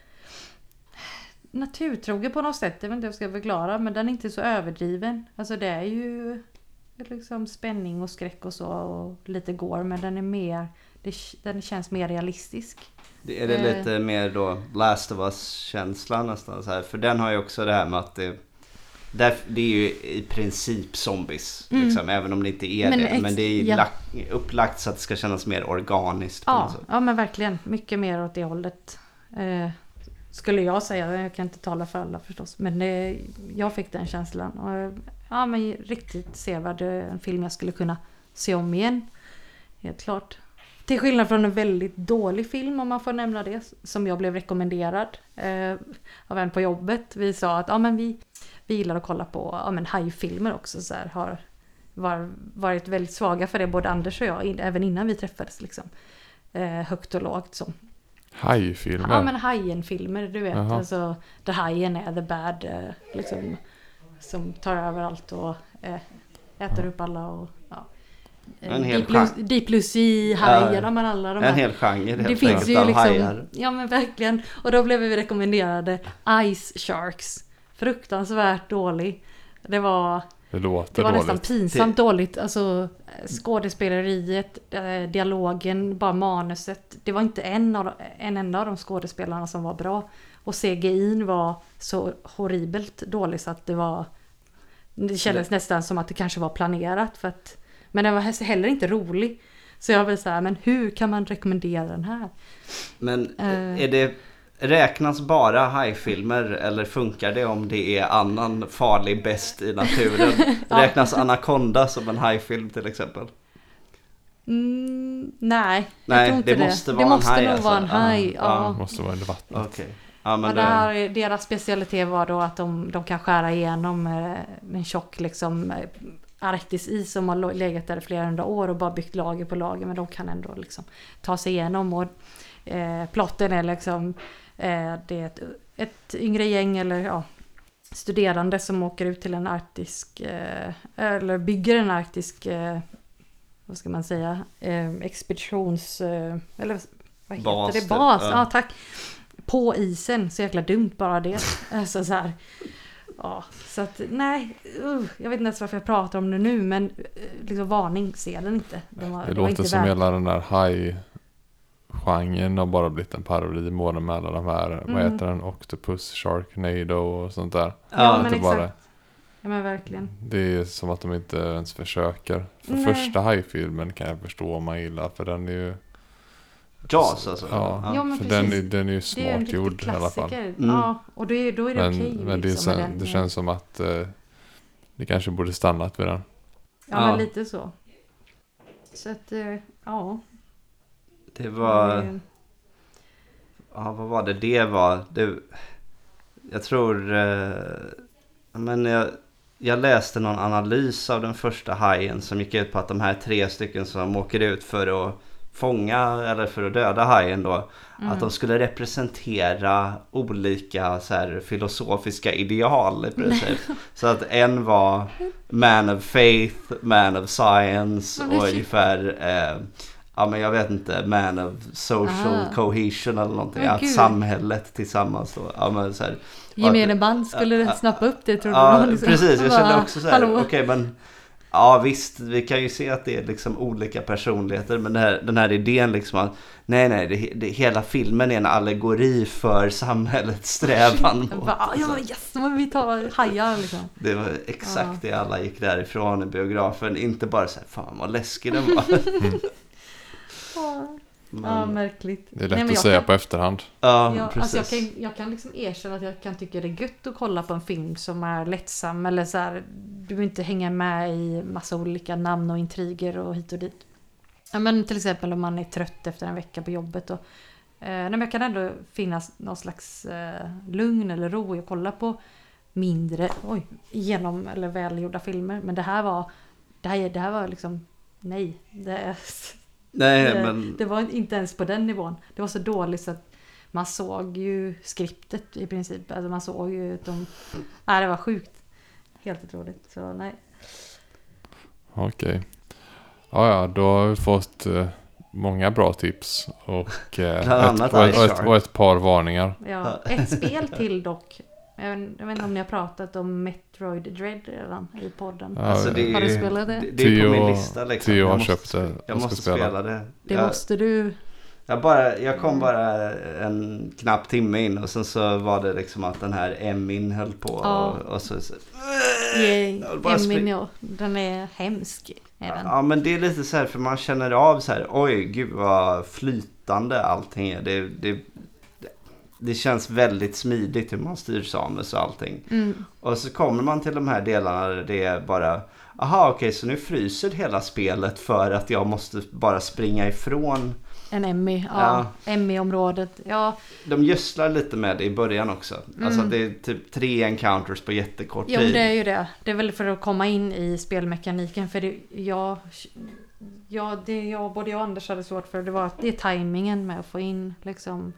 naturtrogen på något sätt. Jag vet inte hur jag ska förklara, men den är inte så överdriven. Alltså det är ju liksom spänning och skräck och så och lite går, men den är mer, det, den känns mer realistisk. Det är det eh. lite mer då Last of Us-känslan nästan så här, för den har ju också det här med att det det är ju i princip zombies mm. liksom, även om det inte är men det ex- men det är ja. lagt, upplagt så att det ska kännas mer organiskt på ja, något sätt. Ja men verkligen, mycket mer åt det hållet eh, skulle jag säga. Jag kan inte tala för alla förstås, men det, jag fick den känslan och, ja men riktigt sevärd, en film jag skulle kunna se om igen, helt klart. Till skillnad från en väldigt dålig film, om man får nämna det, som jag blev rekommenderad eh, av en på jobbet. Vi sa att ja, men vi, vi gillar att kolla på ja, men hajfilmer också. Så här, har var, varit väldigt svaga för det, både Anders och jag, in, även innan vi träffades. Liksom. Eh, högt och lågt. Så. Hajfilmer? Ja, men hajen-filmer, du vet. Alltså, där hajen är the bad, eh, liksom, som tar över allt och eh, äter upp alla och ja. En hel Deep Blue Sea, hajar, ja, men alla de här. En hel genre. Det finns ju liksom, hajar. Ja men verkligen. Och då blev vi rekommenderade Ice Sharks. Fruktansvärt dålig. Det var, det låter det var dåligt. Nästan pinsamt det... dåligt. Alltså skådespeleriet, dialogen, bara manuset. Det var inte en, av, en enda av de skådespelarna som var bra. Och C G I var så horribelt dålig så att det var, det kändes det... nästan som att det kanske var planerat för att. Men den var heller inte rolig. Så jag vill säga, men hur kan man rekommendera den här? Men uh, är det, räknas bara hajfilmer eller funkar det om det är annan farlig bäst i naturen? ja. Räknas Anaconda som en hajfilm till exempel? Mm, nej, nej, jag tror inte det. Måste det. Vara det måste haj, nog alltså. vara en haj. Ja, ja. Det måste vara i vattnet. Okay. Ja, men och det här, deras specialitet var då att de, de kan skära igenom en tjock liksom Arktis-is som har legat där i flera hundra år och bara byggt lager på lager, men de kan ändå liksom ta sig igenom och eh, plotten är liksom eh, det är ett, ett yngre gäng eller ja, studerande som åker ut till en arktisk eh, eller bygger en arktisk eh, vad ska man säga eh, expeditions eh, eller vad heter Bas, det? Bas, ja. ja tack på isen, så jäkla dumt bara det alltså så här. Ja, så att nej, uh, jag vet inte ens varför jag pratar om det nu, men uh, liksom varning, se den inte. De var, det de låter inte som värt. hela den där haj-genren har bara blivit en parodi både med alla de här, mm. vad heter den, Octopus, Sharknado och sånt där. Ja, men exakt. Bara, ja, men verkligen. Det är som att de inte ens försöker. För nej. Första hajfilmen kan jag förstå om man gillar, för den är ju Jaws alltså. Ja, ja för den är, den är ju smart är gjord i alla fall. Mm. Ja, och då är, då är det men, okej. Men liksom, det, är, det känns som att eh, det kanske borde stannat vid den. Ja, ja. Men lite så. Så att, eh, ja. Det var... Mm. Ja, vad var det? Det var... Det, jag tror... Eh, Men jag, jag läste någon analys av den första hajen som gick ut på att de här tre stycken som åker ut för att fånga eller för att döda hajen då, mm. att de skulle representera olika så här filosofiska ideal i princip. Så att en var man of faith, man of science och ungefär eh, ja men jag vet inte, man of social Aha. cohesion eller någonting, oh, att Gud. samhället tillsammans då, ja men så här, gemene band skulle äh, snappa upp det tror ja, du? Liksom. Precis, jag kände också så här, okej okay, men ja visst, vi kan ju se att det är liksom olika personligheter, men det här, den här idén liksom att nej nej, det, det, hela filmen är en allegori för samhällets strävan. Ja, ja yes, men vi tar hajar liksom. Det var exakt ja. det alla gick därifrån i biografen, inte bara så här, fan vad läskig den var. mm. Men, ja, märkligt. Det är lätt nej, att säga kan, på efterhand. Ja, ja, precis. Alltså jag, kan, jag kan liksom erkänna att jag kan tycka det är gött att kolla på en film som är lättsam. Eller så här, du vill inte hänga med i massa olika namn och intriger och hit och dit. Ja, men till exempel om man är trött efter en vecka på jobbet. Och, eh, nej, men jag kan ändå finnas någon slags eh, lugn eller ro och kolla på mindre, oj, genom eller välgjorda filmer. Men det här var, det här, det här var liksom, nej, det är... Nej, det, men... det var inte ens på den nivån. Det var så dåligt så att man såg ju skriptet i princip. Alltså man såg ju att de... Nej, det var sjukt. Helt otroligt. Så nej. Okej. Okay. Ja, ja, då har vi fått uh, många bra tips. Och, uh, ett, och, ett, och, ett, och ett par varningar. Ja, ett spel till dock. Jag vet, jag vet inte om ni har pratat om Metroid Dread redan i podden. Ja, alltså det, har du spelat det? Det, det är på min lista liksom. Theo har måste, köpt det. Jag måste spela, spela det. Det jag, måste du. Jag, bara, jag kom bara en knapp timme in och sen så var det liksom att den här Emin höll på. Ja. Och, och så, så, Emin, ja. Den är hemsk. Är den. Ja, men det är lite så här för man känner av så här, oj gud vad flytande allting är. Det, det Det känns väldigt smidigt hur man styr Samus och allting. Mm. Och så kommer man till de här delarna där det är bara, aha okej okay, så nu fryser hela spelet för att jag måste bara springa ifrån. En Emmy, ja. ja. Emmy-området, ja. De gödslar lite med det i början också. Mm. Alltså det är typ tre encounters på jättekort tid. Jo, det är ju det. Det är väl för att komma in i spelmekaniken. För det, jag, ja, det jag, både jag och Anders hade svårt för det var att det är tajmingen med att få in liksom...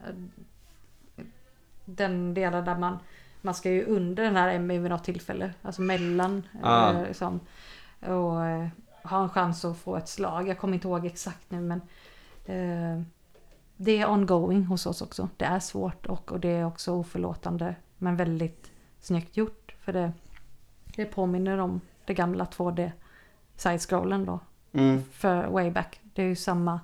den delen där man man ska ju under den här M vid något tillfälle, alltså mellan ah. eh, liksom, och eh, ha en chans att få ett slag. Jag kommer inte ihåg exakt nu, men eh, det är ongoing hos oss också. Det är svårt och, och det är också oförlåtande, men väldigt snyggt gjort, för det, det påminner om det gamla två D side-scrollen då. Mm. För way back. Det är ju samma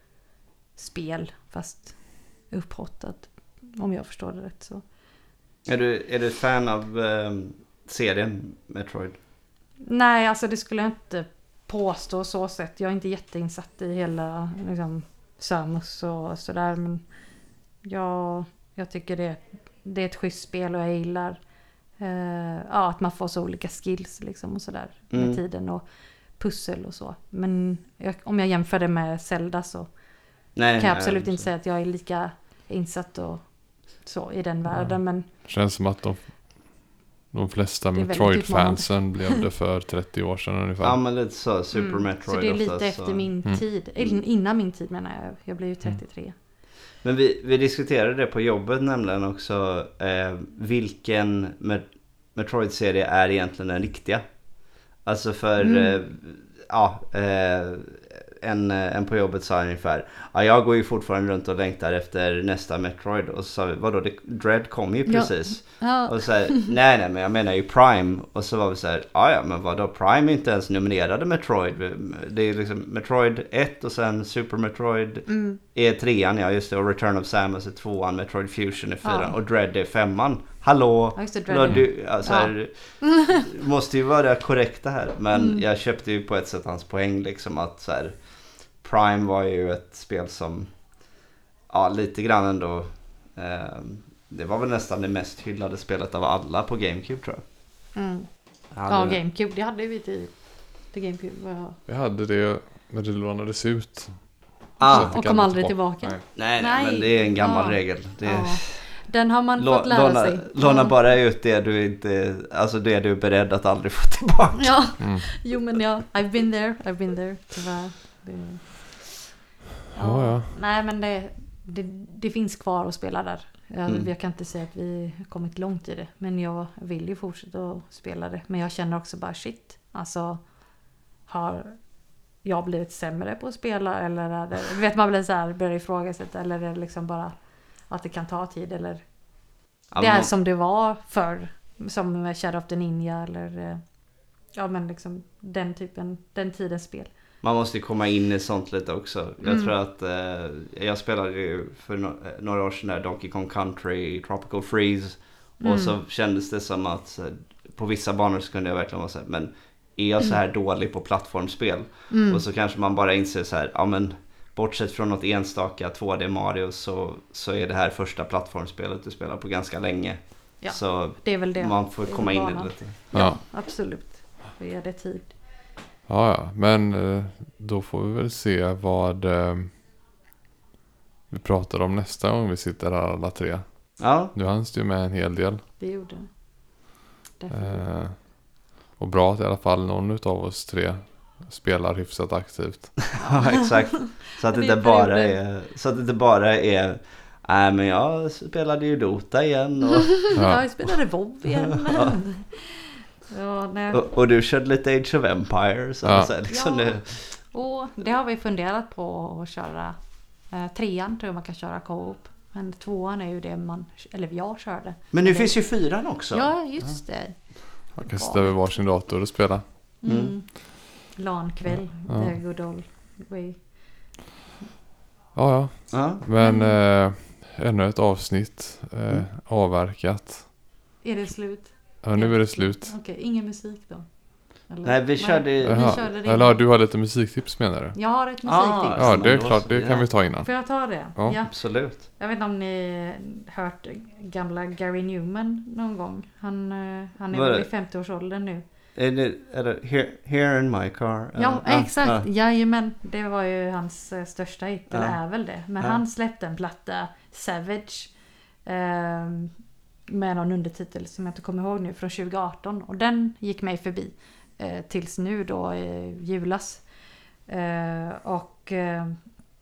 spel fast upphottat. Om jag förstår det rätt så. Är du, är du fan av eh, serien Metroid? Nej, alltså det skulle jag inte påstå så sett. Jag är inte jätteinsatt i hela liksom, Samus och sådär. Men jag, jag tycker det, det är ett schysst spel och jag gillar eh, ja, att man får så olika skills liksom, och sådär mm. med tiden och pussel och så. Men jag, om jag jämför det med Zelda så nej, kan jag absolut nej, inte säga att jag är lika insatt och så i den världen, ja. Men känns som att de, de flesta Metroid-fansen blev det för trettio år sedan ungefär. Ja, men lite så, Super mm. Metroid. Så det är lite ofta, efter så. min mm. tid, innan min tid menar jag, jag blev ju trettiotre. Mm. Men vi, vi diskuterade det på jobbet nämligen också, eh, vilken Met- Metroid-serie är egentligen den riktiga. Alltså för, mm. eh, ja, eh, En, en på jobbet sa ungefär, ja, jag går ju fortfarande runt och längtar efter nästa Metroid. Och så sa vi, vadå, det, Dread kom ju precis. Ja. Ja. Och så här, nej nej men jag menar ju Prime. Och så var vi så här, ja ja men vadå, Prime är inte ens nominerade Metroid. Det är liksom Metroid ett och sen Super Metroid mm. är trean, ja just det. Och Return of Samus är tvåan, Metroid Fusion är fyran ja. Och Dread är femman. Hallå, ja, det, Dread, du, alltså, ja. här, måste ju vara korrekta här. Men mm. jag köpte ju på ett sätt hans poäng liksom att så här, Prime var ju ett spel som ja, lite grann ändå eh, det var väl nästan det mest hyllade spelet av alla på GameCube tror jag. Mm. Ja, ja, GameCube, det hade vi till, till GameCube. Ja. Vi hade det, men det lånades ut. Ah. Och kom aldrig tillbaka. tillbaka. Nej. Nej, nej, men det är en gammal ja. regel. Det är... ja. Den har man Lå, fått lära låna, sig. Låna Ja. bara ut det du inte, alltså det du är beredd att aldrig få tillbaka. Ja, Mm. jo men ja, I've been there, I've been there, tyvärr. Det, Ja, ja. Nej men det, det, det finns kvar att spela där. Jag, Mm. jag kan inte säga att vi har kommit långt i det. Men jag vill ju fortsätta att spela det. Men jag känner också bara shit. Alltså, har jag blivit sämre på att spela? Eller är det, vet man blir så här, börjar ifrågasätta. Eller är det liksom bara att det kan ta tid? Eller Ja, det är man- som det var förr. Som med Shadow of the Ninja. Eller eh, ja men liksom den typen, den tidens spel. Man måste ju komma in i sånt lite också. Jag Mm. tror att eh, jag spelade ju för no- eh, några år sedan där Donkey Kong Country, Tropical Freeze. Mm. Och så kändes det som att eh, på vissa banor så kunde jag verkligen vara så här, men är jag så här dålig på plattformsspel? Mm. Och så kanske man bara inser så här, ja men bortsett från något enstaka två D Mario så, så är det här första plattformspelet du spelar på ganska länge. Ja, Så det är väl det. man får Det är komma in i vanan. det lite. Ja. Absolut. Då är det tid. Ja, ja. Men eh, då får vi väl se vad eh, vi pratar om nästa gång vi sitter här alla tre. Ja, Nu hanns det ju med en hel del. Det gjorde det. Definitivt. Eh, och bra att i alla fall någon av oss tre spelar hyfsat aktivt. ja exakt. Så att det Det inte är bara perioder. är, så att det inte bara är, nej men jag spelade ju Dota igen och, Ja, Ja. jag spelade WoW igen. Ja, nej. och, och du körde lite Age of Empires. Ja. Så här, liksom Ja. det, Och det har vi funderat på att köra. Eh, trean tror jag man kan köra co-op. Men tvåan är ju det man, eller jag körde. men nu Eller- finns ju fyran också. Ja, just det. Man kan sitta vid varsin dator och spela. Mm. Mm. LAN-kväll. Ja. The good old way. Ja, ja. Ja. Men eh, ännu ett avsnitt eh, Mm. avverkat. Är det slut? Ja, nu är det slut. Okej, ingen musik då? Eller? Nej, vi körde- Vi Jaha. körde det. Eller du har lite musiktips menar du? Jag har ett Ah, musiktips. Ja, men det är då klart. så, Det kan ja. vi ta innan. Får jag ta det? Ja. Absolut. Jag vet inte om ni hört gamla Gary Newman någon gång. Han, eh, han är Vad är väl i det? femtioårsåldern nu. Är det, är det here, here in my car? Ja, Eller? exakt. Jajamän. Det var ju hans eh, största hit. Ja. Eller är väl det. Men Ja. han släppte en platta, Savage. ehm, med någon undertitel som jag inte kommer ihåg nu. Från tjugo arton. Och den gick mig förbi. Eh, tills nu då i julas. Eh, och eh,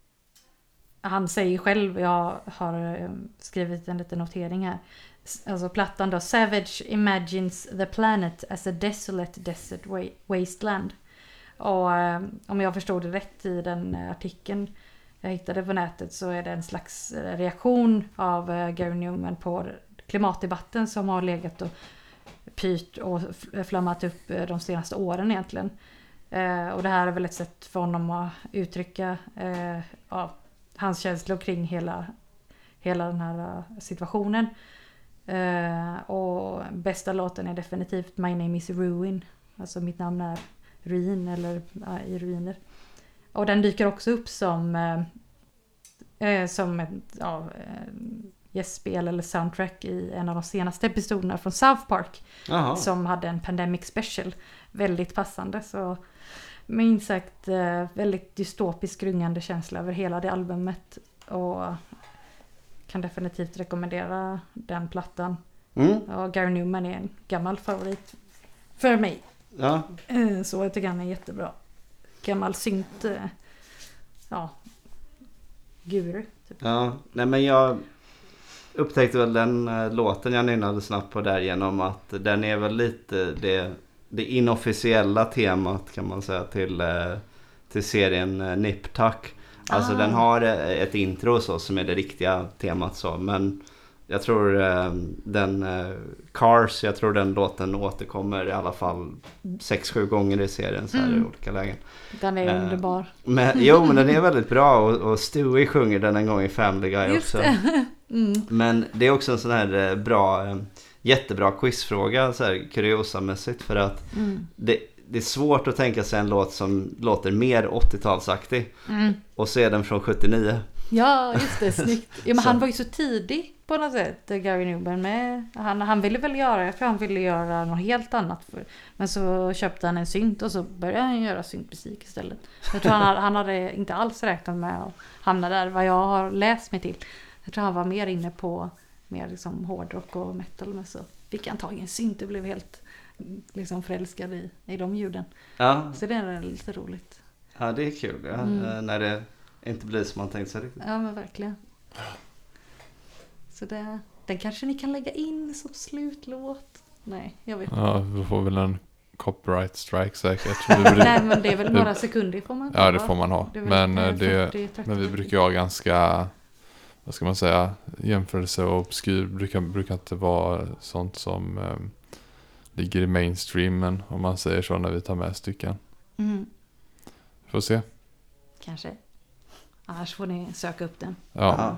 han säger själv, jag har eh, skrivit en liten notering här. S- Alltså plattan då, Savage imagines the planet as a desolate desert wa- wasteland. Och eh, om jag förstod det rätt i den eh, artikeln jag hittade på nätet så är det en slags eh, reaktion av eh, Gary Newman på klimatdebatten som har legat och pyrt och f- flammat upp eh, de senaste åren egentligen. Eh, och det här är väl ett sätt för honom att uttrycka eh, ja, hans känslor kring hela, hela den här eh, situationen. Eh, och bästa låten är definitivt My Name is Ruin. Alltså mitt namn är ruin eller ja, i ruiner. Och den dyker också upp som eh, eh, som ett ja, eh, gästspel eller soundtrack i en av de senaste episoderna från South Park. Jaha. Som hade en pandemic special. Väldigt passande. Så minst sagt eh, väldigt dystopisk grungande känsla över hela det albumet. Och kan definitivt rekommendera den plattan. Mm. Och Gary Newman är en gammal favorit för mig. Ja. Eh, Så jag tycker han är jättebra. Gammal synt. eh, Ja. Guru. Typ. Ja, nej men jag upptäckte väl den eh, låten jag nynnade snabbt på där genom att den är väl lite det, det inofficiella temat kan man säga till, eh, till serien eh, Nip Tuck. Alltså Ah. den har eh, ett intro och så som är det riktiga temat så, men jag tror eh, den eh, Cars, jag tror den låten återkommer i alla fall sex sju gånger i serien så här Mm. i olika lägen. Den är Eh, underbar. Men, jo, men den är väldigt bra och, och Stewie sjunger den en gång i Family Guy Just också. det. Mm. Men det är också en sån här eh, bra, eh, jättebra quizfråga så här kuriosamässigt för att Mm. det, det är svårt att tänka sig en låt som låter mer åttiotalsaktig Mm. och så är den från sjuttionio. Ja, just det. Snyggt. Ja, men Så. han var ju så tidig på något sätt, Gary Newman. Med. Han, han ville väl göra, jag tror han ville göra något helt annat. För, men så köpte han en synt och så började han göra syntmusik istället. Jag tror han, hade- han hade inte alls räknat med att hamna där, vad jag har läst mig till. Jag tror han var mer inne på mer liksom hårdrock och metal. Men så fick han tag i en synt och blev helt liksom förälskad i, i de ljuden. Ja. Så det är lite roligt. Ja, det är kul. Ja. Mm. När det inte blir som man tänkt sig riktigt. Ja, men verkligen. Så det, den kanske ni kan lägga in som slutlåt. Nej, jag vet inte. Ja, vi får väl en copyright strike säkert. Nej, men det är väl några sekunder får man. Ja, det får man ha. Det men, det, fyrtio, men vi brukar ha ganska, vad ska man säga, jämförelse och obskyr brukar, brukar inte vara sånt som um, ligger i mainstreamen, om man säger så, när vi tar med stycken. Mm. Vi får se. Kanske. Annars får ni söka upp den. Ja. Ja.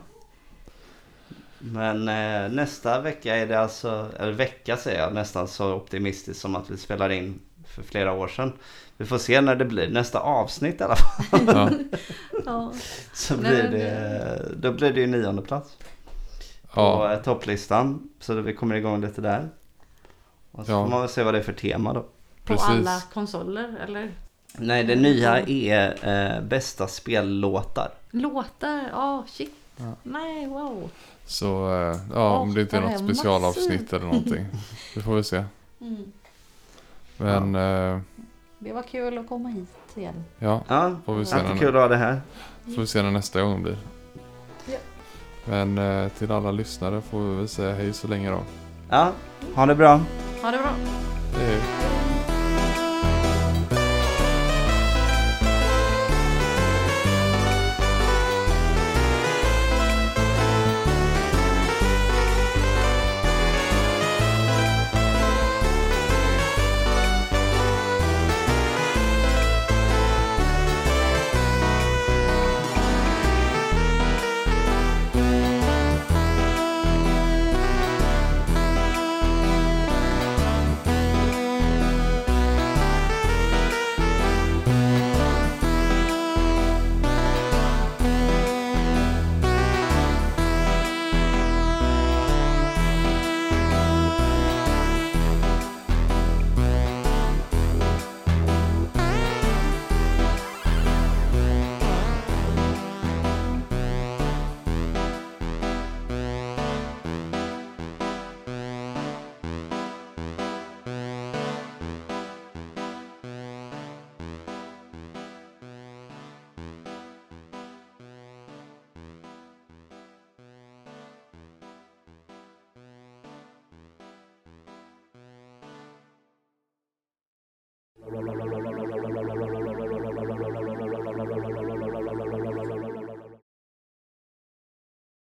Men eh, nästa vecka är det alltså, eller vecka säger jag, nästan så optimistiskt som att vi spelar in för flera år sedan. Vi får se när det blir nästa avsnitt i alla fall. Ja. Ja. Så Nej, blir men det, då blir det ju nionde plats på Ja. eh, topplistan. Så vi kommer igång lite där. Och så Ja. får man väl se vad det är för tema då. På Precis. alla konsoler, eller? Nej, det nya är eh, bästa spellåtar. Låtar, ja, oh, shit. Ja. Nej, wow. Så eh, ja, om det inte är Åh, något det är specialavsnitt massivt. eller någonting. Det får vi se. Mm. Men eh, Det var kul att komma hit igen. ja, Ja, får vi se alltid när, kul att ha det här. får vi se när nästa gång blir. Ja. Men eh, till alla lyssnare får vi väl säga hej så länge då. Ja, ha det bra. Ha det bra.